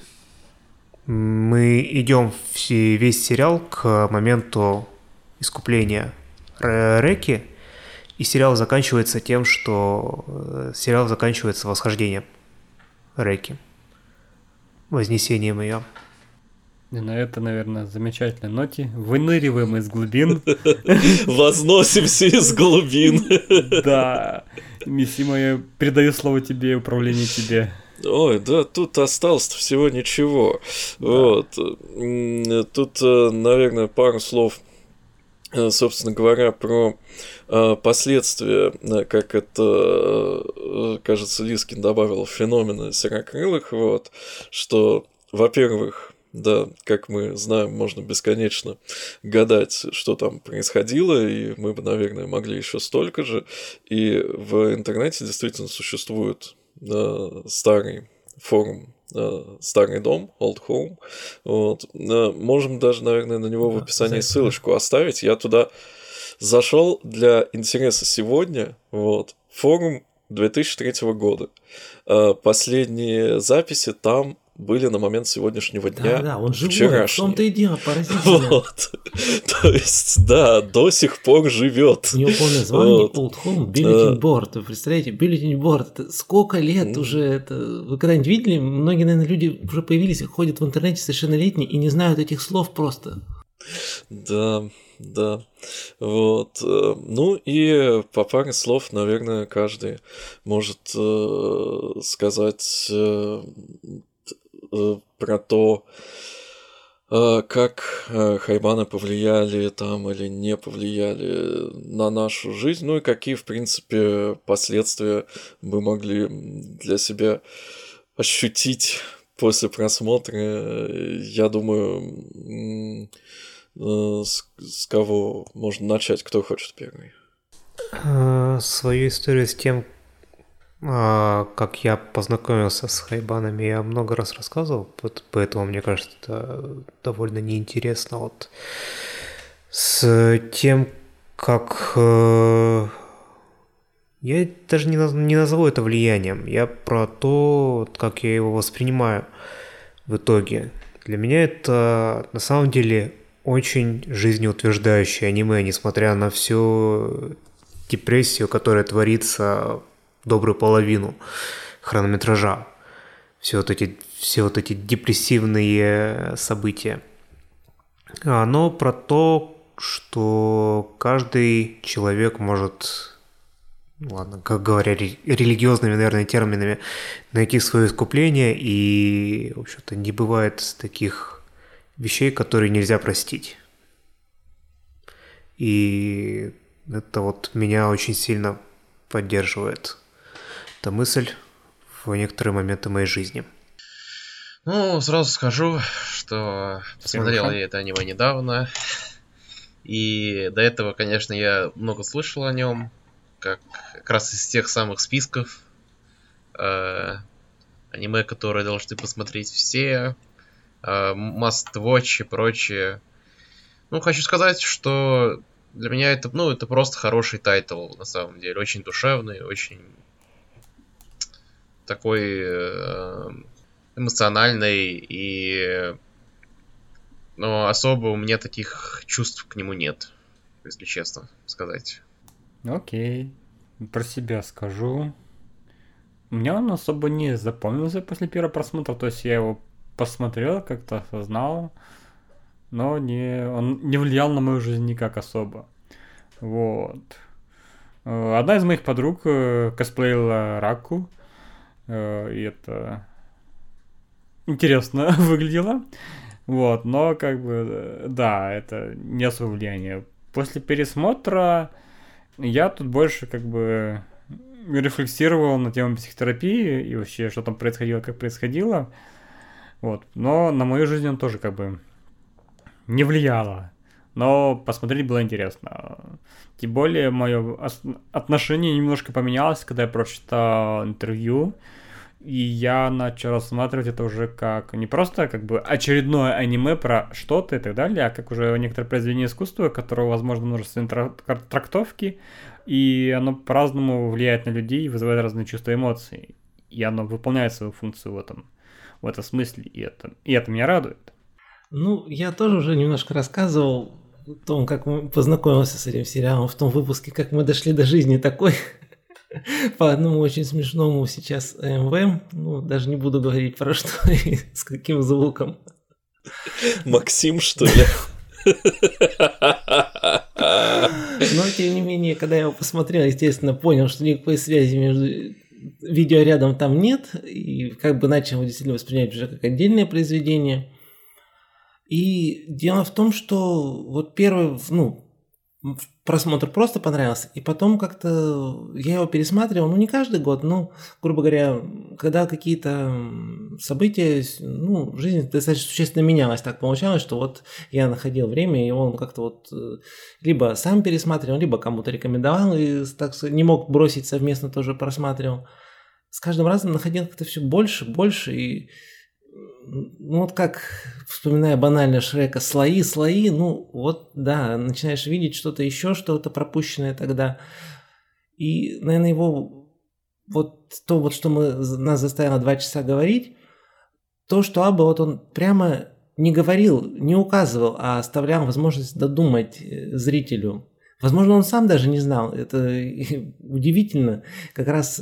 мы идем весь сериал к моменту искупления Реки, и сериал заканчивается тем, что сериал заканчивается восхождением Реки, вознесением ее. И на это, наверное, замечательной ноте выныриваем из глубин. Возносимся из глубин. Да. Миссима, я передаю слово тебе, управление тебе. Ой, да, тут осталось всего ничего. Да. Вот. Тут, наверное, пару слов, собственно говоря, про последствия, как это, кажется, Лискин добавил, феномена серокрылых, вот, что, во-первых, да, как мы знаем, можно бесконечно гадать, что там происходило, и мы бы, наверное, могли еще столько же. И в интернете действительно существует э, старый форум, э, старый дом, Old Home. Вот. Э, можем даже, наверное, на него в описании ссылочку оставить. Я туда зашел для интереса сегодня. Вот. Форум две тысячи третьего года. Э, последние записи там были на момент сегодняшнего дня. Да, да, он живой, в том-то и дело, поразительно. Вот. То есть, да, до сих пор живет. У него полное название вот. Old Home Bulletin Board. Вы представляете, Bulletin Board, это сколько лет mm. уже это... Вы когда-нибудь видели? Многие, наверное, люди уже появились, ходят в интернете совершеннолетние и не знают этих слов просто. Да, да. Вот. Ну и по паре слов, наверное, каждый может э, сказать... Э, про то, как хайбаны повлияли там или не повлияли на нашу жизнь, ну и какие, в принципе, последствия мы могли для себя ощутить после просмотра. Я думаю, с кого можно начать, кто хочет первый? Свою историю с тем, как я познакомился с хайбанами, я много раз рассказывал, поэтому, мне кажется, это довольно неинтересно. Вот с тем, как... Я даже не, не назову это влиянием, я про то, как я его воспринимаю в итоге. Для меня это на самом деле очень жизнеутверждающее аниме, несмотря на всю депрессию, которая творится... добрую половину хронометража. Все вот эти, все вот эти депрессивные события. Оно про то, что каждый человек может, ладно, как говоря религиозными, наверное, терминами, найти свое искупление, и, в общем-то, не бывает таких вещей, которые нельзя простить. И это вот меня очень сильно поддерживает. Эта мысль в некоторые моменты моей жизни. Ну, сразу скажу, что посмотрел я это аниме недавно. И до этого, конечно, я много слышал о нем. Как, как раз из тех самых списков э, аниме, которые должны посмотреть все. Э, Must Watch и прочее. Ну, хочу сказать, что для меня это, ну, это просто хороший тайтл, на самом деле. Очень душевный, очень такой э, эмоциональный, и но особо у меня таких чувств к нему нет, если честно сказать. Окей. Про себя скажу. У меня он особо не запомнился после первого просмотра, то есть я его посмотрел, как-то осознал, но не, он не влиял на мою жизнь никак особо. Вот. Одна из моих подруг косплеила Раку, и это интересно выглядело. Вот, но как бы, да, это не особое влияние. После пересмотра я тут больше как бы рефлексировал на тему психотерапии и вообще, что там происходило, как происходило. Вот, но на мою жизнь он тоже как бы не влияло. Но посмотреть было интересно. Тем более, мое отношение немножко поменялось, когда я прочитал интервью. И я начал рассматривать это уже как не просто как бы очередное аниме про что-то и так далее, а как уже некоторое произведение искусства, которого, возможно, множественные трактовки, и оно по-разному влияет на людей и вызывает разные чувства и эмоции. И оно выполняет свою функцию в этом, в этом смысле, и это, и это меня радует. Ну, я тоже уже немножко рассказывал о том, как мы познакомился с этим сериалом в том выпуске, как мы дошли до жизни такой. По одному очень смешному сейчас АМВ. Ну, даже не буду говорить про что и с каким звуком. Максим, что ли? Но, тем не менее, когда я его посмотрел, естественно, понял, что никакой связи между видеорядом там нет. И как бы начал его действительно воспринять уже как отдельное произведение. И дело в том, что вот первый, ну, просмотр просто понравился, и потом как-то я его пересматривал, ну, не каждый год, но, грубо говоря, когда какие-то события, ну, жизнь достаточно существенно менялась, так получалось, что вот я находил время, и он как-то вот либо сам пересматривал, либо кому-то рекомендовал, и так сказать, не мог бросить, совместно тоже просматривал. С каждым разом находил как-то все больше, больше, и ну вот как, вспоминая банально Шрека, слои, слои, ну вот да, начинаешь видеть что-то еще, что-то пропущенное тогда. И, наверное, его вот то, вот, что мы, нас заставило два часа говорить, то, что Абба, вот он прямо не говорил, не указывал, а оставлял возможность додумать зрителю. Возможно, он сам даже не знал. Это удивительно. Как раз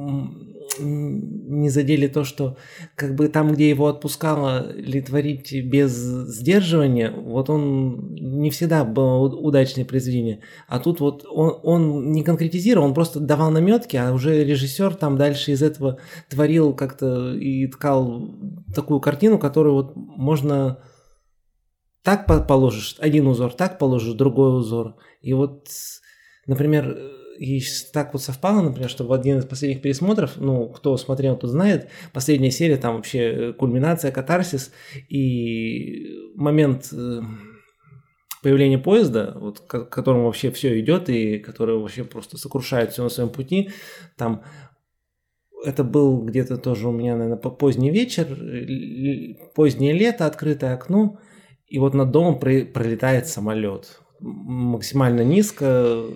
не задели то, что как бы там, где его отпускало ли творить без сдерживания, вот он не всегда было удачное произведение. А тут вот он, он не конкретизировал, он просто давал наметки, а уже режиссер там дальше из этого творил как-то и ткал такую картину, которую вот можно... Так положишь один узор, так положишь другой узор. И вот, например, и так вот совпало, например, что в один из последних пересмотров, ну, кто смотрел, тот знает, последняя серия, там вообще кульминация, катарсис, и момент появления поезда, вот, к которому вообще все идет, и который вообще просто сокрушает все на своем пути, там... Это был где-то тоже у меня, наверное, поздний вечер, позднее лето, открытое окно, и вот над домом пролетает самолет. Максимально низко.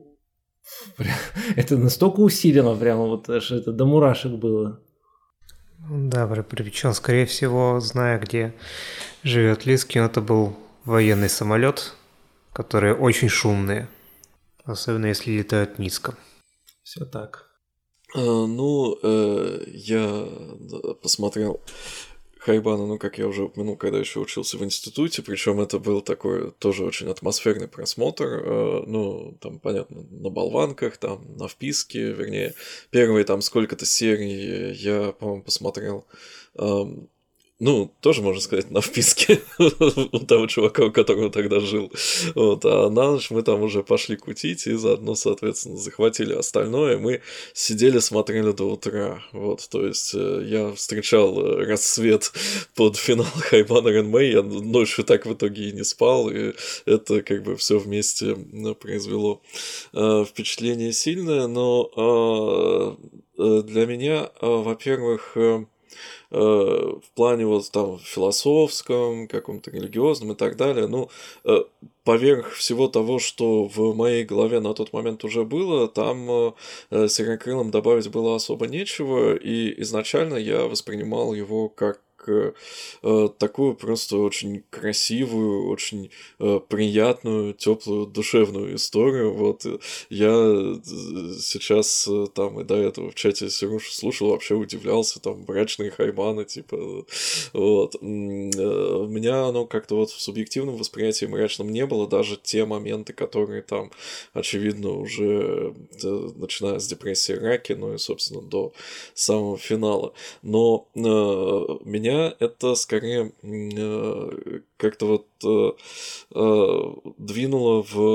Это настолько усилено, прямо вот аж это до мурашек было. Да, причем, скорее всего, зная, где живет Лискин, это был военный самолет, которые очень шумные, особенно если летают низко. Все так. А, ну, э, я посмотрел Хайбана, ну, как я уже упомянул, когда еще учился в институте, причем это был такой тоже очень атмосферный просмотр, э, ну, там, понятно, на болванках, там, на вписке, вернее, первые там сколько-то серий я, по-моему, посмотрел, э, ну, тоже, можно сказать, на вписке у того чувака, у которого тогда жил. Вот, а на ночь мы там уже пошли кутить и заодно, соответственно, захватили остальное. Мы сидели, смотрели до утра. Вот, то есть я встречал рассвет под финал Хайбана Ренмэй, я ночью так в итоге и не спал, и это как бы все вместе произвело э, впечатление сильное, но э, для меня, э, во-первых, э, в плане вот там философском, каком-то религиозном и так далее, ну, поверх всего того, что в моей голове на тот момент уже было, там Серокрылым добавить было особо нечего, и изначально я воспринимал его как такую просто очень красивую, очень приятную, теплую, душевную историю. Вот я сейчас там и до этого в чате Серушу слушал, вообще удивлялся, там брачные хайбаны, типа, вот. У меня оно как-то вот в субъективном восприятии мрачном не было, даже те моменты, которые там, очевидно, уже начиная с депрессии Раки, ну и, собственно, до самого финала. Но э, меня это скорее э, как-то вот э, э, двинуло в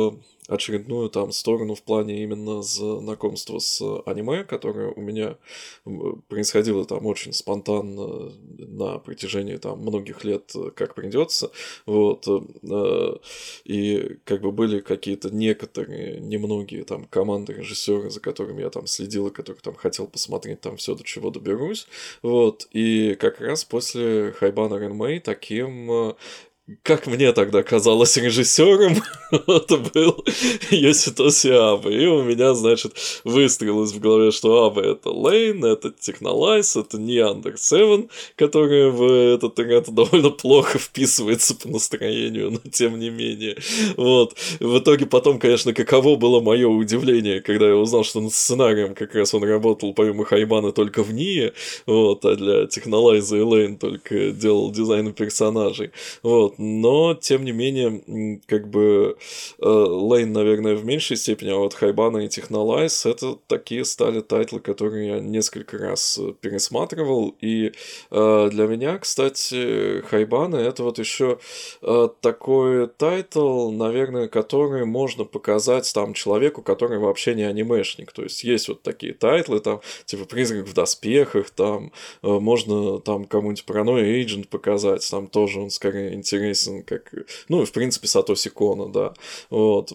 очередную там сторону в плане именно знакомства с аниме, которое у меня происходило там очень спонтанно на протяжении там многих лет, как придется, вот, и как бы были какие-то некоторые, немногие там команды, режиссеры, за которыми я там следил, и которых там хотел посмотреть там все, до чего доберусь, вот, и как раз после Хайбана Ренмэй таким, как мне тогда казалось, режиссером это был Йоситоси Абе. И у меня, значит, выстрелилось в голове, что Абе — это Лейн, это Technolize, это Neander семь, которая в этот ряд довольно плохо вписывается по настроению, но тем не менее. Вот. В итоге потом, конечно, каково было мое удивление, когда я узнал, что над сценарием как раз он работал, помимо Хайбана, только в Ния, вот, а для Technolize и Лейн только делал дизайн персонажей. Вот. Но, тем не менее, как бы Лейн, наверное, в меньшей степени, а вот Хайбана и Technolize — это такие стали тайтлы, которые я несколько раз пересматривал, и э, для меня, кстати, Хайбана — это вот еще э, такой тайтл, наверное, который можно показать там человеку, который вообще не анимешник, то есть есть вот такие тайтлы, там, типа «Призрак в доспехах», там, э, можно там кому-нибудь Paranoia Agent показать, там тоже он скорее интересен, как, ну, в принципе, Сатоси Коно, да, вот,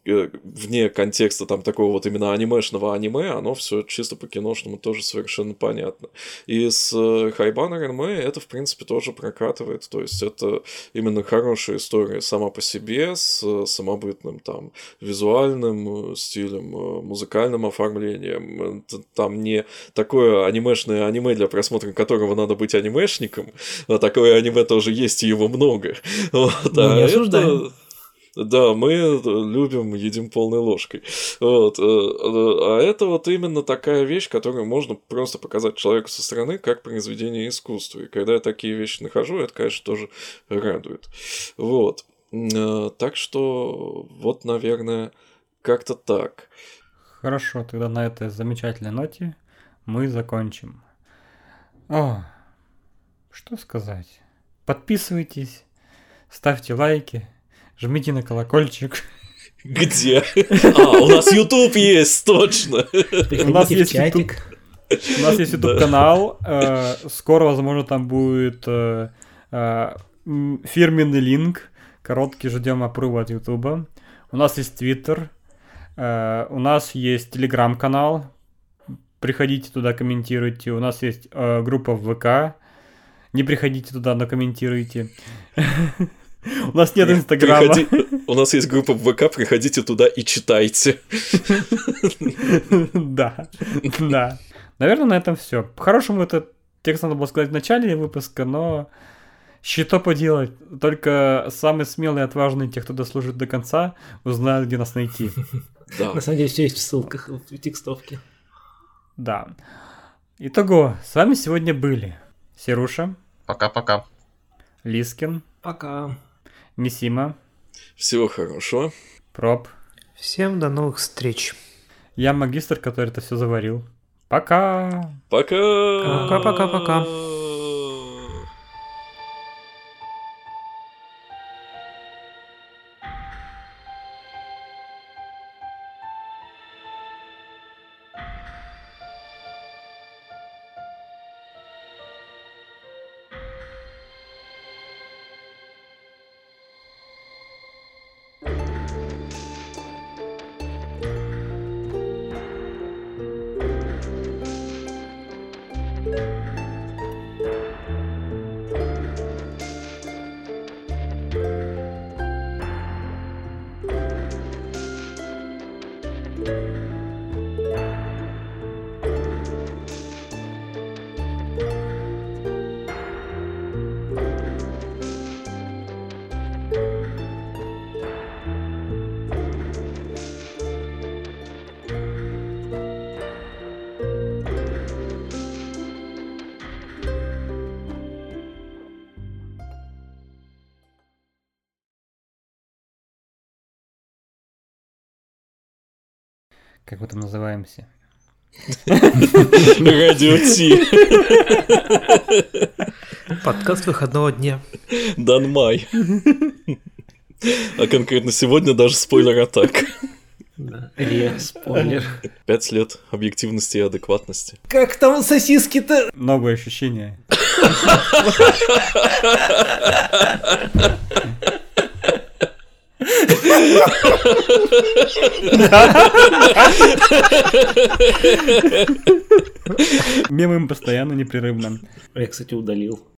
вне контекста там такого вот именно анимешного аниме, оно все чисто по-киношному тоже совершенно понятно. И с Хайбана Ренмэй это, в принципе, тоже прокатывает, то есть это именно хорошая история сама по себе, с самобытным там визуальным стилем, музыкальным оформлением, там не такое анимешное аниме, для просмотра которого надо быть анимешником, а такое аниме тоже есть, и его много. Вот, мы а не осуждаем. Это, да, мы любим, едим полной ложкой. Вот, а это вот именно такая вещь, которую можно просто показать человеку со стороны, как произведение искусства. И когда я такие вещи нахожу, это, конечно, тоже радует. Вот. Так что, вот, наверное, как-то так. Хорошо, тогда на этой замечательной ноте мы закончим. О, что сказать? Подписывайтесь, ставьте лайки, жмите на колокольчик. Где? А, у нас YouTube есть, точно. У нас есть чатик. У нас есть YouTube-канал. Скоро, возможно, там будет фирменный линк. Короткий, ждем аппрува от YouTube. У нас есть Twitter. У нас есть Telegram-канал. Приходите туда, комментируйте. У нас есть группа в ВК. Не приходите туда, но комментируйте. У нас нет Инстаграма. Приходи... У нас есть группа в ВК, приходите туда и читайте. Да, да. Наверное, на этом все. По-хорошему, этот текст надо было сказать в начале выпуска, но что поделать. Только самые смелые и отважные, те, кто дослужит до конца, узнают, где нас найти. Да. На самом деле, все есть в ссылках, в текстовке. Да. Итого, с вами сегодня были Серуша. Пока-пока. Лискин. Пока. Мисима. Всего хорошего. Проб. Всем до новых встреч. Я магистр, который это все заварил. Пока. Пока. Пока-пока-пока. Как мы там называемся? Радио Ти. Подкаст выходного дня. Данмай. А конкретно сегодня даже спойлер-атак. Да, Илья, спойлер. Пять лет объективности и адекватности. Как там сосиски-то? Новые ощущения. Мемы постоянно, непрерывно. Я, кстати, удалил.